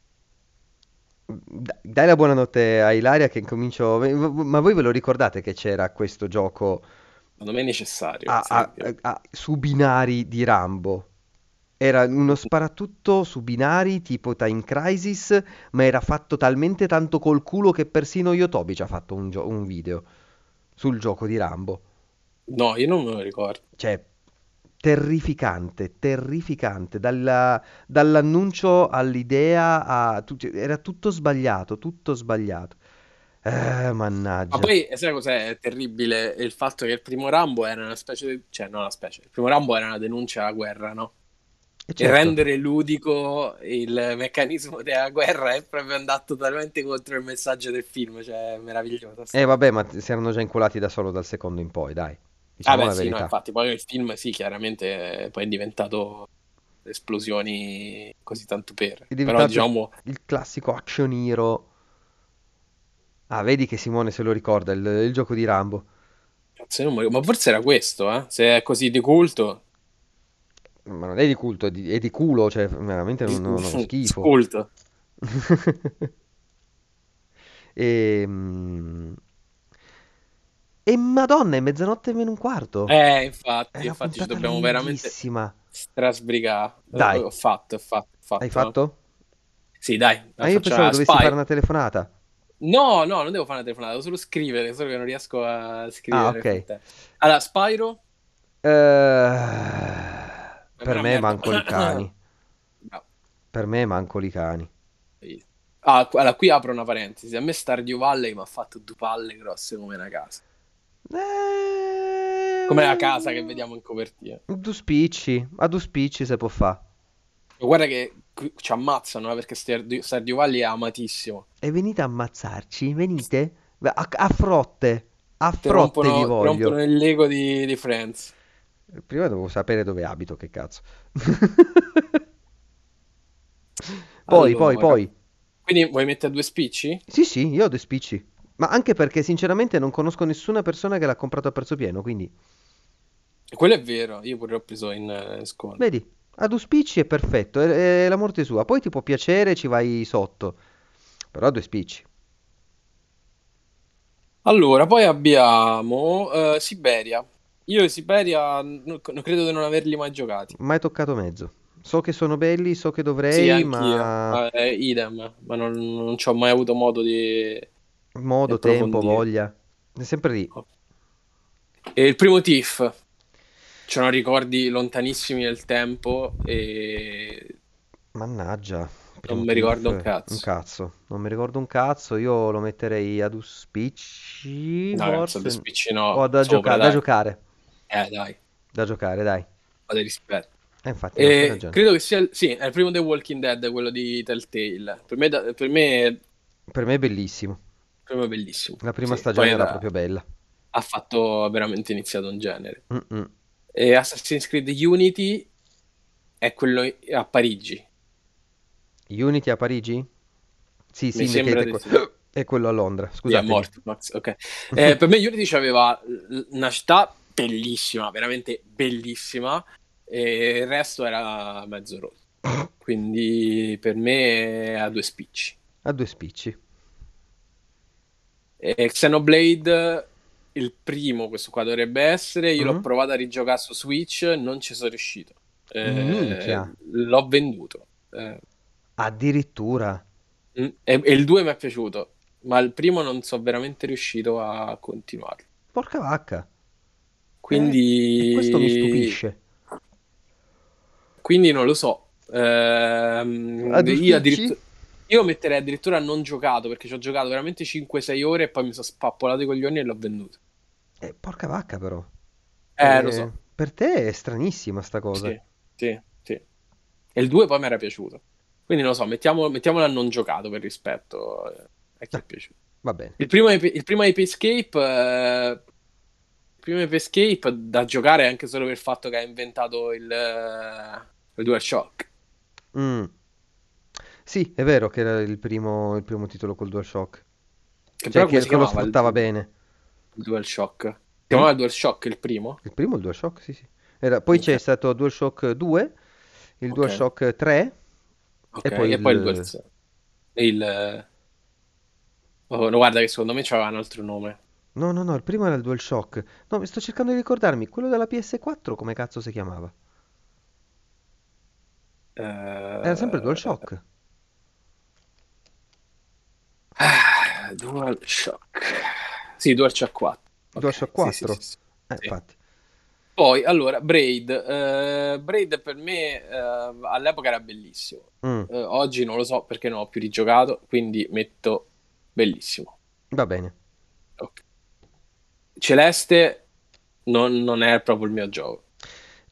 Dai la buonanotte a Ilaria che incomincio... Ma voi ve lo ricordate che c'era questo gioco Secondo me è necessario, Sekiro. su binari di Rambo? Era uno sparatutto su binari tipo Time Crisis, ma era fatto talmente tanto col culo che persino Yotobi ci ha fatto un video sul gioco di Rambo. No, io non me lo ricordo. Cioè, terrificante, terrificante. Dall'annuncio all'idea cioè, era tutto sbagliato, tutto sbagliato. Ma Mannaggia. poi, sai cos'è È terribile? Il fatto che il primo Rambo era una specie di... Cioè, non una specie. Il primo Rambo era una denuncia alla guerra, no? E E certo. rendere ludico il meccanismo della guerra è proprio andato totalmente contro il messaggio del film, cioè è meravigliosa sta cosa. Vabbè, ma si erano già inculati da solo dal secondo in poi, dai. Ah Diciamo beh la sì, no, verità. infatti, poi il film sì, chiaramente poi è diventato esplosioni così tanto per. È Però diventato diciamo, il classico action hero. Ah, vedi che Simone se lo ricorda, il gioco di Rambo. cazzo, io non me lo- ma forse era questo, se è così di culto, Ma non è di culto, è di culo, cioè veramente uno schifo. sculto. E, e Madonna, è mezzanotte meno un quarto. È Infatti, una infatti ci puntata dobbiamo veramente lunghissima. strasbrigare. Dai, Ho hai fatto. fatto? Sì, dai, Ah, io pensavo faccia dovessi fare spy. una telefonata. No, no, non devo fare una telefonata, devo solo scrivere, solo che non riesco a Ah, scrivere nel ok. frattempo. Allora, Spyro, per me è Per una me merda. manco li cani. Bravo. Per me manco li cani. Allora, qui apro una parentesi. A me Stardew Valley mi ha fatto due palle grosse come una casa. Come la Eh, casa che vediamo in copertina. due spicci, a due spicci se può fa. Guarda che qui ci ammazzano, perché Stardew Valley è amatissimo. E venite a ammazzarci, venite. A Ti frotte vi rompono voglio. il Lego di Friends. Prima devo sapere dove abito, che cazzo. Allora, Poi. quindi vuoi mettere due spicci? Sì, sì, io ho due spicci. Ma anche perché sinceramente non conosco nessuna persona che l'ha comprato a prezzo pieno, quindi Quello è vero, io pure l'ho preso in sconto. vedi, a due spicci è perfetto, è la morte sua. Poi ti può piacere, ci vai sotto. Però a due spicci. Allora, poi abbiamo Siberia. Io e Siberia non credo di non averli mai giocati. Mai toccato mezzo. So che sono belli, so che Sì, dovrei, anch'io, ma idem, ma non ci ho mai avuto modo di modo, tempo, approfondire. voglia. È sempre lì. E il primo TIFF, c'erano ricordi lontanissimi nel tempo e Mannaggia, non primo mi ricordo TIFF, un un cazzo. cazzo. Non mi ricordo un cazzo, io lo metterei ad uspicci, No, cazzo, di forse. O spiccino da sopra, giocare, da dai. giocare. Dai, Da giocare, dai. fate rispetto. Infatti no, c'hai E ragione. credo che sia, sì, è il primo The Walking Dead, quello di Telltale. Per me è bellissimo. Per me è bellissimo. La prima Sì, stagione era proprio bella. ha fatto veramente iniziato un genere. Mm-mm. E Assassin's Creed Unity è quello a Parigi, Unity a Parigi? Sì, mi Syndicate sembra è, di sì. è quello a Londra, Sì, è scusatemi. morto, Max. Ok. Per me Unity aveva una città bellissima, veramente bellissima, e il resto era mezzo rotto. Quindi per me è a due spicci. A due spicci. E Xenoblade, il primo, questo qua dovrebbe essere. Io l'ho Mm? provato a rigiocare su Switch, non ci sono riuscito. Minchia, L'ho venduto. addirittura. E il 2 mi è piaciuto, ma il primo non so veramente riuscito a continuarlo. Porca vacca. E questo mi Quindi, stupisce. quindi non lo so. A due spicci? Io metterei addirittura non giocato perché ci ho giocato veramente 5-6 ore e poi mi sono spappolato i coglioni e l'ho venduto. Porca vacca però. Lo so. Per te è stranissima sta cosa. Sì, sì, sì. E il 2 poi mi era piaciuto. Quindi non lo so, mettiamolo a non giocato per rispetto a chi Ah, è piaciuto. va bene. Il primo Ape Escape, da giocare anche solo per il fatto che ha inventato il DualShock. Mm. Sì, è vero che era il primo titolo col DualShock. Che Cioè però come si che lo chiamava sfruttava bene. il DualShock? Si Mm? chiamava il DualShock il primo? Il primo, il DualShock, sì, sì. Poi c'è Ok, stato DualShock 2, il ok, DualShock 3 ok. e poi E poi il il... DualShock. Il... Oh, no, guarda che secondo me c'aveva un altro nome. No, no, no, il primo era il DualShock. No, mi sto cercando di ricordarmi, quello della PS4 come cazzo si chiamava? Era sempre il Eh, DualShock. DualShock. Sì, DualShock 4. Ok, DualShock sì, sì, sì, 4? sì. Sì. Infatti. Poi, allora, Braid. Braid per me all'epoca era bellissimo. Mm, Oggi non lo so perché non ho più rigiocato, quindi metto bellissimo. va bene. Ok. Celeste non è proprio il mio gioco.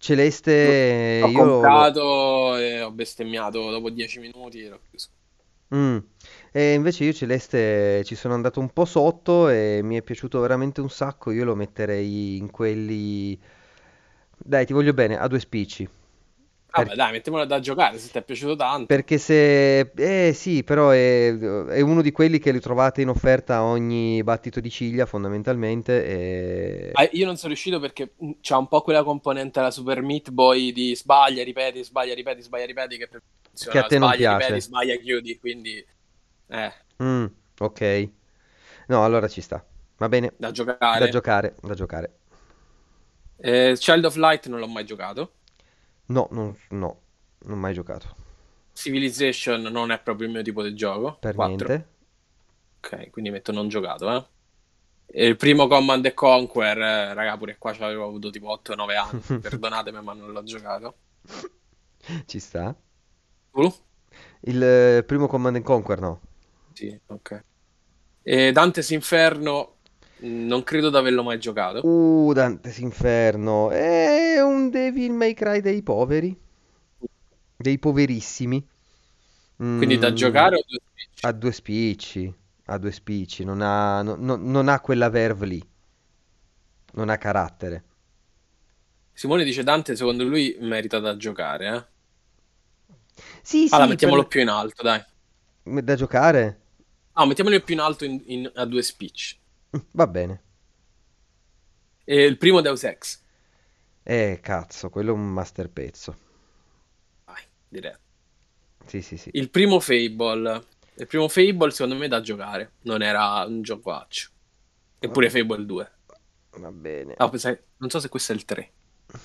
Celeste, L'ho io lo... comprato e ho bestemmiato dopo 10 minuti e l'ho chiuso. Mm. E invece io Celeste ci sono andato un po' sotto e mi è piaciuto veramente un sacco. Io lo metterei in quelli... Dai, ti voglio bene, a due spicci. Vabbè, Perché, dai, mettiamola da giocare se ti è piaciuto tanto. perché se... sì, però è uno di quelli che li trovate in offerta a ogni battito di ciglia, fondamentalmente. E... Io non sono riuscito perché c'ha un po' quella componente alla Super Meat Boy di sbaglia, ripeti, sbaglia, ripeti, sbaglia, ripeti, che Che a funziona, te non sbaglia, ripeti, piace. sbaglia, chiudi, quindi eh, Mm, ok. No, allora ci sta. Va bene. da Da giocare. giocare, da giocare. Child of Light non l'ho mai giocato. No, no, non ho mai giocato. Civilization non è proprio il mio tipo di gioco. Per 4. niente. Ok, quindi metto non giocato, eh. E il primo Command and Conquer, raga, pure qua c'avevo avuto tipo 8-9 anni. Perdonatemi, ma non l'ho giocato. Ci sta. Tu? Il primo Command and Conquer, no. Sì, ok. E Dante's Inferno, non credo di averlo mai giocato. Dante's Inferno. È un Devil May Cry dei poveri. Dei poverissimi. Quindi da Mm, giocare o due a Switch? due spicci. A due spicci. Non ha quella verve lì. Non ha carattere. Simone dice Dante, secondo lui merita da giocare, eh. Sì, Allora, sì, mettiamolo più in alto, dai. da giocare. No, mettiamolo più in alto a due speech. Va bene. E il primo Deus Ex. Cazzo, quello è un master pezzo. Vai, direi. Sì, sì, sì. Il primo Fable. Il primo Fable, secondo me, è da giocare. Non era un giocoaccio. Va, Eppure Fable 2. va bene. Ah, non so se questo è il 3.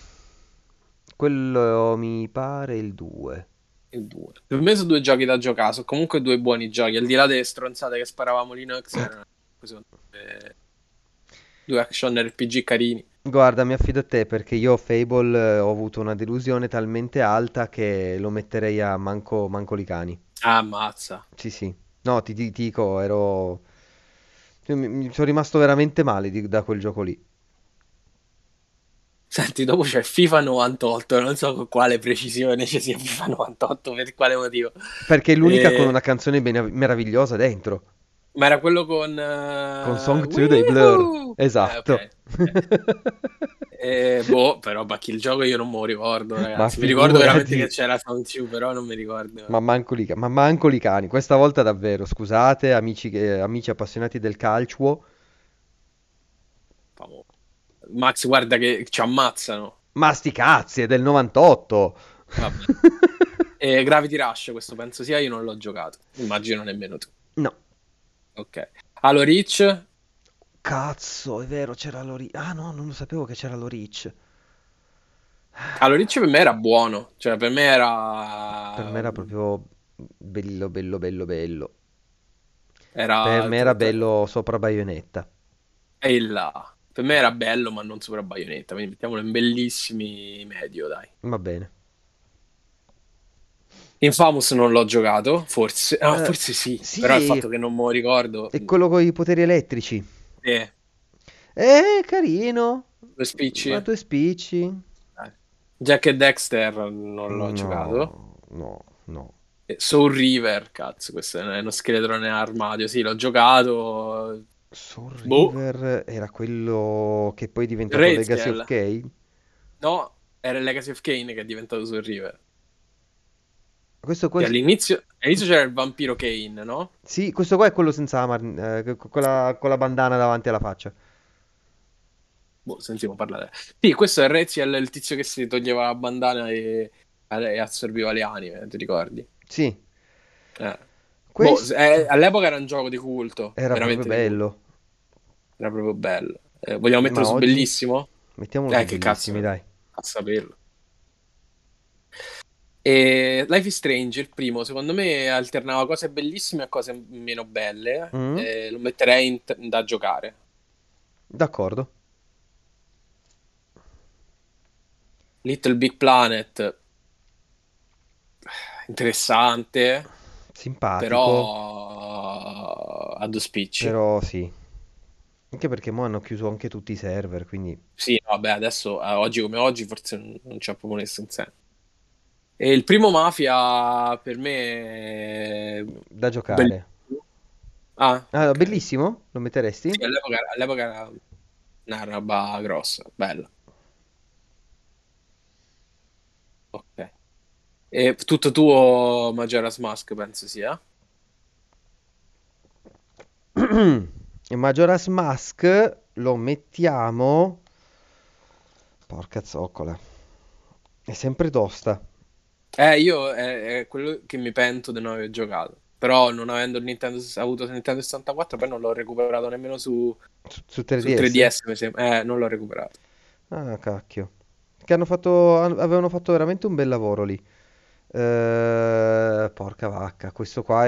Quello mi pare il 2. Il 2. Per me sono due giochi da giocare. Sono comunque due buoni giochi. Al di là delle stronzate che sparavamo Linux, erano secondo me, due action RPG carini. Guarda, mi affido a te perché io Fable ho avuto una delusione talmente alta che lo metterei a manco li cani. Ah, ammazza. Sì, sì. No, ti dico, ero... cioè, mi sono rimasto veramente male da quel gioco lì. Senti, dopo c'è FIFA 98, non so con quale precisione ci sia FIFA 98, per quale motivo. Perché è l'unica con una Eh, canzone meravigliosa dentro. ma era quello con... Con Song 2 dei Blur. Woohoo! Esatto. Ok. Ok. Boh, però Bacchi il gioco io non me lo ricordo, Ma ragazzi. Mi ricordo veramente che figurati. c'era Song 2, però non mi ricordo. Ma manco li cani. Questa volta davvero, scusate, amici, amici appassionati del calcio. Famo- Max, guarda che ci ammazzano. Ma sti cazzi, è del 98. Vabbè. E Gravity Rush, questo penso sia, io non l'ho giocato. Immagino nemmeno tu. No. Ok. Halo Reach. Cazzo, è vero, c'era l'Ori... Ah no, non lo sapevo che c'era l'Orich. Halo Reach per me era buono. Cioè, per me Per me era... era proprio bello, bello, bello, bello. Per Era... me era bello sopra Bayonetta. E là. Per me era bello, ma non sopra Bayonetta. Quindi mettiamolo in bellissimi medio, dai. Va bene. Infamous non l'ho giocato, forse. Ah, Eh, forse sì. Però il sì, fatto che non me lo ricordo... è quello con i poteri elettrici. Eh, Carino. due spicci? A due spicci. Jack e Dexter non l'ho giocato. No, no, no. Soul River, cazzo, questo è uno scheletrone armadio. Sì, l'ho giocato. Soul Boh, River era quello che poi è diventato Legacy of Grayscale. Kain. No, era il Legacy of Kane che è diventato Soul River. Questo, Che questo, all'inizio c'era il vampiro Kane, no? sì, questo qua è quello senza con la bandana davanti alla faccia. Boh, sentiamo parlare. Sì, questo è Reziel, il tizio che si toglieva la bandana e assorbiva le anime, ti ricordi? Sì, Eh. Boh, questo all'epoca era un gioco di culto, era proprio veramente di culto. bello. Era proprio bello. Vogliamo metterlo Ma su oggi bellissimo? mettiamolo su Che bellissimi, cazzo, dai. a saperlo. E Life is Strange, il primo, secondo me alternava cose bellissime a cose meno belle. Mm? Lo metterei da giocare. D'accordo. Little Big Planet, interessante, Simpatico, però a due spicci. però sì. Anche perché mo hanno chiuso anche tutti i server, quindi Sì, vabbè, adesso, oggi come oggi, forse non c'è proprio nessun senso. E il primo Mafia per me è da giocare. bellissimo. Ah, Ah, ok. bellissimo? Lo metteresti? Sì, all'epoca era una roba grossa, bella. Ok. E tutto tuo Majora's Mask, penso sia? E Majora's Mask lo mettiamo. Porca zoccola. È sempre tosta. Io è quello che mi pento di non aver giocato. Però non avendo avuto il Nintendo 64, poi non l'ho recuperato nemmeno Su sul 3DS? 3DS, mi sembra. Non l'ho recuperato. Ah, cacchio. Che avevano fatto veramente un bel lavoro lì. Porca vacca, questo qua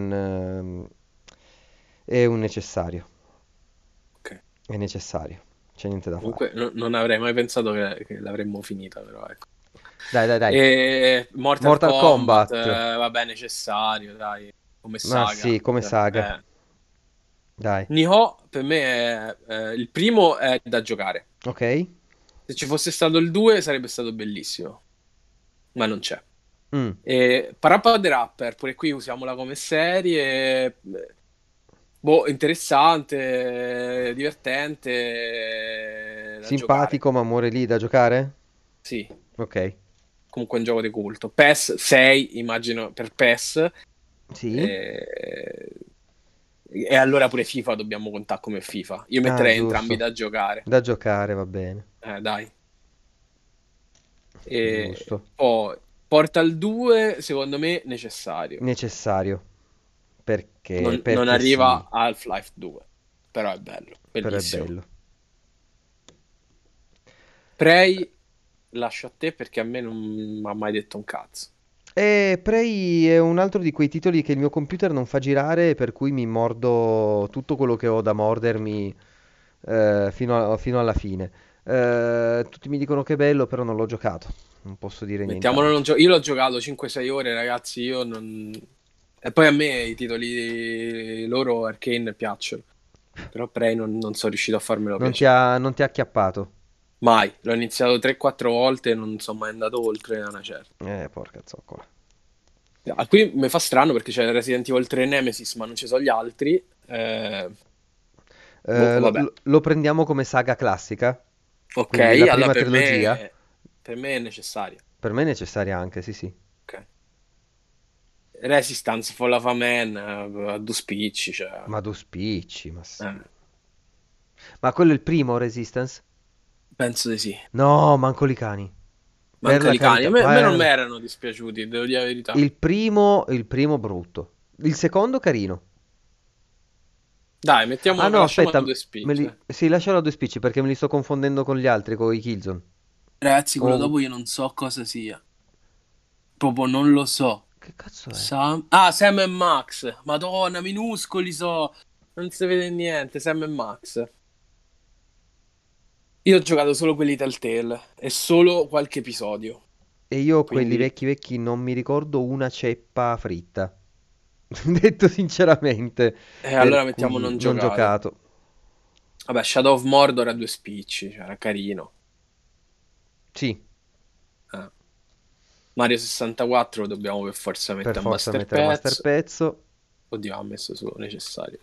è un necessario. Ok. È necessario. C'è niente da fare. Comunque non avrei mai pensato che l'avremmo finita, però ecco. Dai, dai, dai. E Mortal Mortal Kombat, Kombat. vabbè, necessario, dai, come Ma sì, saga. come Cioè, saga. Dai. Nioh per me il primo è da giocare. Ok? Se ci fosse stato il 2 sarebbe stato bellissimo, ma non c'è. Mm. E Parappa the Rapper, pure qui usiamola come serie. Boh, interessante, divertente, da giocare. Simpatico, ma muore lì da giocare? Sì, Ok. comunque è un gioco di culto. PES 6, immagino, per PES. Sì? E... e allora pure FIFA dobbiamo contare come FIFA. Io Ah, metterei entrambi giusto. da giocare. Da giocare, va bene. Dai. E Giusto. poi Portal 2, secondo me, necessario. Necessario. Perché? Non Perché sì. arriva a Half-Life 2, però è bello, Però è bellissimo. bello. Prey lascio a te perché a me non mi ha mai detto un cazzo. E Prey è un altro di quei titoli che il mio computer non fa girare, per cui mi mordo tutto quello che ho da mordermi fino alla fine. Tutti mi dicono che è bello, però non l'ho giocato. Non posso dire Mettiamolo nient'altro. io l'ho giocato 5-6 ore, ragazzi, io non... E poi a me i titoli loro Arcane piacciono, però Prey non sono riuscito a farmelo piacere. Non ti ha acchiappato? Mai, l'ho iniziato 3-4 volte e non sono mai andato oltre una certa. Porca zoccola. Qui mi fa strano perché c'è Resident Evil 3 Nemesis, ma non ci sono gli altri. Boh, vabbè. Lo prendiamo come saga classica? Ok, Quindi la allora prima trilogia? per me è necessario. Per me è necessaria anche, sì, sì. Ok. Resistance, Fall of a Man, a due spicci, cioè, Ma due spicci, ma sì. eh, Ma quello è il primo Resistance? penso di sì. No, manco li cani. Per Manca la di cani. carità. A me non mi erano dispiaciuti, devo dire la verità. Il primo brutto. Il secondo carino. Dai, Ah no, lasciamo a aspetta, due spicci. sì, lascialo a due spicci perché me li sto confondendo con gli altri, con i Killzone. Ragazzi, quello Oh, dopo io non so cosa sia. Proprio non lo so. che cazzo è? Sam e Max. Madonna, minuscoli so. Non si vede niente, Sam e Max. Io ho giocato solo quelli Telltale e solo qualche episodio. E io quelli Quindi, vecchi vecchi non mi ricordo una ceppa fritta. Detto sinceramente, allora per mettiamo cui non non giocato. giocato. Vabbè, Shadow of Mordor a due spicci, cioè era carino. Sì, Eh. Mario 64 lo dobbiamo per forza per mettere a forza Master mettere Master Pezzo. Pezzo. Oddio, ha messo solo necessario.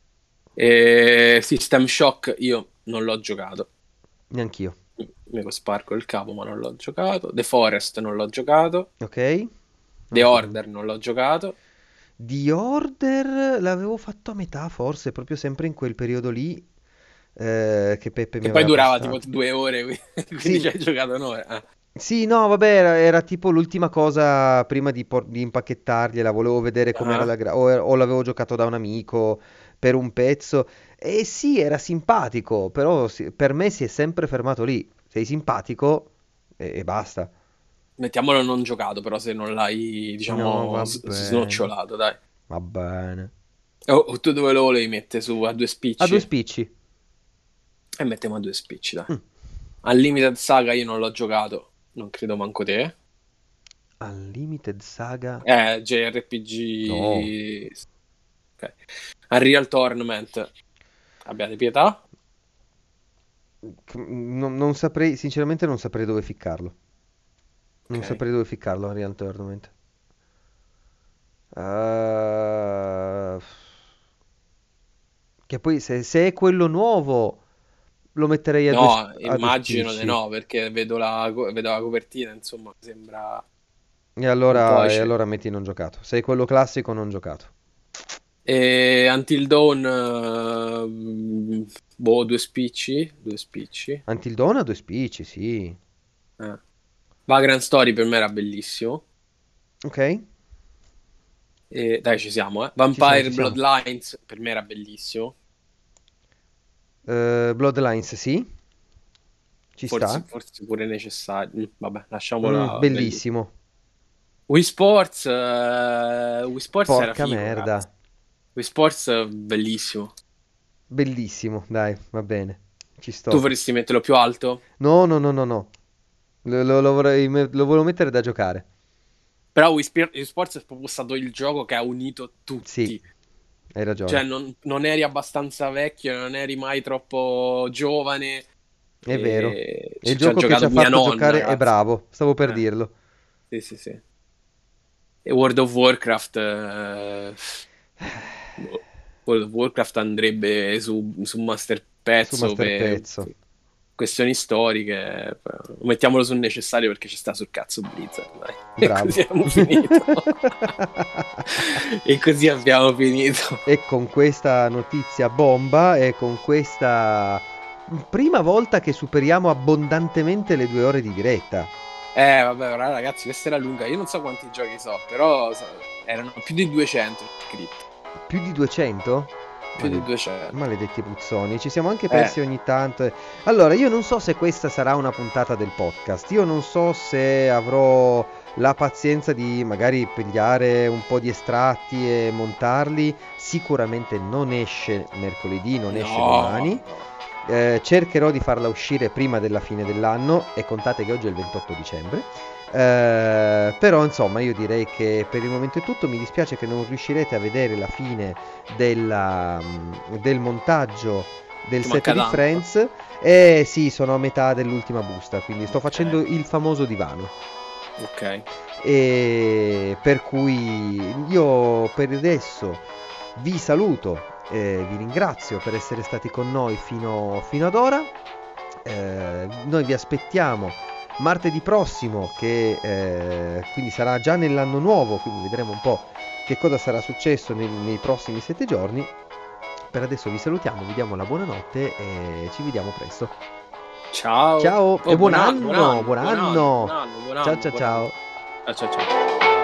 E System Shock io non l'ho giocato. Neanch'io. Mi cosparco il capo, ma non l'ho giocato. The Forest non l'ho giocato. Ok? The Assolutamente. Order non l'ho giocato. The Order l'avevo fatto a metà, forse, proprio sempre in quel periodo lì che Peppe mi Che poi aveva durava tipo prestato. 2 ore, quindi Sì, ci hai giocato un'ora. sì, no, vabbè, era tipo l'ultima cosa prima di impacchettargliela, volevo vedere com'era Ah. o l'avevo giocato da un amico per un pezzo. E sì, era simpatico, però per me si è sempre fermato lì. Sei simpatico e basta. Mettiamolo non giocato, però se non l'hai, No, diciamo, va bene, snocciolato, dai. va bene. O tu dove lo volevi mettere su a due A due spicci? spicci. E mettiamo a due spicci, dai. Mm. Unlimited Saga io non l'ho giocato, non credo manco te. Unlimited Saga? No. JRPG. Ok. Unreal Tournament, abbiate pietà. Non saprei, sinceramente non saprei dove ficcarlo. Non Ok. saprei dove ficcarlo, Unreal Tournament. Uh, che poi se è quello nuovo lo metterei a No, a due immagino di spicci. no, perché vedo la copertina, insomma, mi sembra un po'. E allora metti non giocato. Se è quello classico non giocato. E Until Dawn, boh, due spicci, due spicci. Until Dawn a due spicci, sì. Eh. Vagrant Story per me era bellissimo. Ok, E, dai, ci siamo, eh. ci siamo, Vampire ci siamo. Bloodlines per me era bellissimo. Bloodlines, sì, ci sta. Forse pure necessario. Vabbè, lasciamola bellissima. Bellissimo. Wii Sports era Porca figo, merda. cazzo. Wii Sports bellissimo. Bellissimo, dai, va bene. Ci Tu sto. vorresti metterlo più alto? No, no, no, no, no. Lo volevo mettere da giocare. Però Wii Sports è proprio stato il gioco che ha unito Sì, tutti. hai Cioè, ragione. non eri abbastanza vecchio, non eri mai troppo giovane. È vero. E E il ci ha gioco che ci giocato ha mia fatto nonna, giocare è cazzo. bravo. Stavo per Eh, dirlo. sì, sì, sì. E World of Warcraft. Boh, World of Warcraft andrebbe su Master Su Pezzo Master per Pezzo. questioni storiche. Mettiamolo sul necessario perché ci sta sul cazzo Blizzard, dai. E Bravo. così abbiamo finito. E così abbiamo finito. E con questa notizia bomba e con questa prima volta che superiamo abbondantemente le 2 ore di diretta. Vabbè, ora, ragazzi, questa era lunga. Io non so quanti giochi so, però erano più di 200 iscritti. Più di 200? Più di 200. Maledetti puzzoni, ci siamo anche Eh, persi ogni tanto. Allora, io non so se questa sarà una puntata del podcast, io non so se avrò la pazienza di magari pigliare un po' di estratti e montarli. Sicuramente non esce mercoledì, non esce no, domani. no. Cercherò di farla uscire prima della fine dell'anno e contate che oggi è il 28 dicembre. Però insomma io direi che per il momento è tutto, mi dispiace che non riuscirete a vedere la fine del montaggio del Ti set manca di tanto. Friends e sì, sono a metà dell'ultima busta, quindi sto Ok, facendo il famoso divano. ok. E per cui io per adesso vi saluto, vi ringrazio per essere stati con noi fino ad ora. Noi vi aspettiamo martedì prossimo, che quindi sarà già nell'anno nuovo, quindi vedremo un po' che cosa sarà successo nei prossimi 7 giorni. Per adesso vi salutiamo, vi diamo la buonanotte e ci vediamo presto. Ciao. Ciao e Oh, buon buon anno, buon anno, anno, buon buon anno, buon anno. anno, buon Ciao anno, ciao buon anno. ciao. Ciao, ciao, ciao.